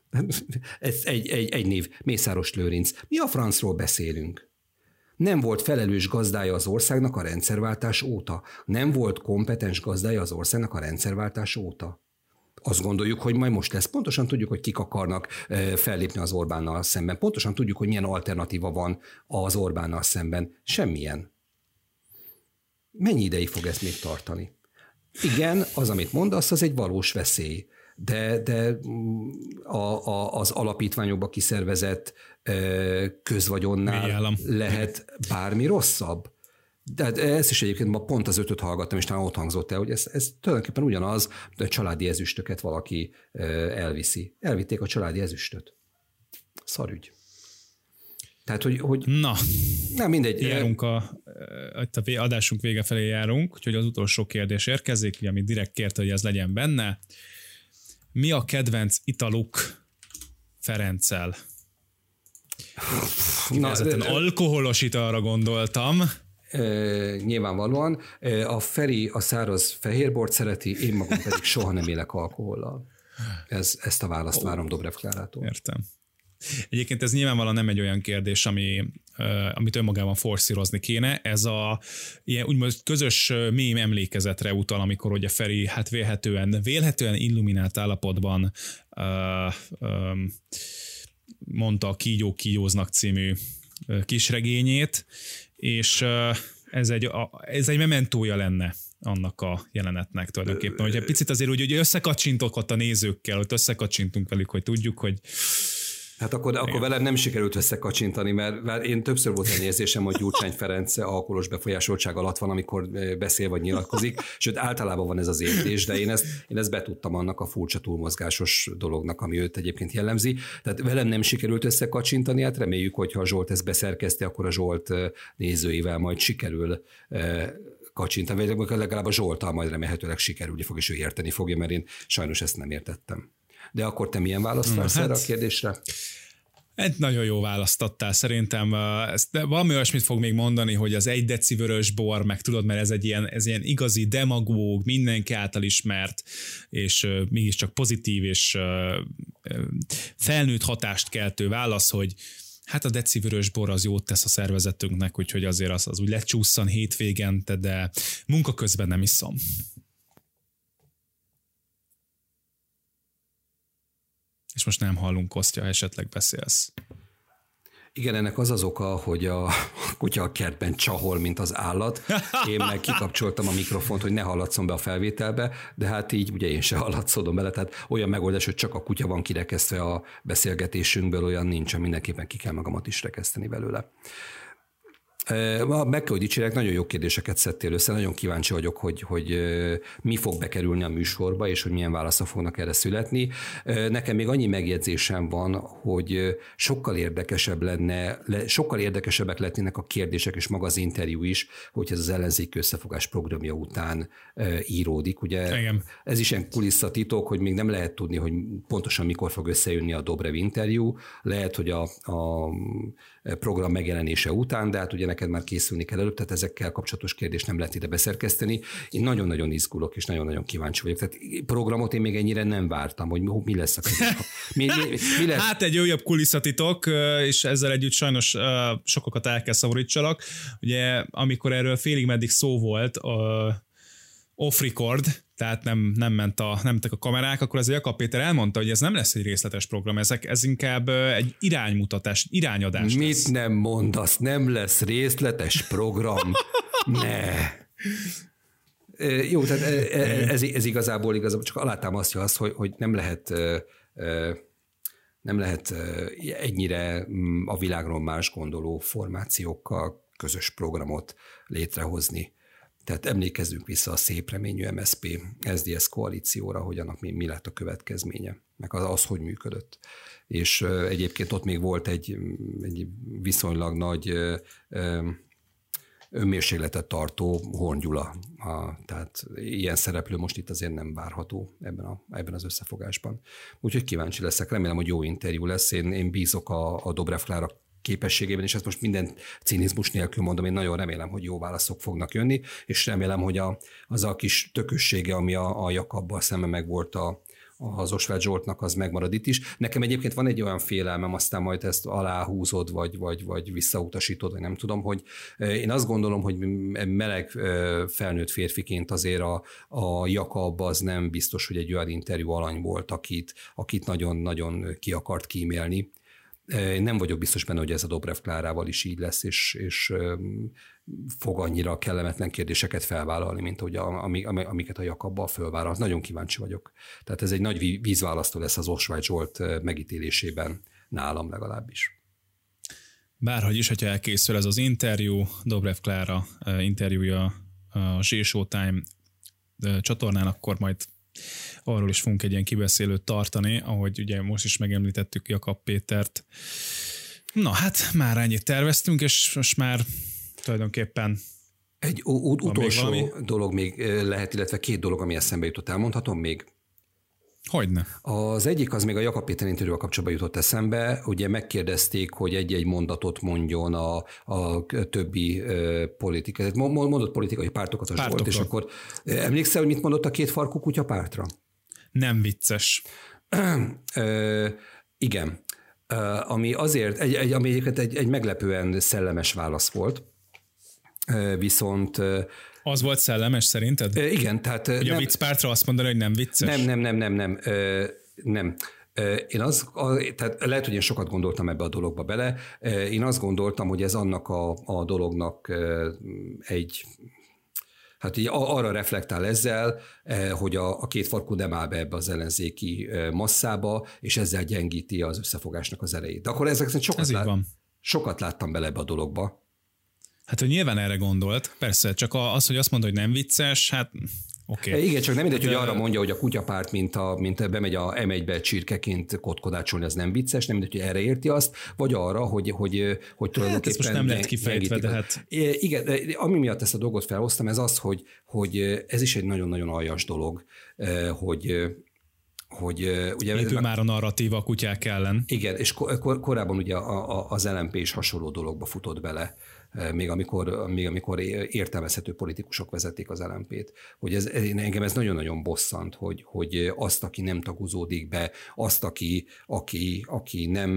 ez egy, egy, egy név, Mészáros Lőrinc. Mi a francról beszélünk? Nem volt felelős gazdája az országnak a rendszerváltás óta. Nem volt kompetens gazdája az országnak a rendszerváltás óta. Azt gondoljuk, hogy majd most lesz. Pontosan tudjuk, hogy kik akarnak fellépni az Orbánnal szemben. Pontosan tudjuk, hogy milyen alternatíva van az Orbánnal szemben. Semmilyen. Mennyi ideig fog ezt még tartani? Igen, az, amit mondasz, az egy valós veszély, de, de a, a, az alapítványokba kiszervezett közvagyonnál lehet bármi rosszabb. De ezt is egyébként ma pont az ötöt hallgattam, és talán ott hangzott el, hogy ez, ez tulajdonképpen ugyanaz, hogy a családi ezüstöket valaki elviszi. Elvitték a családi ezüstöt. Szarügy. Tehát, hogy, hogy Na, nem mindegy. Járunk a, a adásunk vége felé járunk, úgyhogy az utolsó kérdés érkezik, ugye, amit direkt kérte, hogy ez legyen benne. Mi a kedvenc italuk Ferenccel? Kifejezetten alkoholos italra gondoltam. E, nyilvánvalóan. A Feri a száraz fehérbort szereti, én magam pedig soha nem élek alkohollal. Ez, ezt a választ oh, várom Dobrev Klárától. Értem. Egyébként ez nyilvánvalóan nem egy olyan kérdés, ami, uh, amit önmagában forszírozni kéne. Ez a ilyen úgymond közös mém emlékezetre utal, amikor ugye Feri hát vélhetően, vélhetően illuminált állapotban uh, um, mondta a Kígyók kígyóznak című uh, kisregényét, és uh, ez egy, a, ez egy mementója lenne annak a jelenetnek tulajdonképpen. Hogyha picit azért úgy, hogy összekacsintok ott a nézőkkel, hogy összekacsintunk velük, hogy tudjuk, hogy Hát akkor, akkor velem nem sikerült összekacsintani, mert, mert én többször volt egy érzésem, hogy Gyurcsány Ferenc alkoholos befolyásoltság alatt van, amikor beszél vagy nyilatkozik, sőt általában van ez az érzés, de én ezt, én ezt betudtam annak a furcsa túlmozgásos dolognak, ami őt egyébként jellemzi. Tehát velem nem sikerült összekacsintani, hát reméljük, hogy ha Zsolt ezt beszerkeszti, akkor a Zsolt nézőivel majd sikerül kacsintani, vagy legalább a Zsolttal majd remélhetőleg sikerülni fog, és ő érteni fogja, mert én sajnos ezt nem értettem. De akkor te milyen választ vársz hát, erre a kérdésre? Egy nagyon jó választ adtál, szerintem. Ezt, valami olyasmit fog még mondani, hogy az egy deci vörös bor, meg tudod, mert ez egy ilyen, ez ilyen igazi demagóg, mindenki által ismert, és uh, mégiscsak pozitív és uh, felnőtt hatást keltő válasz, hogy hát a deci vörös bor az jót tesz a szervezetünknek, úgyhogy azért az, az úgy lecsúszan hétvégente, de munka közben nem iszom. És most nem hallunk, Kostya, ha esetleg beszélsz. Igen, ennek az az oka, hogy a kutya a kertben csahol, mint az állat. Én meg kikapcsoltam a mikrofont, hogy ne hallatszom be a felvételbe, de hát így ugye én se hallatszódom bele, tehát olyan megoldás, hogy csak a kutya van kirekesztve a beszélgetésünkből, olyan nincsen, mindenképpen ki kell magamat is rekeszteni belőle. Meg kell, hogy dicsérek, nagyon jó kérdéseket szedtél össze, nagyon kíváncsi vagyok, hogy, hogy mi fog bekerülni a műsorba, és hogy milyen válaszok fognak erre születni. Nekem még annyi megjegyzésem van, hogy sokkal érdekesebb lenne, sokkal érdekesebbek letnének a kérdések és maga az interjú is, hogy ez az ellenzéki összefogás programja után íródik. Ugye igen. Ez is ilyen kulisszatitok, hogy még nem lehet tudni, hogy pontosan mikor fog összejönni a Dobrev interjú. Lehet, hogy a, a program megjelenése után, de hát ugye neked már készülni kell előbb, tehát ezekkel kapcsolatos kérdést nem lehet ide beszerkeszteni. Én nagyon-nagyon izgulok, és nagyon-nagyon kíváncsi vagyok. Tehát programot én még ennyire nem vártam, hogy mi lesz a mi, mi, mi lesz? Hát egy újabb kulisszatitok, és ezzel együtt sajnos sokakat el kell szomorítsalak. Ugye amikor erről félig meddig szó volt, off record, tehát nem, nem, ment a, nem mentek a kamerák, akkor az Jakab Péter elmondta, hogy ez nem lesz egy részletes program, ezek, ez inkább egy iránymutatás, irányadás Mit lesz. nem mondasz, nem lesz részletes program? Ne! Jó, tehát ez, ez igazából, igazából csak alátámasztja azt, hogy, hogy nem lehet nem lehet ennyire a világról más gondoló formációkkal közös programot létrehozni. Tehát emlékezzünk vissza a szép reményű em es zé pé es zé dé es koalícióra, hogy annak mi, mi lett a következménye, meg az, az hogy működött. És egyébként ott még volt egy, egy viszonylag nagy önmérsékletet tartó Horn Gyula. A, tehát ilyen szereplő most itt azért nem várható ebben, a, ebben az összefogásban. Úgyhogy kíváncsi leszek, remélem, hogy jó interjú lesz. Én, én bízok a, a Dobrev Klára képességében, és ezt most minden cinizmus nélkül mondom, én nagyon remélem, hogy jó válaszok fognak jönni, és remélem, hogy a, az a kis tökössége, ami a, a Jakabbal szemben megvolt a, az Osváth Zsoltnak, az megmarad itt is. Nekem egyébként van egy olyan félelmem, aztán majd ezt aláhúzod, vagy, vagy, vagy visszautasítod, vagy nem tudom, hogy én azt gondolom, hogy meleg felnőtt férfiként azért a, a Jakab az nem biztos, hogy egy olyan interjú alany volt, akit, akit nagyon-nagyon ki akart kímélni. Én nem vagyok biztos benne, hogy ez a Dobrev Klárával is így lesz, és, és fog annyira kellemetlen kérdéseket felvállalni, mint hogy a, amiket a Jakabbal fölvállal. Nagyon kíváncsi vagyok. Tehát ez egy nagy vízválasztó lesz az Osváth Zsolt megítélésében, nálam legalábbis. Bárhogy is, hogyha elkészül ez az interjú, Dobrev Klára interjúja a Zsír-Showtime csatornán, akkor majd arról is fogunk egy ilyen kibeszélőt tartani, ahogy ugye most is megemlítettük Jakab Pétert. Na hát, már ennyit terveztünk, és most már tulajdonképpen egy utolsó még dolog még lehet, illetve két dolog, ami eszembe jutott, elmondhatom még? Hogyne. Az egyik az még a Jakab Péter interjúval kapcsolatban jutott eszembe, ugye megkérdezték, hogy egy-egy mondatot mondjon a, a többi uh, politikai, mondott politikai pártokat a Zsolt, és akkor emlékszel, hogy mit mondott a két farkú kutya pártra? Nem vicces. uh, igen. Uh, ami azért, egy, egy, ami egyébként egy, egy meglepően szellemes válasz volt, uh, viszont uh, az volt szellemes szerinted? Uh, igen, tehát... Hogy nem, a viccpártra azt mondani, hogy nem vicces? Nem, nem, nem, nem, nem. Uh, nem. Uh, én az, a, tehát lehet, hogy én sokat gondoltam ebbe a dologba bele. Uh, én azt gondoltam, hogy ez annak a, a dolognak uh, egy... Hát így arra reflektál ezzel, hogy a, a két farkú nem áll be ebbe az ellenzéki masszába, és ezzel gyengíti az összefogásnak az erejét. De akkor ezek szerint sokat, ez lát, sokat láttam bele ebbe a dologba. Hát, hogy nyilván erre gondolt, persze, csak az, hogy azt mondja, hogy nem vicces, hát oké. Okay. Igen, csak nem mindegy, hogy arra mondja, hogy a kutyapárt, mint, a, mint bemegy a em egybe csirkeként kotkodácsolni, ez nem vicces, nem mindegy, hogy erre érti azt, vagy arra, hogy, hogy, hogy tulajdonképpen... Hát ez most nem lett kifejtve, de hát... Igen, de ami miatt ezt a dolgot felhoztam, ez az, hogy, hogy ez is egy nagyon-nagyon aljas dolog, hogy... hogy ugye, épül már a narratíva a kutyák ellen. Igen, és kor, korábban ugye a, a, az el em pé is hasonló dologba futott bele, még amikor, még amikor értelmezhető politikusok vezették az el em pét. Hogy ez, engem ez nagyon-nagyon bosszant, hogy, hogy azt, aki nem tagozódik be, azt, aki, aki, aki nem...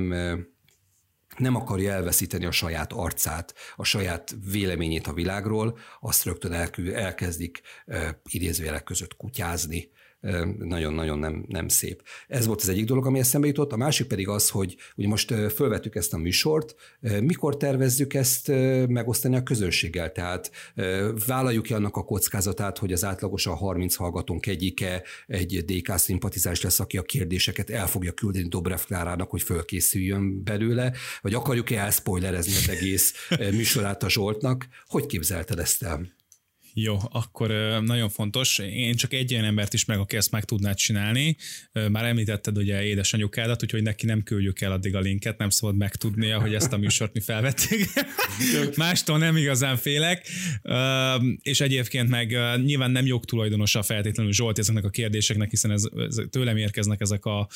nem akarja elveszíteni a saját arcát, a saját véleményét a világról, azt rögtön elkezdik idézőjelek között kutyázni, nagyon-nagyon nem, nem szép. Ez volt az egyik dolog, ami eszembe jutott, a másik pedig az, hogy ugye most fölvettük ezt a műsort, mikor tervezzük ezt megosztani a közönséggel, tehát vállaljuk-e annak a kockázatát, hogy az átlagosan harminc hallgatónk egyike egy dé ká szimpatizás lesz, aki a kérdéseket el fogja küldeni Dobrev Klárának, hogy fölkészüljön belőle, vagy akarjuk-e elspoilerezni az egész műsorát a Zsoltnak? Hogy képzelted ezt el? Jó, akkor nagyon fontos. Én csak egy ilyen embert is meg, aki ezt meg tudná csinálni. Már említetted ugye édesanyukádat, úgyhogy neki nem küldjük el addig a linket, nem szabad megtudnia, hogy ezt a műsort mi felvették. Mástól nem igazán félek. És egyébként meg nyilván nem jogtulajdonosa feltétlenül Zsolt ezeknek a kérdéseknek, hiszen ez, ez, tőlem érkeznek ezek a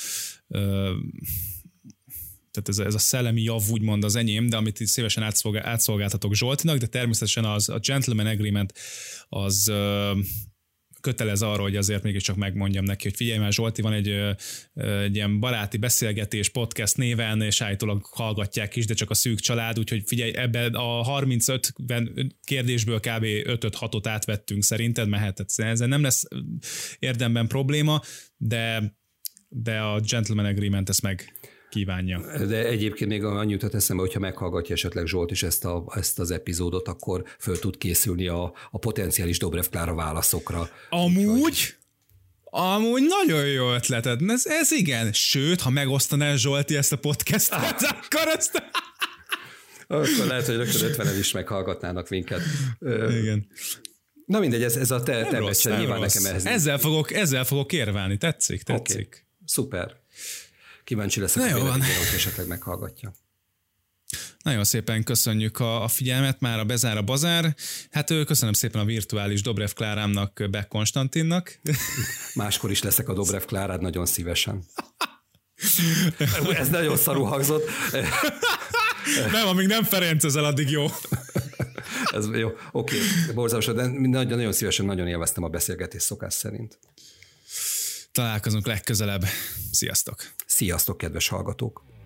tehát ez, ez a szellemi jav úgymond az enyém, de amit itt szívesen átszolgál, átszolgáltatok Zsoltinak, de természetesen az, a gentleman agreement az ö, kötelez arra, hogy azért mégiscsak megmondjam neki, hogy figyelj már Zsolti, van egy, ö, egy ilyen baráti beszélgetés podcast néven, és állítólag hallgatják is, de csak a szűk család, úgyhogy figyelj, ebben a harmincöt kérdésből kb. öt-hatot átvettünk szerinted, mehetett. Ezen nem lesz érdemben probléma, de, de a gentleman agreement ezt meg kívánja. De egyébként még annyit jutott eszembe, hogyha meghallgatja esetleg Zsolt is ezt, a, ezt az epizódot, akkor föl tud készülni a, a potenciális Dobrev Klára válaszokra. Amúgy? Úgyhogy... Amúgy nagyon jó ötleted. Ez, ez igen. Sőt, ha megosztaná Zsolti ezt a podcastot, ah. akkor ezt... akkor lehet, hogy rögtön ötvenen is meghallgatnának minket. Igen. Na mindegy, ez, ez a te tervecsen nyilván rossz. Nekem ehhez. Ezzel fogok, ezzel fogok érvelni. Tetszik, tetszik. Okay. Szuper. Kíváncsi leszek, hogy véleményére, hogy esetleg meghallgatja. Nagyon szépen köszönjük a, a figyelmet, már a bezár a bazár. Hát köszönöm szépen a virtuális Dobrev Klárámnak, Beck Konstantinnak. Máskor is leszek a Dobrev Klárád nagyon szívesen. Ez nagyon szarul hangzott. Nem, amíg nem Ferencezel, addig jó. Ez jó, oké, okay. Borzalmas, de nagyon, nagyon szívesen, nagyon élveztem a beszélgetés szokás szerint. Találkozunk legközelebb. Sziasztok! Sziasztok, kedves hallgatók!